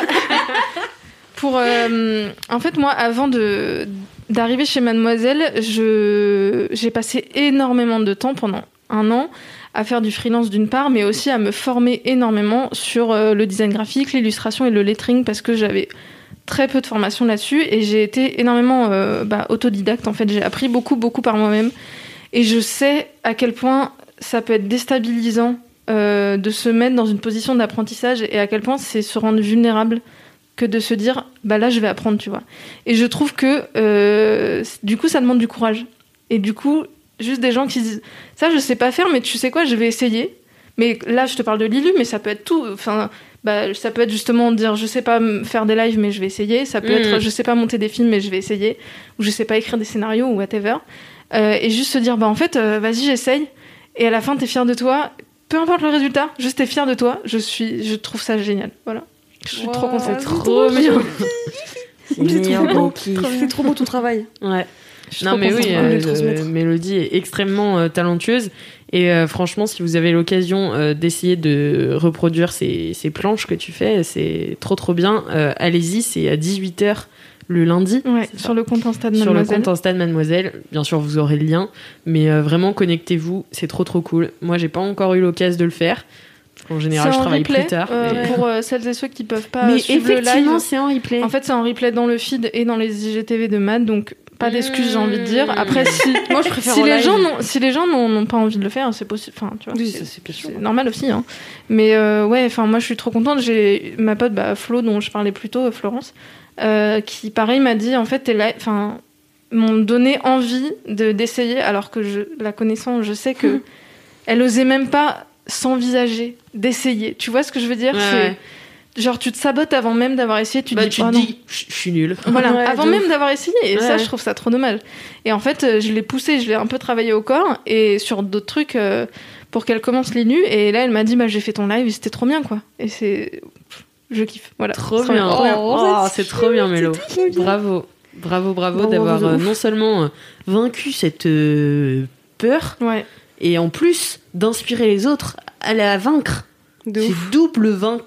[SPEAKER 2] Pour, euh, en fait, moi, avant de, d'arriver chez Mademoiselle, je, j'ai passé énormément de temps pendant un an à faire du freelance d'une part, mais aussi à me former énormément sur euh, le design graphique, l'illustration et le lettering parce que j'avais très peu de formation là-dessus et j'ai été énormément euh, bah, autodidacte. En fait, j'ai appris beaucoup, beaucoup par moi-même et je sais à quel point ça peut être déstabilisant euh, de se mettre dans une position d'apprentissage et à quel point c'est se rendre vulnérable que de se dire bah là je vais apprendre, tu vois. Et je trouve que euh, du coup ça demande du courage et du coup juste des gens qui disent ça je sais pas faire mais tu sais quoi je vais essayer. Mais là je te parle de l'I L U mais ça peut être tout, enfin bah ça peut être justement dire je sais pas faire des lives mais je vais essayer, ça peut mmh. être je sais pas monter des films mais je vais essayer, ou je sais pas écrire des scénarios ou whatever, euh, et juste se dire bah en fait euh, vas-y j'essaye et à la fin t'es fier de toi, peu importe le résultat, juste t'es fier de toi. Je suis je trouve ça génial, voilà. Je suis wow, trop contente.
[SPEAKER 3] C'est trop bien.
[SPEAKER 4] C'est, c'est, trop beau. C'est trop beau ton travail.
[SPEAKER 3] Ouais. Non mais oui, euh, Mélodie est extrêmement euh, talentueuse et euh, franchement si vous avez l'occasion euh, d'essayer de reproduire ces, ces planches que tu fais, c'est trop trop bien. Euh, allez-y, c'est à dix-huit heures le lundi.
[SPEAKER 2] Ouais, sur le compte Insta de
[SPEAKER 3] Sur
[SPEAKER 2] Mademoiselle.
[SPEAKER 3] le compte Insta de Mademoiselle. Bien sûr, vous aurez le lien, mais euh, vraiment connectez-vous, c'est trop trop cool. Moi, j'ai pas encore eu l'occasion de le faire. En général,
[SPEAKER 2] c'est
[SPEAKER 3] je
[SPEAKER 2] en
[SPEAKER 3] travaille
[SPEAKER 2] replay,
[SPEAKER 3] plus tard.
[SPEAKER 2] euh,
[SPEAKER 3] mais...
[SPEAKER 2] Pour euh, celles et ceux qui peuvent pas
[SPEAKER 3] mais
[SPEAKER 2] suivre le live.
[SPEAKER 3] effectivement, c'est en replay.
[SPEAKER 2] En fait, c'est en replay dans le feed et dans les I G T V de Mad, donc pas d'excuses, j'ai envie de dire. Après, si,
[SPEAKER 4] Moi, je préfère
[SPEAKER 2] si,
[SPEAKER 4] en
[SPEAKER 2] les
[SPEAKER 4] live.
[SPEAKER 2] gens n'ont, si les gens n'ont, n'ont pas envie de le faire, c'est possible. Enfin, tu vois,
[SPEAKER 4] Oui,
[SPEAKER 2] c'est,
[SPEAKER 4] ça, c'est bien sûr.
[SPEAKER 2] c'est normal aussi. Hein. Mais euh, ouais, enfin, moi, je suis trop contente. J'ai ma pote, bah, Flo, dont je parlais plus tôt, Florence, euh, qui, pareil, m'a dit, en fait, t'es là, enfin, m'ont donné envie de, d'essayer, alors que je, la connaissant, je sais que elle osait même pas s'envisager d'essayer. Tu vois ce que je veux dire?
[SPEAKER 3] Ouais,
[SPEAKER 2] c'est
[SPEAKER 3] ouais.
[SPEAKER 2] Genre, tu te sabotes avant même d'avoir essayé, tu te
[SPEAKER 3] bah,
[SPEAKER 2] dis,
[SPEAKER 3] tu
[SPEAKER 2] oh
[SPEAKER 3] te
[SPEAKER 2] non.
[SPEAKER 3] dis, je je suis nulle.
[SPEAKER 2] Voilà,
[SPEAKER 4] Ouais,
[SPEAKER 2] avant
[SPEAKER 4] de
[SPEAKER 2] même
[SPEAKER 4] ouf.
[SPEAKER 2] d'avoir essayé. Et
[SPEAKER 3] Ouais,
[SPEAKER 2] ça,
[SPEAKER 3] ouais.
[SPEAKER 2] je trouve ça trop dommage. Et en fait, euh, je l'ai poussé, je l'ai un peu travaillé au corps et sur d'autres trucs euh, pour qu'elle commence les nus. Et là, elle m'a dit, bah, j'ai fait ton live et c'était trop bien, quoi. Et c'est. Je kiffe. Voilà.
[SPEAKER 3] Trop
[SPEAKER 2] C'est
[SPEAKER 3] bien.
[SPEAKER 2] trop bien.
[SPEAKER 3] Oh, c'est trop bien, Mélo. Bravo. Bravo, bravo
[SPEAKER 4] Bravo,
[SPEAKER 3] d'avoir
[SPEAKER 4] bravo de
[SPEAKER 3] euh,
[SPEAKER 4] ouf.
[SPEAKER 3] non seulement euh, vaincu cette euh, peur,
[SPEAKER 2] Ouais.
[SPEAKER 3] et en plus d'inspirer les autres à la vaincre.
[SPEAKER 4] De
[SPEAKER 3] C'est
[SPEAKER 4] ouf.
[SPEAKER 3] double vainqueur.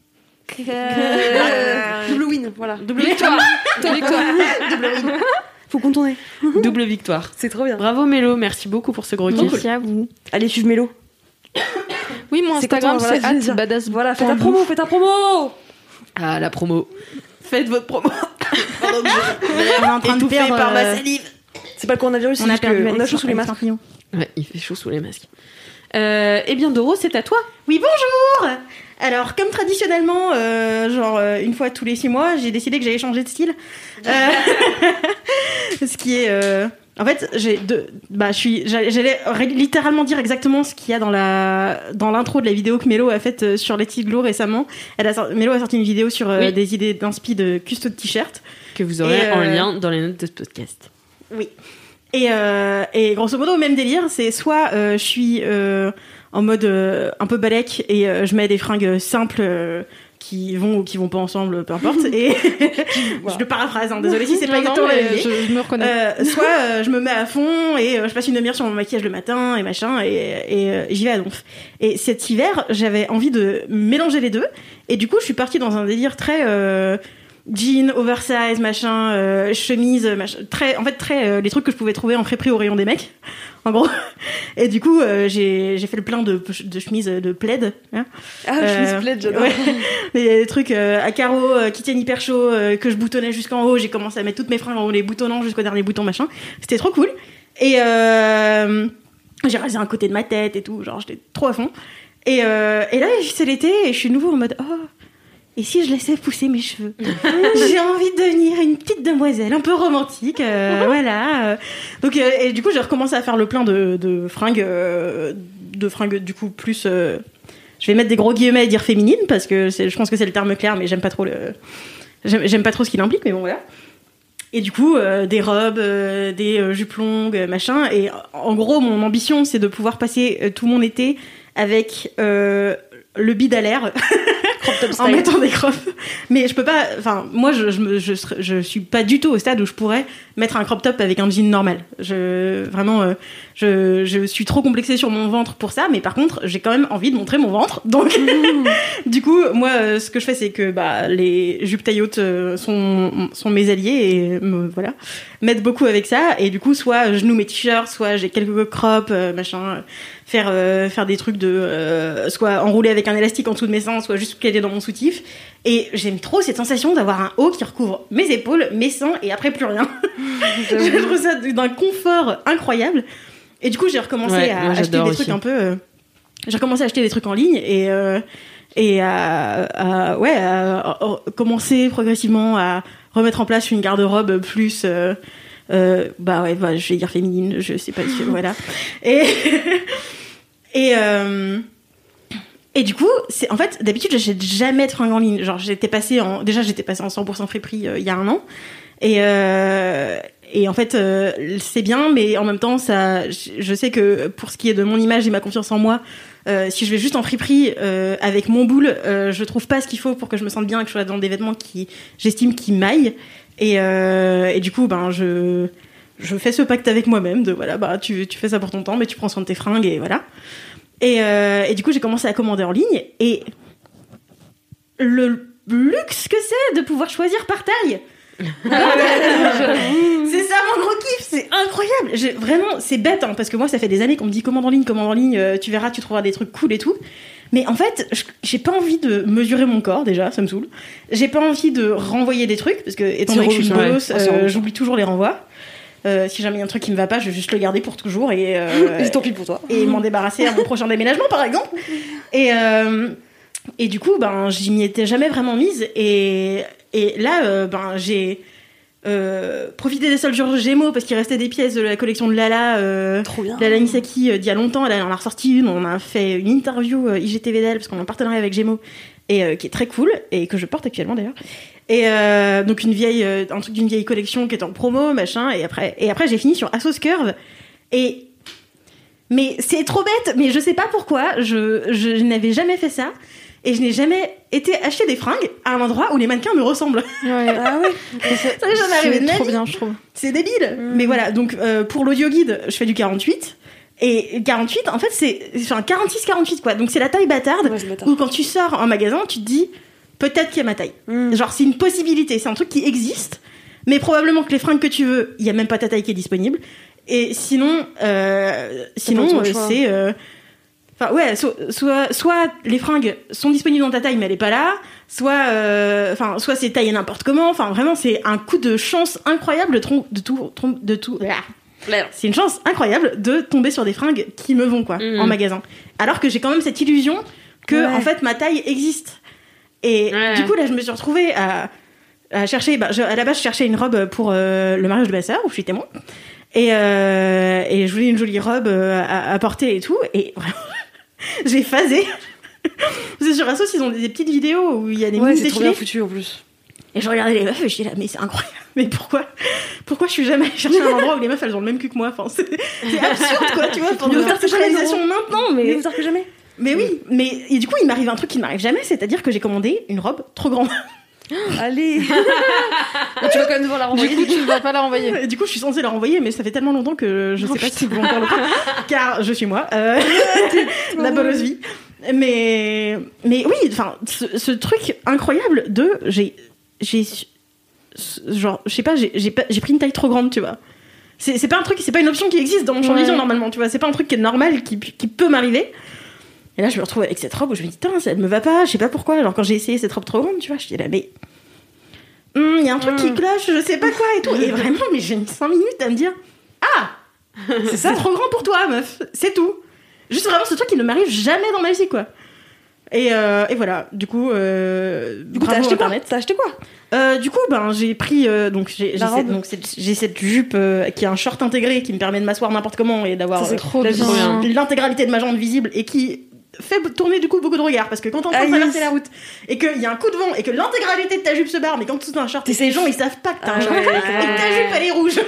[SPEAKER 4] Double win, voilà.
[SPEAKER 3] Double victoire. Double victoire.
[SPEAKER 4] Faut contourner.
[SPEAKER 3] Double victoire.
[SPEAKER 4] C'est trop bien.
[SPEAKER 3] Bravo Mélo, merci beaucoup pour ce gros kiff.
[SPEAKER 2] Merci à vous.
[SPEAKER 4] Allez, suivre Mélo.
[SPEAKER 2] Oui, mon
[SPEAKER 4] C'est
[SPEAKER 2] Instagram,
[SPEAKER 4] content, voilà,
[SPEAKER 2] c'est
[SPEAKER 4] je veux dire.
[SPEAKER 2] at badass.
[SPEAKER 4] Voilà, fais ta promo, fais ta promo.
[SPEAKER 3] Ah, la promo. Faites votre promo. Pendant que
[SPEAKER 5] On est en train de
[SPEAKER 3] étouffé
[SPEAKER 5] perdre,
[SPEAKER 3] par ma
[SPEAKER 5] euh,
[SPEAKER 3] salive.
[SPEAKER 4] C'est pas le coronavirus,
[SPEAKER 5] On
[SPEAKER 4] c'est
[SPEAKER 5] a
[SPEAKER 4] juste
[SPEAKER 5] perdu
[SPEAKER 4] que on a
[SPEAKER 5] Alex-
[SPEAKER 4] chaud sous les
[SPEAKER 5] Alex
[SPEAKER 4] masques.
[SPEAKER 5] Martillon.
[SPEAKER 3] Ouais, il fait chaud sous les masques. Euh, eh bien, Doro, c'est à toi.
[SPEAKER 5] Oui, bonjour. Alors, comme traditionnellement, euh, genre euh, une fois tous les six mois, j'ai décidé que j'allais changer de style. Euh, ce qui est, euh, en fait, j'ai deux, bah, je suis, j'allais j'allais ré- littéralement dire exactement ce qu'il y a dans la, dans l'intro de la vidéo que Mélo a faite euh, sur Let's It Glow récemment. Elle a, sor- Mélo a sorti une vidéo sur euh,
[SPEAKER 3] Oui.
[SPEAKER 5] des idées d'inspi de custo de t-shirt.
[SPEAKER 3] Que vous aurez
[SPEAKER 5] Et, euh,
[SPEAKER 3] en lien dans les notes de ce podcast.
[SPEAKER 5] Oui. Et, euh, et grosso modo, même délire, c'est soit euh, je suis euh, en mode euh, un peu balèque et euh, je mets des fringues simples euh, qui vont ou qui vont pas ensemble, peu importe. Et je le paraphrase, hein, désolé si c'est pas
[SPEAKER 2] Non, non,
[SPEAKER 5] exactement la
[SPEAKER 2] mais
[SPEAKER 5] même idée.
[SPEAKER 2] je, je me reconnais.
[SPEAKER 5] Euh, soit euh, je me mets à fond et euh, je passe une demi-heure sur mon maquillage le matin et machin et, et euh, j'y vais à donf. Et cet hiver, j'avais envie de mélanger les deux et du coup, je suis partie dans un délire très euh, jean, oversize, machin, euh, chemise, machin, très, en fait très euh, les trucs que je pouvais trouver en friperie au rayon des mecs, en gros. Et du coup, euh, j'ai j'ai fait le plein de de chemises de plaid. Hein.
[SPEAKER 4] Ah, je
[SPEAKER 5] Euh,
[SPEAKER 4] me plaide, j'adore.
[SPEAKER 5] ouais. Des trucs euh, à carreaux euh, qui tiennent hyper chaud, euh, que je boutonnais jusqu'en haut. J'ai commencé à mettre toutes mes fringues en haut, les boutonnants jusqu'au dernier bouton, machin. C'était trop cool. Et euh, j'ai rasé un côté de ma tête et tout, genre j'étais trop à fond. Et, euh, et là, c'est l'été et je suis nouveau en mode oh. Et si je laissais pousser mes cheveux? J'ai envie de devenir une petite demoiselle, un peu romantique, euh, voilà. euh. Donc, euh, et du coup, j'ai recommencé à faire le plein de, de fringues, euh, de fringues du coup plus. Euh, je vais mettre des gros guillemets et dire féminine parce que c'est, je pense que c'est le terme clair, mais j'aime pas trop le, j'aime, j'aime pas trop ce qu'il implique, mais bon voilà. Et du coup, euh, des robes, euh, des euh, jupes longues, euh, machin. Et en gros, mon ambition, c'est de pouvoir passer euh, tout mon été avec euh, le bide à l'air.
[SPEAKER 4] Crop top
[SPEAKER 5] En
[SPEAKER 4] style.
[SPEAKER 5] mettant des crops. Mais je peux pas. Enfin, moi, je, je, me- je, serais- je suis pas du tout au stade où je pourrais mettre un crop top avec un jean normal. Je, vraiment, euh, je, je suis trop complexée sur mon ventre pour ça. Mais par contre, j'ai quand même envie de montrer mon ventre. Donc, du coup, moi, euh, ce que je fais, c'est que bah, les jupes taille haute euh, sont, sont mes alliés et me, voilà, m'aident beaucoup avec ça. Et du coup, soit je noue mes t-shirts, soit j'ai quelques crops, euh, machin. euh, faire euh, faire des trucs de euh, soit enrouler avec un élastique en dessous de mes seins, soit juste caler dans mon soutif. Et j'aime trop cette sensation d'avoir un haut qui recouvre mes épaules, mes seins et après plus rien. Je trouve ça d'un confort incroyable. Et du coup, j'ai recommencé
[SPEAKER 3] Ouais,
[SPEAKER 5] à
[SPEAKER 3] moi,
[SPEAKER 5] acheter
[SPEAKER 3] j'adore
[SPEAKER 5] des
[SPEAKER 3] aussi.
[SPEAKER 5] trucs un peu euh, j'ai recommencé à acheter des trucs en ligne et euh, et à, à ouais à, à- à commencer progressivement à remettre en place une garde-robe plus euh, euh, bah ouais bah, je vais dire féminine, je sais pas voilà. Et et euh, et du coup, c'est en fait d'habitude j'achète jamais de fringues en ligne. Genre j'étais passée en déjà j'étais passée en cent pour cent friperie euh, il y a un an. Et euh, et en fait euh, c'est bien, mais en même temps ça je je sais que pour ce qui est de mon image et ma confiance en moi, euh, si je vais juste en friperie euh, avec mon boule, euh, je trouve pas ce qu'il faut pour que je me sente bien et que je sois dans des vêtements qui j'estime qui m'aillent. Et euh, et du coup ben je je fais ce pacte avec moi-même de voilà, bah tu, tu fais ça pour ton temps, mais tu prends soin de tes fringues et voilà. Et, euh, et du coup, j'ai commencé à commander en ligne et le luxe que c'est de pouvoir choisir par taille. C'est ça mon gros kiff, c'est incroyable. J'ai, vraiment, c'est bête hein, parce que moi, ça fait des années qu'on me dit commande en ligne, commande en ligne, euh, tu verras, tu trouveras des trucs cool et tout. Mais en fait, j'ai pas envie de mesurer mon corps déjà, ça me saoule. J'ai pas envie de renvoyer des trucs parce que étant donné que je suis une bolosse, euh, j'oublie toujours les renvois. Euh, si jamais il y a un truc qui me va pas, je vais juste le garder pour toujours et, euh,
[SPEAKER 4] et tant pis pour toi.
[SPEAKER 5] Et m'en débarrasser à mon prochain déménagement par exemple. Et, euh, et du coup, ben, j'y m'y étais jamais vraiment mise. Et, et là, euh, ben, j'ai euh, profité des soldes Gémeaux parce qu'il restait des pièces de la collection de Lala. Euh,
[SPEAKER 4] Trop bien.
[SPEAKER 5] Lala Misaki euh, d'il y a longtemps. Elle en a ressorti une. On a fait une interview euh, I G T V d'elle parce qu'on est en partenariat avec Gémeaux et euh, qui est très cool et que je porte actuellement d'ailleurs. Et euh, donc une vieille, euh, un truc d'une vieille collection qui est en promo, machin. Et après, et après j'ai fini sur Assos Curve. Et mais c'est trop bête. Mais je sais pas pourquoi. Je, je n'avais jamais fait ça. Et je n'ai jamais été acheter des fringues à un endroit où les mannequins me ressemblent.
[SPEAKER 2] Ouais. Ah oui.
[SPEAKER 5] Ça m'est jamais arrivé de ma
[SPEAKER 2] trop
[SPEAKER 5] vie.
[SPEAKER 2] bien, je trouve.
[SPEAKER 5] C'est débile. Mm. Mais voilà. Donc euh, pour l'audio guide, je fais du quarante-huit. Et quarante-huit, en fait, c'est enfin quarante-six quarante-huit quoi. Donc c'est la taille bâtarde. Ouais, où quand tu sors en magasin, tu te dis peut-être qu'il y a ma taille. Mm. Genre, c'est une possibilité, c'est un truc qui existe, mais probablement que les fringues que tu veux, il y a même pas ta taille qui est disponible. Et sinon, euh, sinon, euh, c'est, enfin euh, ouais, so, soit, soit les fringues sont disponibles dans ta taille, mais elle est pas là, soit, enfin, euh, soit c'est taillé n'importe comment. Enfin, vraiment, c'est un coup de chance incroyable de trom- de tout, trom- de tout. C'est une chance incroyable de tomber sur des fringues qui me vont quoi, mm. en magasin. Alors que j'ai quand même cette illusion que ouais. en fait ma taille existe. Et ouais. du coup, là, je me suis retrouvée à, à chercher... Bah, je, à la base, je cherchais une robe pour euh, le mariage de ma sœur, où je suis témoin. Et, euh, et je voulais une jolie robe euh, à, à porter et tout. Et vraiment, j'ai phasé. C'est sur Assos, ils ont des, des petites vidéos où il y a des
[SPEAKER 4] ouais,
[SPEAKER 5] mini
[SPEAKER 4] c'est trop bien foutu, en plus.
[SPEAKER 5] Et je regardais les meufs et je dis là, mais c'est incroyable. Mais pourquoi pourquoi je suis jamais allée chercher un endroit où les meufs, elles ont le même cul que moi. Enfin, c'est, c'est absurde, quoi, tu vois. Pour nous faire cette réalisation maintenant, mais...
[SPEAKER 4] Mieux tard que jamais.
[SPEAKER 5] Mais oui, mais et du coup, il m'arrive un truc qui ne m'arrive jamais, c'est-à-dire que j'ai commandé une robe trop grande.
[SPEAKER 4] Allez. Tu vas quand même devoir la renvoyer.
[SPEAKER 2] Du coup, tu ne vas pas la renvoyer.
[SPEAKER 5] Et du coup, je suis censée la renvoyer, mais ça fait tellement longtemps que je ne sais pas si vous encore le faire, car je suis moi, euh, la bolosse vie. Mais, mais oui, enfin, ce, ce truc incroyable de, j'ai, j'ai, genre, je sais pas, j'ai, j'ai, pas, j'ai pris une taille trop grande, tu vois. C'est, c'est pas un truc, c'est pas une option qui existe dans mon champ de vision normalement, tu vois. C'est pas un truc qui est normal, qui, qui peut m'arriver. Et là, je me retrouve avec cette robe où je me dis, putain, ça ne me va pas, je sais pas pourquoi. Genre, quand j'ai essayé cette robe trop grande, tu vois, je dis là, mais. Il mm, y a un truc mm. qui cloche, je sais pas quoi et tout. Et vraiment, mais j'ai mis cinq minutes à me dire, ah c'est, ça. C'est trop grand pour toi, meuf. C'est tout. Juste vraiment ce truc qui ne m'arrive jamais dans ma vie, quoi. Et, euh, et voilà, du coup. Euh,
[SPEAKER 4] du coup, t'as acheté Internet. quoi T'as acheté quoi
[SPEAKER 5] euh, Du coup, ben, j'ai pris. Euh, donc, j'ai, j'ai, cette, donc c'est, j'ai cette jupe euh, qui a un short intégré qui me permet de m'asseoir n'importe comment et d'avoir
[SPEAKER 2] ça, c'est trop
[SPEAKER 5] euh,
[SPEAKER 2] bien.
[SPEAKER 5] l'intégralité de ma jambe visible et qui fait tourner du coup beaucoup de regards parce que quand t'es en train de traverser la route et qu'il y a un coup de vent et que l'intégralité de ta jupe se barre, mais quand tu as un short et ces gens ils savent pas que t'as un short et que ta jupe elle est rouge.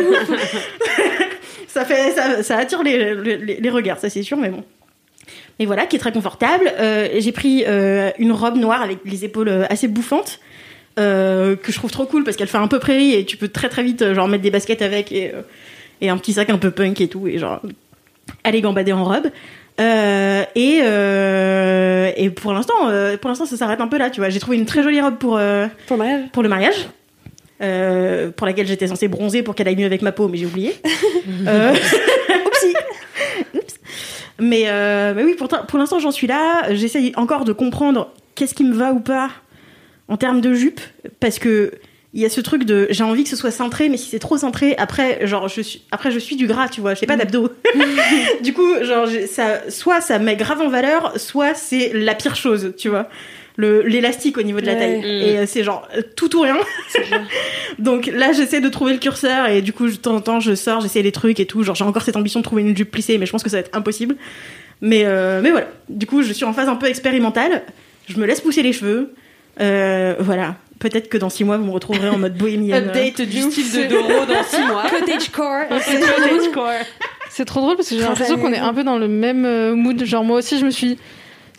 [SPEAKER 5] ça fait ça, ça attire les, les, les regards, ça c'est sûr, mais bon. Mais voilà, qui est très confortable. Euh, j'ai pris euh, une robe noire avec les épaules assez bouffantes. Euh, que je trouve trop cool parce qu'elle fait un peu prairie et tu peux très très vite genre mettre des baskets avec et, euh, et un petit sac un peu punk et tout et genre aller gambader en robe. Euh, et euh, et pour l'instant euh, pour l'instant ça s'arrête un peu là, tu vois. J'ai trouvé une très jolie robe pour euh,
[SPEAKER 4] pour le mariage
[SPEAKER 5] pour le mariage euh, pour laquelle j'étais censée bronzer pour qu'elle aille mieux avec ma peau, mais j'ai oublié. euh, Oupsie. Oups. Mais euh, mais oui, pour pour l'instant j'en suis là. J'essaye encore de comprendre qu'est-ce qui me va ou pas en termes de jupe, parce que il y a ce truc de j'ai envie que ce soit cintré, mais si c'est trop cintré, après genre je suis après je suis du gras, tu vois, j'ai pas d'abdos. Du coup, genre ça soit ça met grave en valeur, soit c'est la pire chose, tu vois. Le l'élastique au niveau de la taille ouais. Et euh, c'est genre tout ou rien. Donc là, j'essaie de trouver le curseur et du coup, de temps en temps, je sors, j'essaie des trucs et tout, genre j'ai encore cette ambition de trouver une jupe plissée, mais je pense que ça va être impossible. Mais euh, mais voilà. Du coup, je suis en phase un peu expérimentale. Je me laisse pousser les cheveux. Euh, voilà. Peut-être que dans six mois, vous me retrouverez en mode bohémienne.
[SPEAKER 3] Update du style de Doro dans six mois.
[SPEAKER 4] Cottagecore.
[SPEAKER 2] Cottagecore. C'est trop drôle parce que j'ai l'impression qu'on est un peu dans le même mood. Genre moi aussi, je me suis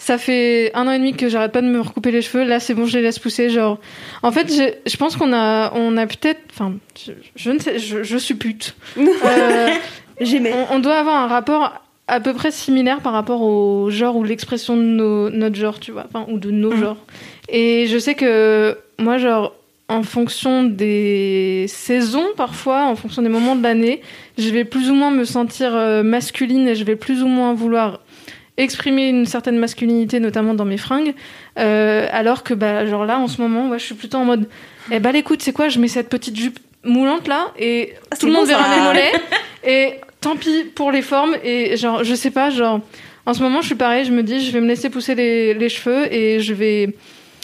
[SPEAKER 2] ça fait un an et demi que j'arrête pas de me recouper les cheveux. Là, c'est bon, je les laisse pousser. Genre, en fait, j'ai- je pense qu'on a, on a peut-être, enfin, je, je ne sais, je, je suis pute. Euh,
[SPEAKER 4] J'aimais.
[SPEAKER 2] on, on doit avoir un rapport à peu près similaire par rapport au genre ou l'expression de nos, notre genre, tu vois, enfin, ou de nos
[SPEAKER 5] Mhm.
[SPEAKER 2] genres. Et je sais que moi, genre, en fonction des saisons, parfois, en fonction des moments de l'année, je vais plus ou moins me sentir euh, masculine et je vais plus ou moins vouloir exprimer une certaine masculinité, notamment dans mes fringues. Euh, alors que, bah, genre là, en ce moment, ouais, je suis plutôt en mode, eh bah, écoute, c'est quoi, je mets cette petite jupe moulante là et
[SPEAKER 4] Ah,
[SPEAKER 2] tout le
[SPEAKER 4] c'est
[SPEAKER 2] monde
[SPEAKER 4] bon,
[SPEAKER 2] verra
[SPEAKER 4] ça.
[SPEAKER 2] mes mollets. Et tant pis pour les formes. Et genre, je sais pas, genre, en ce moment, je suis pareil, je me dis, je vais me laisser pousser les, les cheveux et je vais.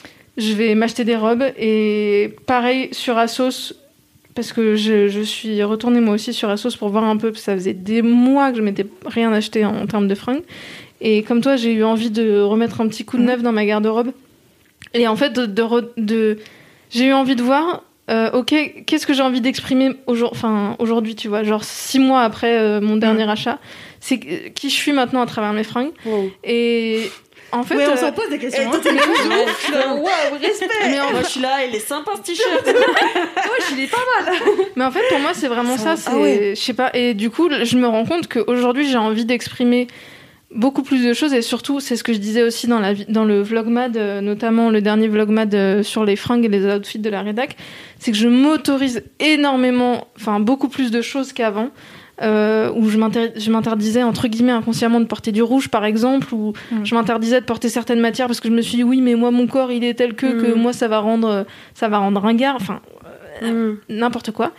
[SPEAKER 2] Je vais m'acheter des robes et pareil sur Asos parce que je, je suis retournée moi aussi sur Asos pour voir un peu parce que ça faisait des mois que je m'étais rien acheté en, en termes de fringues et comme toi j'ai eu envie de remettre un petit coup de neuf dans ma garde-robe et en fait de, de, re- de- j'ai eu envie de voir euh, ok qu'est-ce que j'ai envie d'exprimer aujourd- enfin, aujourd'hui tu vois genre six mois après euh, mon dernier achat c'est que- qui je suis maintenant à travers mes fringues
[SPEAKER 4] Wow.
[SPEAKER 2] et en fait
[SPEAKER 5] Ouais, on
[SPEAKER 2] euh,
[SPEAKER 5] s'en pose des questions.
[SPEAKER 4] Et
[SPEAKER 5] hein.
[SPEAKER 4] toi, t'es waouh, respect.
[SPEAKER 2] mais en
[SPEAKER 3] Moi, je suis là, il est sympa ce t-shirt.
[SPEAKER 4] Ouais, je l'ai pas mal.
[SPEAKER 2] Mais en fait, pour moi, c'est vraiment ça.
[SPEAKER 4] Ça-
[SPEAKER 2] C'est,
[SPEAKER 4] ah ouais.
[SPEAKER 2] je sais pas. Et du coup, je me rends compte qu'aujourd'hui, j'ai envie d'exprimer beaucoup plus de choses. Et surtout, c'est ce que je disais aussi dans, la, vi- dans le vlogmad, euh, notamment le dernier vlogmad euh, sur les fringues et les outfits de la rédac. C'est que je m'autorise énormément, enfin, beaucoup plus de choses qu'avant. Euh, où je, m'inter- je m'interdisais entre guillemets inconsciemment de porter du rouge par exemple, ou
[SPEAKER 5] Mm.
[SPEAKER 2] je m'interdisais de porter certaines matières parce que je me suis dit oui mais moi mon corps il est tel que que
[SPEAKER 4] Mm.
[SPEAKER 2] moi ça va rendre ça va rendre ringard, enfin
[SPEAKER 4] Mm.
[SPEAKER 2] n'importe quoi.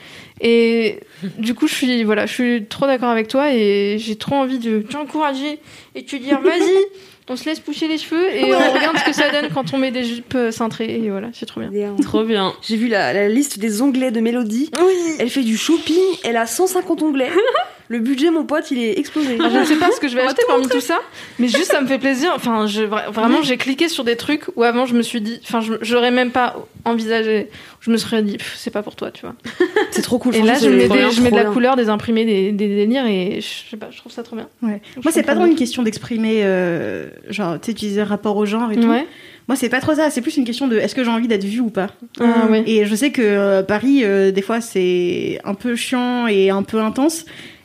[SPEAKER 2] Et du coup, je suis, voilà, je suis trop d'accord avec toi et j'ai trop envie de t'encourager et te dire, vas-y, on se laisse pousser les cheveux et on regarde ce que ça donne quand on met des jupes euh, cintrées. Et voilà, c'est trop bien.
[SPEAKER 4] Bien.
[SPEAKER 3] Trop bien.
[SPEAKER 4] J'ai vu la, la liste des onglets de Mélodie. Elle fait du shopping, elle a cent cinquante onglets. Le budget, mon pote, il est explosé.
[SPEAKER 2] Je ne sais pas ce que je vais
[SPEAKER 4] On va
[SPEAKER 2] acheter
[SPEAKER 4] tout
[SPEAKER 2] parmi tout ça, mais juste ça me fait plaisir. Enfin, je, vra- vraiment, j'ai cliqué sur des trucs où avant je me suis dit, enfin, je- j'aurais même pas envisagé. Je me serais dit, pff, c'est pas pour toi, tu vois.
[SPEAKER 4] C'est trop cool.
[SPEAKER 2] Et là, je
[SPEAKER 4] franchement,
[SPEAKER 2] mets,
[SPEAKER 4] c'est trop
[SPEAKER 2] des-
[SPEAKER 4] bien,
[SPEAKER 2] je mets de
[SPEAKER 4] trop
[SPEAKER 2] la
[SPEAKER 4] bien.
[SPEAKER 2] couleur, des imprimés, des, des délires et je sais pas, je trouve ça trop bien.
[SPEAKER 5] Ouais.
[SPEAKER 2] Je
[SPEAKER 5] Moi, c'est pas
[SPEAKER 2] comprends
[SPEAKER 5] trop
[SPEAKER 2] bien.
[SPEAKER 5] une question d'exprimer, euh, genre, tu sais, tu disais rapport au genre et tout.
[SPEAKER 2] Ouais.
[SPEAKER 5] Moi, c'est pas trop ça. C'est plus une question de est-ce que j'ai envie d'être vue ou pas.
[SPEAKER 2] Ah, ouais.
[SPEAKER 5] Et je sais que euh, Paris, euh, des fois, c'est un peu chiant et un peu intense.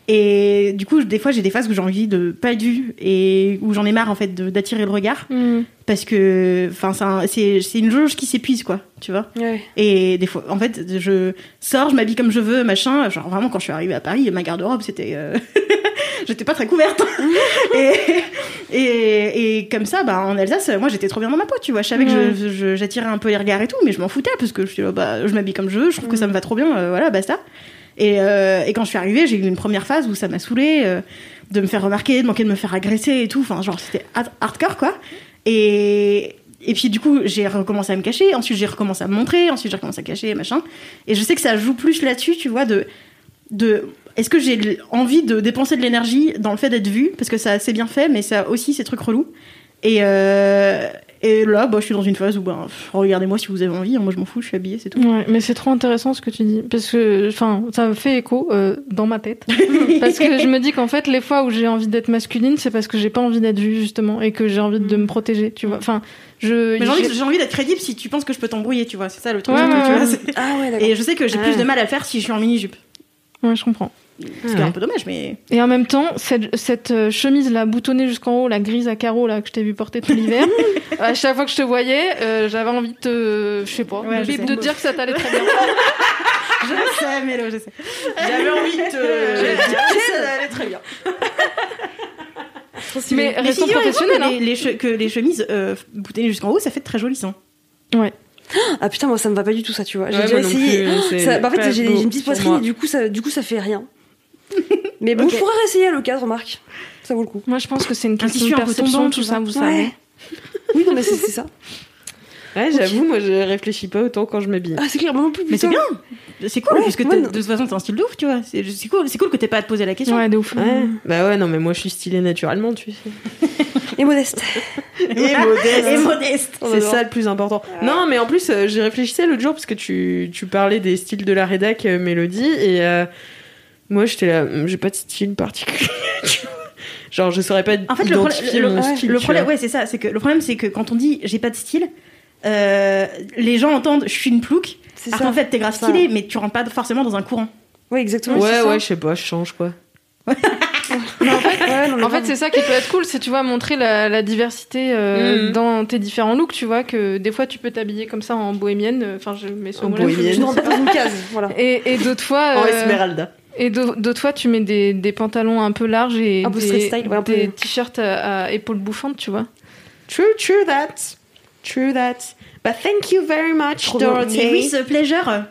[SPEAKER 5] Et du coup, des fois, j'ai des phases où j'ai envie de pas être vue et où j'en ai marre en fait de- d'attirer le regard
[SPEAKER 2] Mm.
[SPEAKER 5] parce que, enfin, c'est un- c'est c'est une jauge qui s'épuise quoi, tu vois.
[SPEAKER 4] Ouais.
[SPEAKER 5] Et des fois, en fait, je sors, je m'habille comme je veux, machin. Genre vraiment, quand je suis arrivée à Paris, ma garde-robe, c'était, euh, j'étais pas très couverte. et, et et comme ça, bah en Alsace, moi, j'étais trop bien dans ma peau, tu vois. Je savais que je- je- j'attirais un peu les regards et tout, mais je m'en foutais parce que je suis là, bah, je m'habille comme je veux, je trouve que ça me va trop bien, euh, voilà, basta. Et, euh, et quand je suis arrivée, j'ai eu une première phase où ça m'a saoulée euh, de me faire remarquer, de manquer de me faire agresser et tout. Enfin, genre, c'était hard- hardcore, quoi. Et, et puis, du coup, j'ai recommencé à me cacher. Ensuite, j'ai recommencé à me montrer. Ensuite, j'ai recommencé à cacher, machin. Et je sais que ça joue plus là-dessus, tu vois, de... de est-ce que j'ai l- envie de dépenser de l'énergie dans le fait d'être vue? Parce que ça a assez bien fait, mais ça a aussi ces trucs relous. Et, euh, et là, bah, je suis dans une phase où, bah, pff, regardez-moi si vous avez envie. hein, moi, je m'en fous, je suis habillée, c'est tout.
[SPEAKER 2] Ouais, mais c'est trop intéressant ce que tu dis parce que enfin ça me fait écho euh, dans ma tête parce que je me dis qu'en fait les fois où j'ai envie d'être masculine c'est parce que j'ai pas envie d'être vue justement et que j'ai envie de me protéger, tu vois. Enfin, je
[SPEAKER 5] Mais j'ai envie,
[SPEAKER 2] j'ai-
[SPEAKER 5] j'ai envie d'être crédible si tu penses que je peux t'embrouiller, tu vois. C'est ça le truc.
[SPEAKER 2] Ouais,
[SPEAKER 5] surtout,
[SPEAKER 2] ouais,
[SPEAKER 5] tu
[SPEAKER 2] ouais.
[SPEAKER 5] vois, c'est-
[SPEAKER 4] Ah ouais, d'accord.
[SPEAKER 5] Et je sais que j'ai plus
[SPEAKER 3] Ah.
[SPEAKER 5] de mal à le faire si je suis en mini-jupe.
[SPEAKER 2] ouais, je comprends.
[SPEAKER 5] Ce qui est un peu dommage, mais.
[SPEAKER 2] Et en même temps, cette, cette euh, chemise là boutonnée jusqu'en haut, la grise à carreaux là que je t'ai vu porter tout l'hiver, à chaque fois que je te voyais, euh, j'avais envie de te, je sais pas,
[SPEAKER 5] Ouais,
[SPEAKER 2] de,
[SPEAKER 5] je sais.
[SPEAKER 2] de te dire que ça t'allait très bien.
[SPEAKER 5] Je sais, Mélo, je sais.
[SPEAKER 3] J'avais envie de te.
[SPEAKER 4] Ça allait très bien.
[SPEAKER 2] Mais
[SPEAKER 5] Mais
[SPEAKER 2] restons
[SPEAKER 5] figurez-vous
[SPEAKER 2] professionnels.
[SPEAKER 5] que
[SPEAKER 2] Hein.
[SPEAKER 5] les, les che- que les chemises euh, boutonnées jusqu'en haut, ça fait très joli, ça.
[SPEAKER 2] Ouais.
[SPEAKER 4] Ah putain, moi ça me va pas du tout ça, tu vois. J'ai
[SPEAKER 3] Ouais,
[SPEAKER 4] déjà
[SPEAKER 3] moi non
[SPEAKER 4] essayé.
[SPEAKER 3] plus, hein, c'est
[SPEAKER 4] Ça- bah, en
[SPEAKER 3] pas
[SPEAKER 4] fait, j'ai
[SPEAKER 3] beau
[SPEAKER 4] j'ai une petite
[SPEAKER 3] pour
[SPEAKER 4] poitrine
[SPEAKER 3] moi.
[SPEAKER 4] et du coup, ça, du coup, ça fait rien. Mais bon,
[SPEAKER 5] Ok.
[SPEAKER 4] je pourrais réessayer à l'occasion, remarque. Ça vaut le coup.
[SPEAKER 2] Moi, je pense que c'est une question
[SPEAKER 5] tissu
[SPEAKER 2] de
[SPEAKER 5] un peu
[SPEAKER 2] perception,
[SPEAKER 5] tombant,
[SPEAKER 2] tout
[SPEAKER 5] tu
[SPEAKER 2] ça,
[SPEAKER 5] vois.
[SPEAKER 2] vous
[SPEAKER 4] Ouais.
[SPEAKER 2] savez.
[SPEAKER 4] Oui, non, mais c'est c'est ça.
[SPEAKER 3] Ouais, j'avoue, moi, je réfléchis pas autant quand je m'habille.
[SPEAKER 4] Ah, c'est clair, moi non plus.
[SPEAKER 5] Mais c'est
[SPEAKER 4] putain.
[SPEAKER 5] bien. C'est cool,
[SPEAKER 4] Ouais,
[SPEAKER 5] parce que
[SPEAKER 4] ouais,
[SPEAKER 5] t'as-
[SPEAKER 4] non.
[SPEAKER 5] de toute façon, t'as un style de ouf, tu vois. C'est c'est cool, c'est cool que t'aies pas à te poser la question.
[SPEAKER 2] Ouais, de ouf.
[SPEAKER 3] Ouais. Bah ouais, non, mais moi, je suis stylée naturellement, tu sais.
[SPEAKER 4] Et modeste.
[SPEAKER 3] Et modeste.
[SPEAKER 5] Et modeste.
[SPEAKER 3] C'est ça le plus important. Non, mais en plus, euh, j'y réfléchissais l'autre jour parce que tu, tu parlais des styles de la rédac, euh, Mélodie, et euh, moi, j'étais là, hum, j'ai pas de style particulier. tu vois. Genre, je saurais pas
[SPEAKER 5] En fait, le,
[SPEAKER 3] identifier
[SPEAKER 5] pro- le,
[SPEAKER 3] mon
[SPEAKER 5] ouais,
[SPEAKER 3] style.
[SPEAKER 5] le
[SPEAKER 3] tu
[SPEAKER 5] problème,
[SPEAKER 3] vois.
[SPEAKER 5] ouais, c'est ça. C'est que le problème, c'est que quand on dit j'ai pas de style, euh, les gens entendent je suis une plouque.
[SPEAKER 4] C'est
[SPEAKER 5] Alors
[SPEAKER 4] ça.
[SPEAKER 5] qu'en fait, t'es grave
[SPEAKER 4] Ça.
[SPEAKER 5] stylé, mais tu rentres pas forcément dans un courant.
[SPEAKER 4] Oui, exactement.
[SPEAKER 3] Ouais,
[SPEAKER 4] c'est ça.
[SPEAKER 3] ouais, je sais pas, je change quoi.
[SPEAKER 4] Ouais, non, mais
[SPEAKER 2] En fait,
[SPEAKER 4] grave.
[SPEAKER 2] c'est ça qui peut être cool, c'est tu vois montrer la, la diversité euh,
[SPEAKER 3] Mhm.
[SPEAKER 2] dans tes différents looks, tu vois que des fois tu peux t'habiller comme ça en bohémienne, enfin je mets ce
[SPEAKER 3] En
[SPEAKER 2] mot-là, je-
[SPEAKER 3] bohémienne.
[SPEAKER 4] Tu ne rentres pas dans une case, voilà.
[SPEAKER 2] Et, et d'autres fois,
[SPEAKER 3] En
[SPEAKER 2] euh,
[SPEAKER 3] Esmeralda.
[SPEAKER 2] et d'au- d'autres fois tu mets des, des pantalons un peu larges et
[SPEAKER 4] Un peu
[SPEAKER 2] des,
[SPEAKER 4] street style, ouais, un peu-
[SPEAKER 2] des t-shirts à, à épaules bouffantes, tu vois.
[SPEAKER 3] True, true that. True that. But thank you very much,
[SPEAKER 4] Trop bien.
[SPEAKER 3] Dorothy.
[SPEAKER 5] Mais oui, ce pleasure.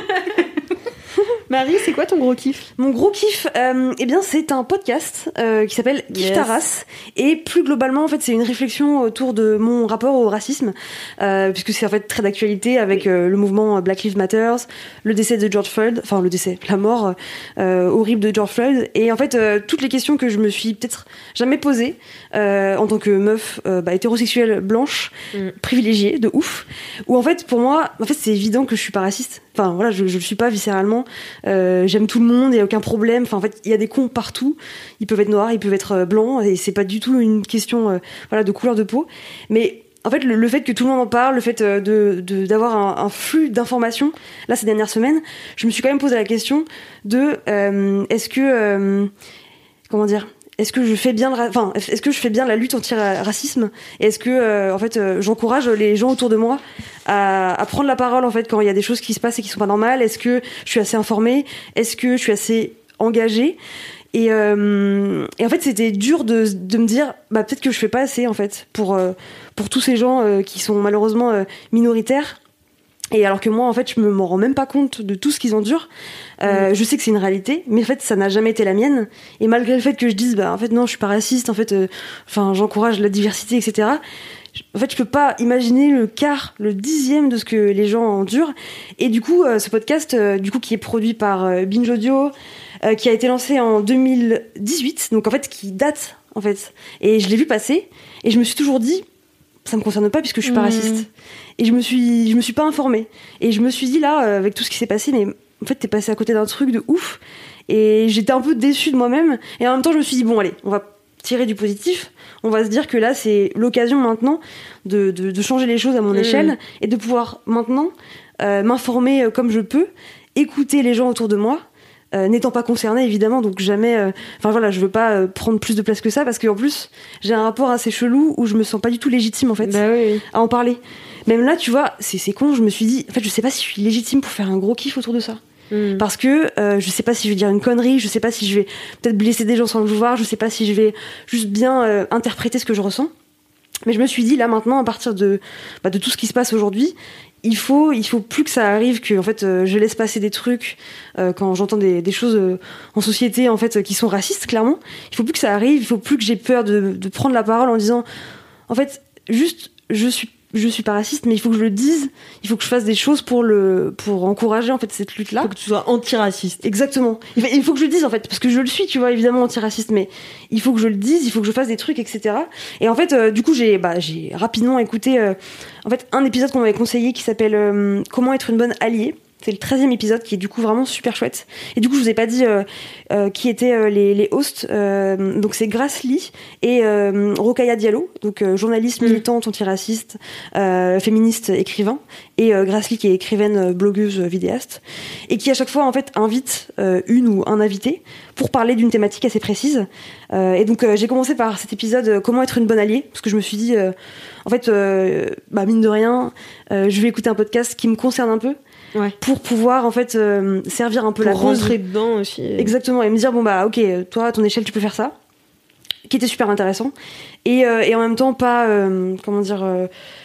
[SPEAKER 3] Marie, c'est quoi ton gros kiff?
[SPEAKER 4] Mon gros kiff, euh, eh bien, c'est un podcast euh, qui s'appelle Kiff
[SPEAKER 3] Yes.
[SPEAKER 4] ta race. Et plus globalement, en fait, c'est une réflexion autour de mon rapport au racisme, euh, puisque c'est en fait très d'actualité avec euh, le mouvement Black Lives Matter, le décès de George Floyd, enfin le décès, la mort euh, horrible de George Floyd, et en fait euh, toutes les questions que je me suis peut-être jamais posées euh, en tant que meuf euh, bah, hétérosexuelle blanche,
[SPEAKER 3] Mm.
[SPEAKER 4] privilégiée de ouf, où en fait pour moi, en fait c'est évident que je suis pas raciste. Enfin voilà, je, je le suis pas viscéralement. Euh, j'aime tout le monde, il y a aucun problème. Enfin en fait, il y a des cons partout. Ils peuvent être noirs, ils peuvent être euh, blancs, et c'est pas du tout une question euh, voilà de couleur de peau. Mais en fait, le, le fait que tout le monde en parle, le fait euh, de de- d'avoir un, un flux d'informations, là ces dernières semaines, je me suis quand même posé la question de euh, est-ce que euh, comment dire, est-ce que je fais bien le ra- enfin est-ce que je fais bien la lutte anti-racisme, et est-ce que euh, en fait euh, j'encourage les gens autour de moi à, à prendre la parole en fait quand il y a des choses qui se passent et qui sont pas normales, est-ce que je suis assez informée, est-ce que je suis assez engagée, et, euh, et en fait c'était dur de, de me dire bah peut-être que je fais pas assez en fait pour euh, pour tous ces gens euh, qui sont malheureusement euh, minoritaires. Et alors que moi, en fait, je me m'en rends même pas compte de tout ce qu'ils endurent. Euh, Je sais que c'est une réalité, mais en fait, ça n'a jamais été la mienne. Et malgré le fait que je dise, bah, en fait, non, je suis pas raciste, en fait, euh, enfin, j'encourage la diversité, et cetera. je- En fait, je peux pas imaginer le quart, le dixième de ce que les gens endurent. Et du coup, euh, ce podcast, euh, du coup, qui est produit par euh, Binge Audio, euh, qui a été lancé en deux mille dix-huit, donc en fait, qui date, en fait. Et je l'ai vu passer, et je me suis toujours dit, ça me concerne pas puisque je suis pas
[SPEAKER 2] Mmh.
[SPEAKER 4] raciste. Et je me suis, je me suis pas informée. Et je me suis dit là, euh, avec tout ce qui s'est passé, mais en fait, t'es passé à côté d'un truc de ouf. Et j'étais un peu déçue de moi-même. Et en même temps, je me suis dit bon, allez, on va tirer du positif. On va se dire que là, c'est l'occasion maintenant de, de, de changer les choses à mon
[SPEAKER 3] Mmh.
[SPEAKER 4] échelle et de pouvoir maintenant euh, m'informer euh, comme je peux, écouter les gens autour de moi. Euh, n'étant pas concernée évidemment, donc jamais euh, enfin voilà, je veux pas euh, prendre plus de place que ça, parce qu'en plus j'ai un rapport assez chelou où je me sens pas du tout légitime en fait
[SPEAKER 3] Bah oui, oui.
[SPEAKER 4] à en parler. Même là, tu vois, c'est c'est con, je me suis dit en fait je sais pas si je suis légitime pour faire un gros kiff autour de ça,
[SPEAKER 3] Mm.
[SPEAKER 4] parce que euh, je sais pas si je vais dire une connerie, je sais pas si je vais peut-être blesser des gens sans le vouloir, je sais pas si je vais juste bien euh, interpréter ce que je ressens. Mais je me suis dit là maintenant, à partir de bah, de tout ce qui se passe aujourd'hui, il faut il faut plus que ça arrive que en fait euh, je laisse passer des trucs euh, quand j'entends des, des choses euh, en société en fait euh, qui sont racistes, clairement. Il faut plus que ça arrive, il faut plus que j'ai peur de, de prendre la parole en disant en fait juste je suis je suis pas raciste, mais il faut que je le dise, il faut que je fasse des choses pour le pour encourager en fait cette lutte là.
[SPEAKER 3] Faut que tu sois antiraciste.
[SPEAKER 4] Exactement. Il faut, il faut que je le dise en fait, parce que je le suis, tu vois, évidemment antiraciste, mais il faut que je le dise, il faut que je fasse des trucs, et cetera. Et en fait, euh, du coup, j'ai, bah, j'ai rapidement écouté, euh, en fait, un épisode qu'on m'avait conseillé qui s'appelle euh, Comment être une bonne alliée. C'est le treizième épisode qui est du coup vraiment super chouette. Et du coup, je vous ai pas dit euh, euh, qui étaient euh, les, les hosts. Euh, donc c'est Grace Lee et euh, Rokhaya Diallo, donc euh, journaliste, militante, antiraciste, euh, féministe, écrivain, et euh, Grace Lee qui est écrivaine, euh, blogueuse, euh, vidéaste, et qui à chaque fois en fait invite euh, une ou un invité pour parler d'une thématique assez précise. Euh, et donc euh, j'ai commencé par cet épisode euh, Comment être une bonne alliée, parce que je me suis dit euh, en fait, euh, bah mine de rien, euh, je vais écouter un podcast qui me concerne un peu.
[SPEAKER 3] Ouais.
[SPEAKER 4] Pour pouvoir en fait euh, servir un peu
[SPEAKER 3] Pour
[SPEAKER 4] la cause.
[SPEAKER 3] rentrer dedans aussi.
[SPEAKER 4] Exactement, et me dire bon bah ok, toi à ton échelle tu peux faire ça, qui était super intéressant, et, euh, et en même temps pas euh, comment dire euh,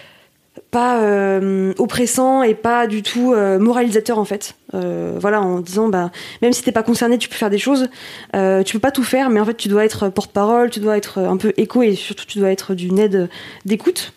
[SPEAKER 4] pas euh, oppressant et pas du tout euh, moralisateur en fait. Euh, voilà, en disant bah même si t'es pas concerné tu peux faire des choses, euh, tu peux pas tout faire, mais en fait tu dois être porte-parole, tu dois être un peu écho, et surtout tu dois être d'une aide d'écoute.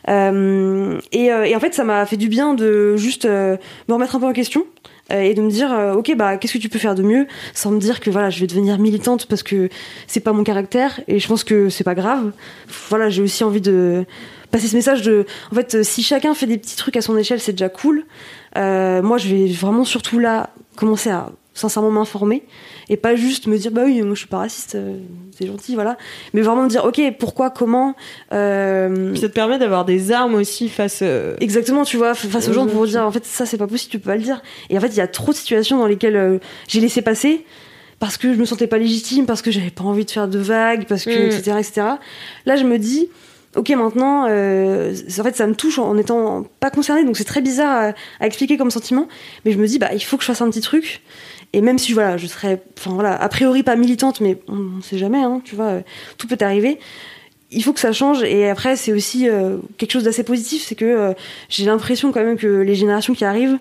[SPEAKER 4] Euh, et, euh, et en fait ça m'a fait du bien de juste euh, me remettre un peu en question euh, et de me dire euh, ok bah qu'est-ce que tu peux faire de mieux, sans me dire que voilà je vais devenir militante parce que c'est pas mon caractère, et je pense que c'est pas grave. Voilà, j'ai aussi envie de passer ce message de en fait euh, si chacun fait des petits trucs à son échelle c'est déjà cool. Euh, moi je vais vraiment surtout là commencer à sincèrement m'informer et pas juste me dire bah oui moi je suis pas raciste, euh, c'est gentil voilà, mais vraiment me dire ok pourquoi comment euh...
[SPEAKER 3] ça te permet d'avoir des armes aussi face euh...
[SPEAKER 4] exactement tu vois face aux gens pour dire en fait ça c'est pas possible, tu peux pas le dire. Et en fait il y a trop de situations dans lesquelles euh, j'ai laissé passer parce que je me sentais pas légitime, parce que j'avais pas envie de faire de vagues, parce que mmh. etc etc. Là je me dis ok maintenant euh, en fait ça me touche en étant pas concernée, donc c'est très bizarre à, à expliquer comme sentiment, mais je me dis bah il faut que je fasse un petit truc. Et même si voilà je serais enfin voilà a priori pas militante, mais on, on sait jamais hein, tu vois euh, tout peut arriver, il faut que ça change. Et après c'est aussi euh, quelque chose d'assez positif, c'est que euh, j'ai l'impression quand même que les générations qui arrivent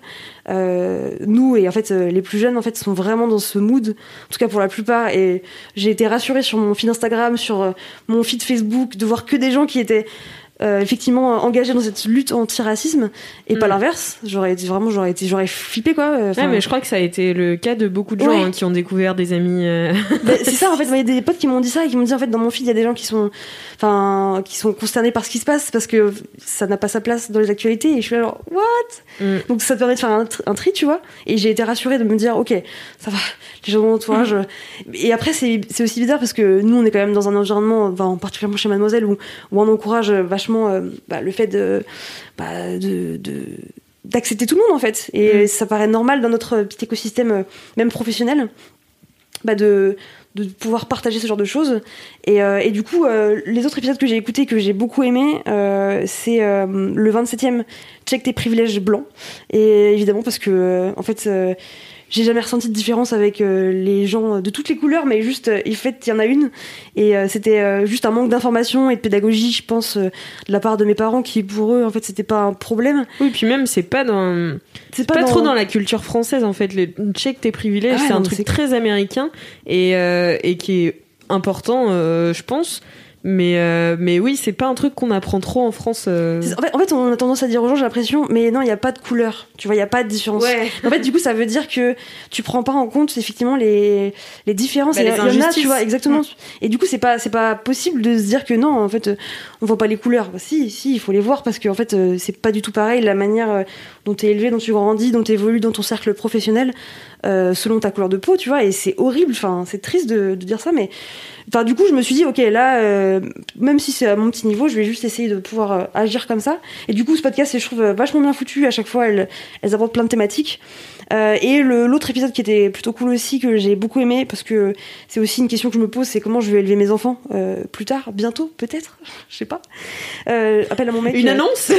[SPEAKER 4] euh, nous et en fait euh, les plus jeunes en fait sont vraiment dans ce mood, en tout cas pour la plupart. Et j'ai été rassurée sur mon feed Instagram, sur euh, mon feed Facebook, de voir que des gens qui étaient Euh, effectivement engagés dans cette lutte anti-racisme et mmh. pas l'inverse. J'aurais été vraiment j'aurais été j'aurais flippé quoi. Enfin,
[SPEAKER 3] ouais, mais je crois que ça a été le cas de beaucoup de gens ouais. hein, qui ont découvert des amis euh...
[SPEAKER 4] bah, c'est ça en fait, il y a des potes qui m'ont dit ça et qui m'ont dit en fait dans mon feed il y a des gens qui sont enfin qui sont consternés par ce qui se passe parce que ça n'a pas sa place dans les actualités, et je suis là genre what mmh. donc ça te permet de faire un, tr- un tri tu vois. Et j'ai été rassurée de me dire ok ça va, les gens de mon entourage mmh. et après c'est, c'est aussi bizarre parce que nous on est quand même dans un environnement enfin, particulièrement chez Mademoiselle où, où on encourage vachement Euh, bah, le fait de, bah, de, de d'accepter tout le monde en fait, et mmh. ça paraît normal dans notre petit écosystème euh, même professionnel bah, de, de pouvoir partager ce genre de choses. Et, euh, et du coup euh, les autres épisodes que j'ai écoutés que j'ai beaucoup aimé euh, c'est euh, le vingt-septième check tes privilèges blancs, et évidemment parce que euh, en fait euh, j'ai jamais ressenti de différence avec euh, les gens de toutes les couleurs, mais juste, euh, en fait, il y en a une. Et euh, c'était euh, juste un manque d'information et de pédagogie, je pense, euh, de la part de mes parents, qui pour eux, en fait, c'était pas un problème.
[SPEAKER 3] Oui, puis même, c'est pas dans, c'est pas, pas dans... trop dans la culture française, en fait. Le check tes privilèges, ah, c'est non, un truc c'est... très américain et, euh, et qui est important, euh, je pense. Mais, euh, mais oui, c'est pas un truc qu'on apprend trop en France. Euh...
[SPEAKER 4] En, fait, en fait, on a tendance à dire aux gens, j'ai l'impression, mais non, il n'y a pas de couleur. Tu vois, il n'y a pas de différence.
[SPEAKER 3] Ouais.
[SPEAKER 4] En fait, du coup, ça veut dire que tu prends pas en compte, effectivement, les, les différences.
[SPEAKER 3] Bah,
[SPEAKER 4] et
[SPEAKER 3] les
[SPEAKER 4] il y en a, tu vois, exactement.
[SPEAKER 3] Mmh.
[SPEAKER 4] Et du coup, c'est pas, c'est pas possible de se dire que non, en fait, on voit pas les couleurs. Bah, si, si, il faut les voir parce que, en fait, c'est pas du tout pareil la manière dont t'es élevé, dont tu grandis, dont t'évolues dans ton cercle professionnel, euh, selon ta couleur de peau, tu vois. Et c'est horrible, enfin, c'est triste de, de dire ça, mais. Enfin, du coup, je me suis dit, ok, là, euh, même si c'est à mon petit niveau, je vais juste essayer de pouvoir euh, agir comme ça. Et du coup, ce podcast, je trouve vachement bien foutu. À chaque fois, elles, elles abordent plein de thématiques. Euh, et le, l'autre épisode qui était plutôt cool aussi, que j'ai beaucoup aimé, parce que c'est aussi une question que je me pose, c'est comment je vais élever mes enfants euh, plus tard, bientôt, peut-être, je sais pas. Euh, appelle à mon mec.
[SPEAKER 3] Une
[SPEAKER 4] euh,
[SPEAKER 3] annonce.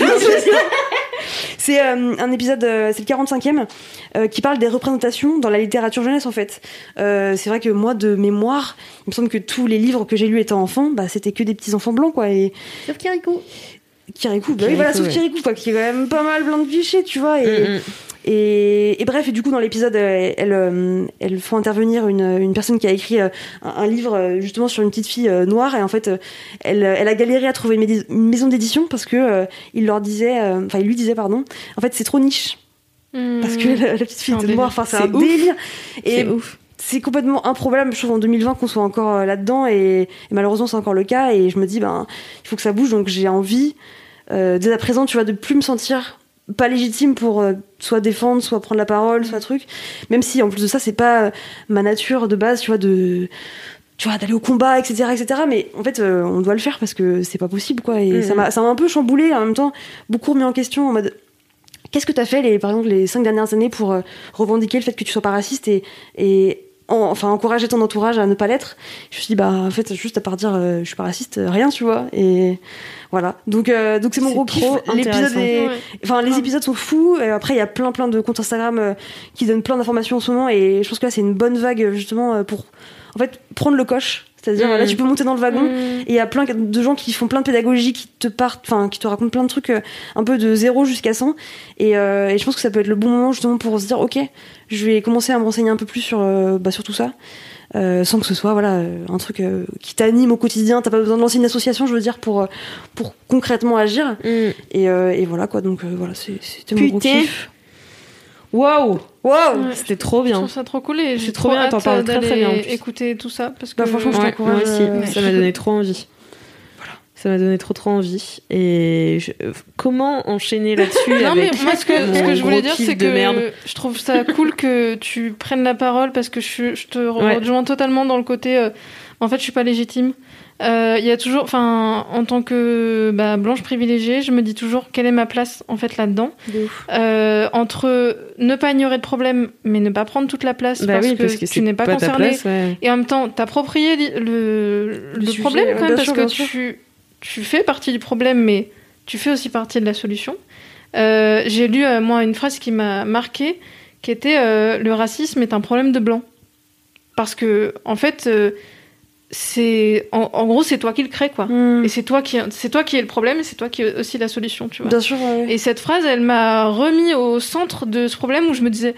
[SPEAKER 4] C'est euh, un épisode, euh, c'est le quarante-cinquième, euh, qui parle des représentations dans la littérature jeunesse, en fait. Euh, c'est vrai que moi, de mémoire, il me semble que tous les livres que j'ai lus étant enfant, bah, c'était que des petits enfants blancs, quoi. Et...
[SPEAKER 5] Sauf Kirikou.
[SPEAKER 4] Kirikou, bah oui, voilà, sauf
[SPEAKER 3] ouais.
[SPEAKER 4] Kirikou, quoi, qui est quand même pas mal plein de clichés, tu vois. Et,
[SPEAKER 3] mm-hmm.
[SPEAKER 4] et, et bref, et du coup, dans l'épisode, elles, elles, elles font intervenir une, une personne qui a écrit un, un livre, justement, sur une petite fille noire. Et en fait, elle, elle a galéré à trouver une, médi- une maison d'édition parce que euh, il leur disait, enfin, il lui disait, pardon, en fait, c'est trop niche. Mmh. Parce que la, la petite fille était noire, enfin, c'est, c'est un ouf. délire. Et
[SPEAKER 3] c'est ouf.
[SPEAKER 4] C'est complètement improbable, je trouve, en deux mille vingt qu'on soit encore euh, là-dedans, et, et malheureusement c'est encore le cas, et je me dis ben il faut que ça bouge, donc j'ai envie euh, dès à présent, tu vois, de plus me sentir pas légitime pour euh, soit défendre, soit prendre la parole, soit truc, même si en plus de ça c'est pas euh, ma nature de base, tu vois, de tu vois, d'aller au combat, et cetera, et cetera. Mais en fait, euh, on doit le faire parce que c'est pas possible, quoi. Et mmh. ça m'a ça m'a un peu chamboulé, en même temps beaucoup remis en question en mode qu'est-ce que t'as fait les par exemple les cinq dernières années pour euh, revendiquer le fait que tu sois pas raciste et et En, enfin encourager ton entourage à ne pas l'être. Je me suis dit bah en fait juste à part dire euh, je suis pas raciste, euh, rien, tu vois. Et voilà, donc euh, donc c'est mon
[SPEAKER 3] c'est
[SPEAKER 4] gros kiff. L'épisode est...
[SPEAKER 2] ouais.
[SPEAKER 4] enfin les épisodes sont fous, et après il y a plein plein de comptes Instagram euh, qui donnent plein d'informations en ce moment, et je pense que là c'est une bonne vague justement euh, pour en fait prendre le coche. C'est-à-dire, mmh. là, tu peux monter dans le wagon, mmh. et il y a plein de gens qui font plein de pédagogie, qui te partent, enfin, qui te racontent plein de trucs, euh, un peu de zéro jusqu'à cent. Et, euh, et je pense que ça peut être le bon moment, justement, pour se dire, ok, je vais commencer à me renseigner un peu plus sur, euh, bah, sur tout ça, euh, sans que ce soit, voilà, un truc euh, qui t'anime au quotidien. T'as pas besoin de lancer une association, je veux dire, pour, pour concrètement agir. Mmh. Et, euh, et voilà, quoi. Donc, euh, voilà, c'est, c'était mon gros kiff.
[SPEAKER 3] Waouh!
[SPEAKER 4] Waouh!
[SPEAKER 3] Ouais, c'était trop bien.
[SPEAKER 2] Je trouve ça trop cool, et j'ai
[SPEAKER 3] c'est
[SPEAKER 2] trop,
[SPEAKER 3] trop bien,
[SPEAKER 2] hâte
[SPEAKER 3] t'en parles très très bien.
[SPEAKER 2] Écouter tout ça parce que
[SPEAKER 4] bah, franchement, je
[SPEAKER 3] ouais,
[SPEAKER 4] t'encourage.
[SPEAKER 3] moi aussi,
[SPEAKER 4] euh,
[SPEAKER 3] ça m'a donné trop envie.
[SPEAKER 4] Voilà.
[SPEAKER 3] Ça m'a donné trop trop envie. Et je... comment enchaîner là-dessus
[SPEAKER 2] Non,
[SPEAKER 3] avec
[SPEAKER 2] mais moi, ce que,
[SPEAKER 3] mon
[SPEAKER 2] ce que je voulais
[SPEAKER 3] gros
[SPEAKER 2] dire,
[SPEAKER 3] kiff
[SPEAKER 2] c'est
[SPEAKER 3] de
[SPEAKER 2] que
[SPEAKER 3] merde.
[SPEAKER 2] je trouve ça cool que tu prennes la parole parce que je, je te
[SPEAKER 3] Ouais.
[SPEAKER 2] rejoins totalement dans le côté. euh, en fait, je suis pas légitime. Euh, Il y a toujours, enfin, en tant que bah, blanche privilégiée, je me dis toujours quelle est ma place en fait là-dedans.
[SPEAKER 4] De ouf.
[SPEAKER 2] Euh, entre ne pas ignorer de problème, mais ne pas prendre toute la place
[SPEAKER 3] Bah
[SPEAKER 2] parce,
[SPEAKER 3] oui,
[SPEAKER 2] que
[SPEAKER 3] parce que
[SPEAKER 2] tu
[SPEAKER 3] c'est
[SPEAKER 2] n'es pas,
[SPEAKER 3] pas ta
[SPEAKER 2] concerné.
[SPEAKER 3] place, ouais.
[SPEAKER 2] Et en même temps, t'approprier li- le, le,
[SPEAKER 4] Le sujet,
[SPEAKER 2] problème
[SPEAKER 4] ouais,
[SPEAKER 2] quand même,
[SPEAKER 4] bien
[SPEAKER 2] parce
[SPEAKER 4] sûr,
[SPEAKER 2] que
[SPEAKER 4] bien sûr.
[SPEAKER 2] tu, tu fais partie du problème, mais tu fais aussi partie de la solution. Euh, j'ai lu, euh, moi, une phrase qui m'a marquée, qui était euh, le racisme est un problème de blanc. Parce que, en fait, euh, c'est, en, en gros, c'est toi qui le crée, quoi.
[SPEAKER 4] Mm.
[SPEAKER 2] Et c'est toi qui, c'est toi qui es le problème, et c'est toi qui es aussi la solution, tu vois.
[SPEAKER 4] Bien sûr, ouais, ouais.
[SPEAKER 2] Et cette phrase, elle m'a remis au centre de ce problème où je me disais,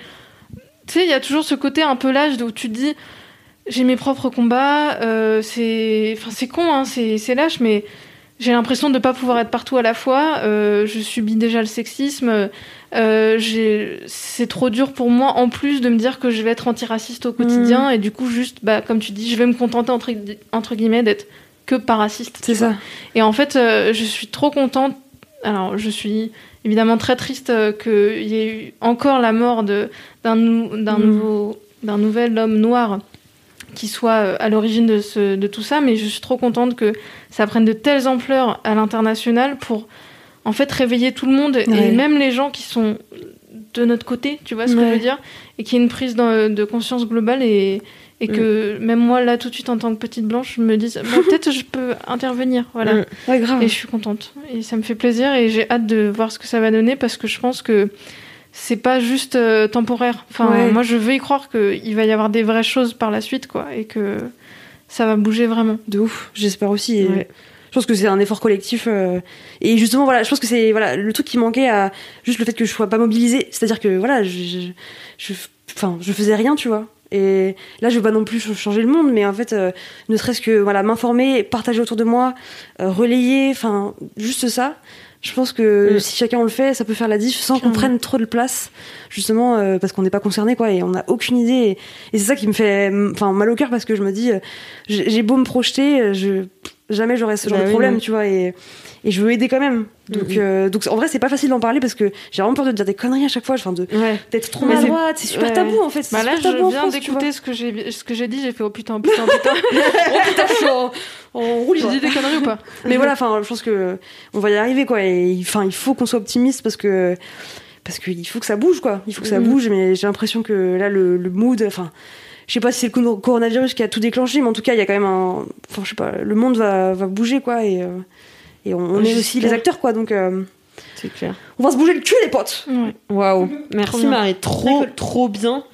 [SPEAKER 2] tu sais, il y a toujours ce côté un peu lâche où tu te dis, j'ai mes propres combats, euh, c'est, enfin, c'est con, hein, c'est, c'est lâche, mais j'ai l'impression de ne pas pouvoir être partout à la fois. Euh, je subis déjà le sexisme. Euh, j'ai... C'est trop dur pour moi, en plus, de me dire que je vais être antiraciste au quotidien. Et du coup, juste, bah, comme tu dis, je vais me contenter, entre, gui- entre guillemets, d'être que pas raciste.
[SPEAKER 4] C'est
[SPEAKER 2] tu vois.
[SPEAKER 4] ça.
[SPEAKER 2] Et en fait, euh, je suis trop contente. Alors, je suis évidemment très triste euh, qu'il y ait eu encore la mort de, d'un, nou- d'un,
[SPEAKER 4] Mm.
[SPEAKER 2] nouveau, d'un nouvel homme noir qui soit euh, à l'origine de, ce, de tout ça, mais je suis trop contente que ça prenne de telles ampleurs à l'international pour en fait réveiller tout le monde,
[SPEAKER 4] Ouais.
[SPEAKER 2] et même les gens qui sont de notre côté, tu vois ce que
[SPEAKER 4] Ouais.
[SPEAKER 2] je veux dire, et qu'il y ait une prise dans- de conscience globale, et, et que même moi, là, tout de suite, en tant que petite blanche, je me dise, bon, peut-être je peux intervenir, voilà.
[SPEAKER 3] Mm.
[SPEAKER 4] Ouais, grave.
[SPEAKER 2] Et je suis contente. Et ça me fait plaisir, et j'ai hâte de voir ce que ça va donner, parce que je pense que c'est pas juste euh, temporaire. Enfin,
[SPEAKER 4] Ouais.
[SPEAKER 2] moi, je veux y croire qu'il va y avoir des vraies choses par la suite, quoi, et que ça va bouger vraiment.
[SPEAKER 4] De ouf, j'espère aussi. Et
[SPEAKER 2] Ouais.
[SPEAKER 4] Je pense que c'est un effort collectif. euh, Et justement, voilà, je pense que c'est voilà, le truc qui manquait à juste le fait que je sois pas mobilisée. C'est-à-dire que voilà, je, je, je, enfin, je faisais rien, tu vois. Et là, je veux pas non plus ch- changer le monde, mais en fait, euh, ne serait-ce que voilà, m'informer, partager autour de moi, euh, relayer, enfin, juste ça. Je pense que
[SPEAKER 3] Mm.
[SPEAKER 4] si chacun on le fait, ça peut faire la diff sans qu'on
[SPEAKER 2] Carrément.
[SPEAKER 4] prenne trop de place, justement euh, parce qu'on n'est pas concerné, quoi, et on n'a aucune idée. Et, et c'est ça qui me fait, enfin, mal au cœur, parce que je me dis, euh, j'ai j'ai beau me projeter, je jamais j'aurais ce genre
[SPEAKER 3] Bah
[SPEAKER 4] de
[SPEAKER 3] oui,
[SPEAKER 4] problème,
[SPEAKER 3] non.
[SPEAKER 4] tu vois, et, et je veux aider quand même. Donc,
[SPEAKER 3] Mhm.
[SPEAKER 4] euh, donc en vrai, c'est pas facile d'en parler parce que j'ai vraiment peur de dire des conneries à chaque fois, enfin, de
[SPEAKER 3] Ouais.
[SPEAKER 4] d'être trop
[SPEAKER 2] Mais c'est-
[SPEAKER 4] maladroite, c'est super
[SPEAKER 2] ouais.
[SPEAKER 4] tabou en fait. C'est
[SPEAKER 2] Bah là,
[SPEAKER 4] super
[SPEAKER 2] je
[SPEAKER 4] tabou en
[SPEAKER 2] viens
[SPEAKER 4] France, tu
[SPEAKER 2] d'écouter
[SPEAKER 4] vois.
[SPEAKER 2] ce que j'ai ce que j'ai dit, j'ai fait oh putain, putain, putain.
[SPEAKER 4] Oh putain, je suis en, en roue
[SPEAKER 2] J'ai
[SPEAKER 4] libre.
[SPEAKER 2] dit des conneries ou pas?
[SPEAKER 4] Mais voilà, enfin, je pense que on va y arriver, quoi. Et enfin, il faut qu'on soit optimiste parce que parce qu'il faut que ça bouge, quoi. Il faut que ça
[SPEAKER 2] Mhm.
[SPEAKER 4] bouge, mais j'ai l'impression que là, le, le mood, enfin, je sais pas si c'est le co- coronavirus qui a tout déclenché, mais en tout cas, il y a quand même un, enfin, je sais pas, le monde va, va bouger, quoi. Et euh, et on, on est aussi
[SPEAKER 3] J'espère.
[SPEAKER 4] les acteurs, quoi. Donc, euh,
[SPEAKER 3] C'est clair.
[SPEAKER 4] on va se bouger le cul, les potes.
[SPEAKER 2] Ouais.
[SPEAKER 3] Waouh. Merci
[SPEAKER 2] Trop bien.
[SPEAKER 3] Marie, trop trop bien.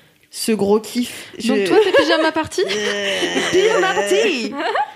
[SPEAKER 3] Ce gros kiff.
[SPEAKER 2] Donc
[SPEAKER 3] Je-
[SPEAKER 2] toi, t'es pyjama party?
[SPEAKER 4] Pyjama party.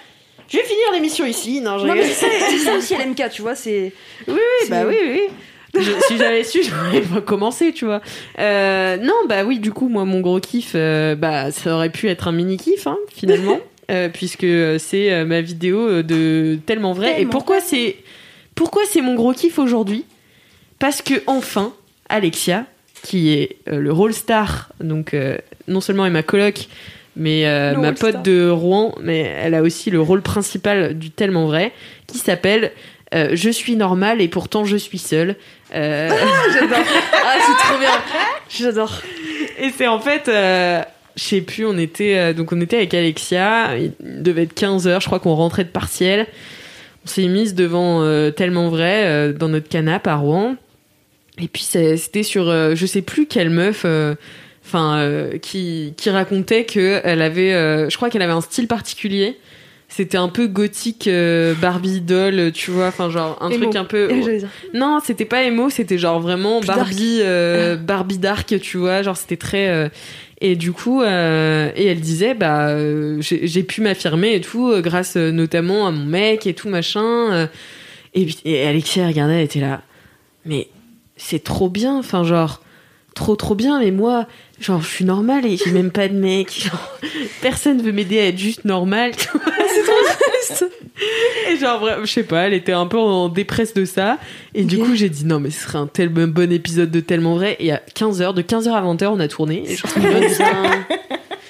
[SPEAKER 3] Je vais finir l'émission ici. Non, je
[SPEAKER 4] Non, mais
[SPEAKER 3] rigole.
[SPEAKER 4] c'est ça, c'est ça aussi L M K, tu vois, c'est.
[SPEAKER 3] Oui, oui, bah oui, oui. Je- si j'avais su, j'aurais pas commencé, tu vois. Euh, non, bah oui, du coup, moi, mon gros kiff, euh, bah, ça aurait pu être un mini kiff, hein, finalement, euh, puisque c'est euh, ma vidéo de tellement vrai.
[SPEAKER 5] Tellement
[SPEAKER 3] Et pourquoi c'est, pourquoi c'est mon gros kiff aujourd'hui? Parce que enfin, Alexia, qui est euh, le rôle star, donc euh, non seulement est ma coloc, mais euh,
[SPEAKER 4] Le
[SPEAKER 3] ma
[SPEAKER 4] rôle
[SPEAKER 3] pote
[SPEAKER 4] star.
[SPEAKER 3] de Rouen, mais elle a aussi le rôle principal du tellement vrai, qui s'appelle euh, Je suis normale et pourtant je suis seule. Euh,
[SPEAKER 4] J'adore. Ah, c'est trop bien. J'adore.
[SPEAKER 3] et c'est en fait, euh, je sais plus, on était euh, donc on était avec Alexia, il devait être quinze heures, je crois qu'on rentrait de partiel. On s'est mise devant euh, tellement vrai euh, dans notre canapé à Rouen. Et puis c'est- c'était sur euh, je sais plus quelle meuf euh, enfin euh, qui qui racontait que elle avait euh, je crois qu'elle avait un style particulier. C'était un peu gothique euh, Barbie doll, tu vois, enfin genre un
[SPEAKER 2] Emo.
[SPEAKER 3] truc un peu
[SPEAKER 4] Et j'allais dire.
[SPEAKER 3] non, c'était pas emo, c'était genre vraiment
[SPEAKER 4] Plus
[SPEAKER 3] Barbie, euh, Barbie dark, tu vois, genre c'était très. euh, Et du coup, euh, et elle disait, bah, euh, j'ai j'ai pu m'affirmer et tout, euh, grâce euh, notamment à mon mec et tout machin. euh. Et, puis- et Alexia regardait, elle était là, mais c'est trop bien, enfin genre trop trop bien, mais moi, genre je suis normale et j'ai même pas de mec, genre, personne veut m'aider à être juste normale. C'est trop triste. Et genre, vraiment, je sais pas, elle était un peu en dépresse de ça. Et du
[SPEAKER 4] Ok.
[SPEAKER 3] coup, j'ai dit non, mais ce serait un tel bon épisode de tellement vrai. Et à quinze heures, de quinze heures à vingt heures, on a tourné. Et, genre,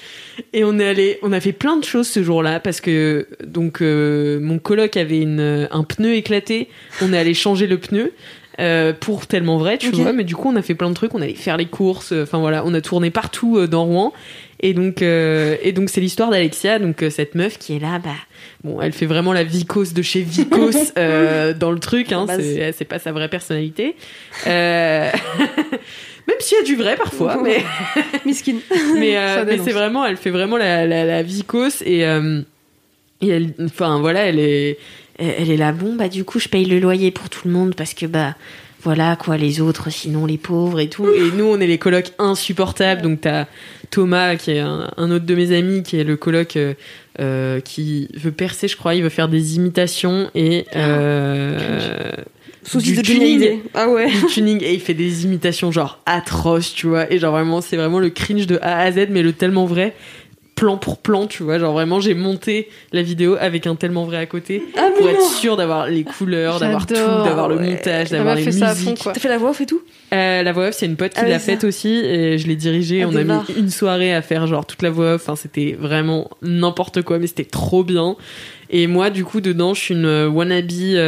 [SPEAKER 3] Et on est allé, on a fait plein de choses ce jour-là parce que donc euh, mon coloc avait une, un pneu éclaté. On est allé changer le pneu. Euh, pour Tellement Vrai, tu okay. vois, mais du coup on a fait plein de trucs, on allait faire les courses, enfin voilà, on a tourné partout euh, dans Rouen, et donc euh, et donc c'est l'histoire d'Alexia, donc euh, cette meuf qui est là, bah bon, elle fait vraiment la vicose de chez Vicos euh, dans le truc, hein, c'est, c'est pas sa vraie personnalité, euh... même s'il y a du vrai parfois, mais
[SPEAKER 4] Miskine,
[SPEAKER 3] mais, euh, mais c'est vraiment, elle fait vraiment la la, la vicose et euh, et elle, enfin voilà, elle est elle est là, bon bah du coup je paye le loyer pour tout le monde parce que bah voilà quoi, les autres sinon les pauvres et tout, et nous on est les colocs insupportables, donc t'as Thomas qui est un, un autre de mes amis qui est le coloc euh, euh, qui veut percer, je crois, il veut faire des imitations et euh,
[SPEAKER 4] souci
[SPEAKER 3] du
[SPEAKER 4] de
[SPEAKER 3] tuning,
[SPEAKER 4] ah ouais,
[SPEAKER 3] du tuning, et il fait des imitations genre atroces, tu vois, et genre vraiment c'est vraiment le cringe de A à Z, mais le Tellement Vrai plan pour plan, tu vois, genre vraiment j'ai monté la vidéo avec un Tellement Vrai à côté
[SPEAKER 4] ah
[SPEAKER 3] pour
[SPEAKER 4] non.
[SPEAKER 3] être sûr d'avoir les couleurs, d'avoir tout, d'avoir ouais. le montage, d'avoir les musiques.
[SPEAKER 2] Fond, quoi.
[SPEAKER 4] T'as fait la voix off et tout
[SPEAKER 3] euh, La voix off, c'est une pote qui
[SPEAKER 4] ah,
[SPEAKER 3] l'a
[SPEAKER 4] ça.
[SPEAKER 3] faite aussi, et je l'ai dirigée.
[SPEAKER 4] À
[SPEAKER 3] on a
[SPEAKER 4] démarre.
[SPEAKER 3] mis une soirée à faire genre toute la voix off, enfin c'était vraiment n'importe quoi, mais c'était trop bien. Et moi, du coup, dedans, je suis une wannabe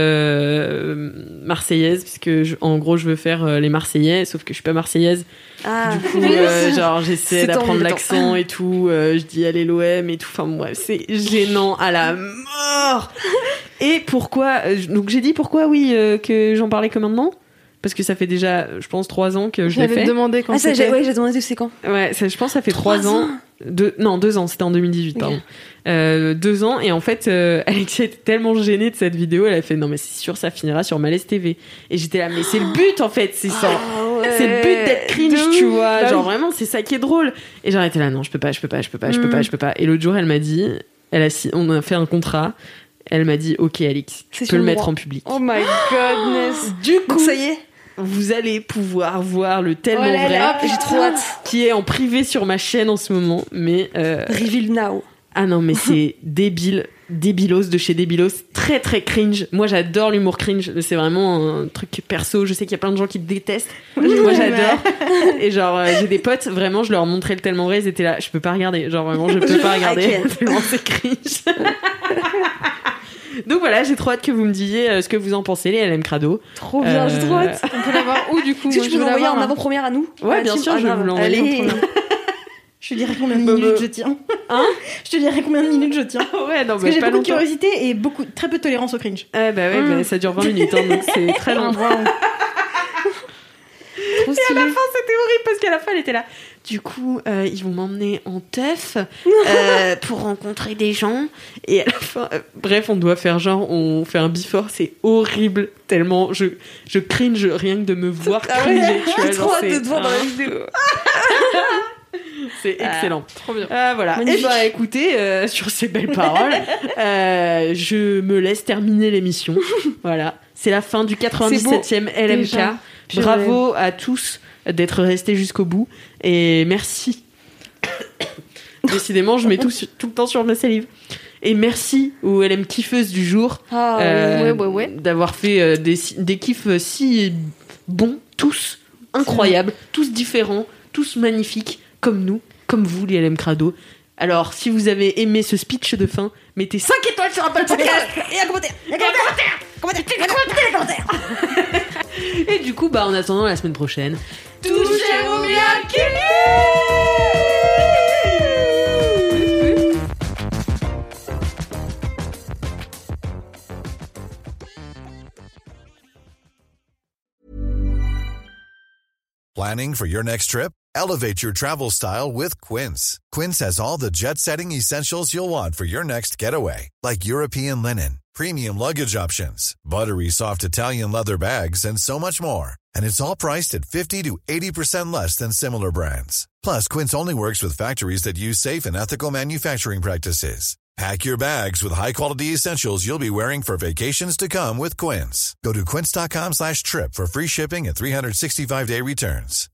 [SPEAKER 3] euh, marseillaise, puisque je, en gros, je veux faire euh, les Marseillais, sauf que je suis pas marseillaise.
[SPEAKER 4] Ah.
[SPEAKER 3] Du coup, euh, genre, j'essaie
[SPEAKER 4] C'est
[SPEAKER 3] d'apprendre
[SPEAKER 4] temps,
[SPEAKER 3] l'accent
[SPEAKER 4] temps.
[SPEAKER 3] et tout. Euh, je dis allez l'O M et tout. Enfin bref, c'est gênant à la mort. Et pourquoi euh, Donc j'ai dit pourquoi, oui, euh, que j'en parlais que maintenant. Parce que ça fait déjà, je pense, trois ans que je l'ai fait.
[SPEAKER 2] J'avais demandé quand
[SPEAKER 4] ah, ça,
[SPEAKER 2] c'était.
[SPEAKER 4] j'ai, ouais, j'ai demandé c'est quand.
[SPEAKER 3] Ouais, ça, je pense que ça fait trois ans. Deux, non, deux ans, c'était en deux mille dix-huit, pardon.
[SPEAKER 4] Okay.
[SPEAKER 3] Euh, deux ans, et en fait, euh, Alexia était tellement gênée de cette vidéo, elle a fait non, mais c'est sûr, ça finira sur Malaise T V. Et j'étais là, mais c'est le but en fait, c'est ça.
[SPEAKER 4] Ah ouais.
[SPEAKER 3] C'est le but d'être cringe,
[SPEAKER 4] De
[SPEAKER 3] tu
[SPEAKER 4] ouf.
[SPEAKER 3] vois.
[SPEAKER 4] Bah
[SPEAKER 3] genre
[SPEAKER 4] oui.
[SPEAKER 3] vraiment, c'est ça qui est drôle. Et genre, elle était là, non, je peux pas, je peux pas, je peux pas, je peux
[SPEAKER 4] Mm.
[SPEAKER 3] pas, je peux pas. Et l'autre jour, elle m'a dit, elle a, si- on a fait un contrat, elle m'a dit, ok, Alix, tu
[SPEAKER 4] C'est
[SPEAKER 3] peux
[SPEAKER 4] sur
[SPEAKER 3] le
[SPEAKER 4] le
[SPEAKER 3] mettre
[SPEAKER 4] droit.
[SPEAKER 3] en public.
[SPEAKER 4] Oh my godness.
[SPEAKER 3] Du coup,
[SPEAKER 4] Donc ça y est,
[SPEAKER 3] vous allez pouvoir voir le Tellement
[SPEAKER 2] Oh là
[SPEAKER 3] Vrai,
[SPEAKER 2] là,
[SPEAKER 4] j'ai trop hâte.
[SPEAKER 3] qui est en privé sur ma chaîne en ce moment, mais euh,
[SPEAKER 4] Reveal now.
[SPEAKER 3] ah non, mais c'est débile, débilos de chez débilos, très très cringe. Moi j'adore l'humour cringe, c'est vraiment un truc perso, je sais qu'il y a plein de gens qui te détestent. Moi j'adore. Et genre euh, j'ai des potes, vraiment je leur montrais le Tellement Vrai, ils étaient là, je peux pas regarder, genre vraiment je peux pas regarder, tellement c'est cringe. Donc voilà, j'ai trop hâte que vous me disiez euh, ce que vous en pensez, les L M Crado.
[SPEAKER 4] Trop bien,
[SPEAKER 3] Euh,
[SPEAKER 4] j'ai trop hâte.
[SPEAKER 2] On peut l'avoir où du coup?
[SPEAKER 4] Est-ce que
[SPEAKER 2] Moi,
[SPEAKER 4] tu
[SPEAKER 2] je
[SPEAKER 4] peux
[SPEAKER 2] veux
[SPEAKER 4] l'envoyer
[SPEAKER 2] l'avoir,
[SPEAKER 4] en
[SPEAKER 2] hein.
[SPEAKER 4] avant-première à nous?
[SPEAKER 3] Ouais,
[SPEAKER 4] Ah,
[SPEAKER 3] bien
[SPEAKER 4] tu-
[SPEAKER 3] sûr,
[SPEAKER 4] ah,
[SPEAKER 3] je vais
[SPEAKER 4] grave.
[SPEAKER 3] vous l'envoyer
[SPEAKER 4] Allez.
[SPEAKER 3] en premier.
[SPEAKER 5] Je te dirai combien de
[SPEAKER 3] Bah,
[SPEAKER 5] minutes
[SPEAKER 3] bah.
[SPEAKER 5] je tiens.
[SPEAKER 3] Hein?
[SPEAKER 5] Je te dirai combien de minutes je tiens.
[SPEAKER 3] Ouais, non,
[SPEAKER 5] Parce
[SPEAKER 3] bah,
[SPEAKER 5] que j'ai
[SPEAKER 3] pas
[SPEAKER 5] beaucoup de
[SPEAKER 3] longtemps.
[SPEAKER 5] curiosité et beaucoup, très peu de tolérance au cringe.
[SPEAKER 3] Ah bah ouais, bah, ça dure vingt minutes, hein, donc c'est très long.
[SPEAKER 5] Wow.
[SPEAKER 4] Trop
[SPEAKER 3] Et à
[SPEAKER 4] stylé.
[SPEAKER 3] la fin, c'était horrible parce qu'à la fin, elle était là. Du coup, euh, ils vont m'emmener en teuf euh, pour rencontrer des gens. Et à la fin, euh, bref, on doit faire genre, on fait un before, c'est horrible. Tellement, je, je cringe rien que de me voir
[SPEAKER 4] Ah ouais,
[SPEAKER 3] cringer. Tu vois,
[SPEAKER 4] j'ai
[SPEAKER 3] genre,
[SPEAKER 4] trop hâte
[SPEAKER 3] c'est-
[SPEAKER 4] de te voir dans la
[SPEAKER 3] Ah,
[SPEAKER 4] vidéo.
[SPEAKER 3] C'est excellent.
[SPEAKER 2] Trop bien.
[SPEAKER 3] Euh, voilà. Et
[SPEAKER 4] Magnifique.
[SPEAKER 3] bah écoutez, euh, sur ces belles paroles, euh, je me laisse terminer l'émission. Voilà. C'est la fin du quatre-vingt-dix-septième L M K.
[SPEAKER 2] Déjà.
[SPEAKER 4] Purée.
[SPEAKER 3] Bravo à tous d'être restés jusqu'au bout. Et merci. Décidément, je mets tout, sur- tout le temps sur ma salive. Et merci aux L M kiffeuses du jour
[SPEAKER 4] Ah,
[SPEAKER 3] euh,
[SPEAKER 2] ouais, ouais, ouais.
[SPEAKER 3] d'avoir fait euh, des, des kiffs si bons, tous incroyables, tous différents, tous magnifiques, comme nous, comme vous, les L M Crado. Alors, si vous avez aimé ce speech de fin, mettez cinq étoiles sur Apple Podcast
[SPEAKER 5] Et un commentaire. Et un commentaire. Commentaire. Commentaire. Commentaire.
[SPEAKER 3] et du coup, bah, en attendant la semaine prochaine, touchez-vous bien,
[SPEAKER 10] Planning for your next trip? Elevate your travel style with Quince. Quince has all the jet-setting essentials you'll want for your next getaway, like European linen, premium luggage options, buttery soft Italian leather bags, and so much more. And it's all priced at fifty to eighty percent less than similar brands. Plus, Quince only works with factories that use safe and ethical manufacturing practices. Pack your bags with high-quality essentials you'll be wearing for vacations to come with Quince. Go to quince.com slash trip for free shipping and three sixty-five day returns.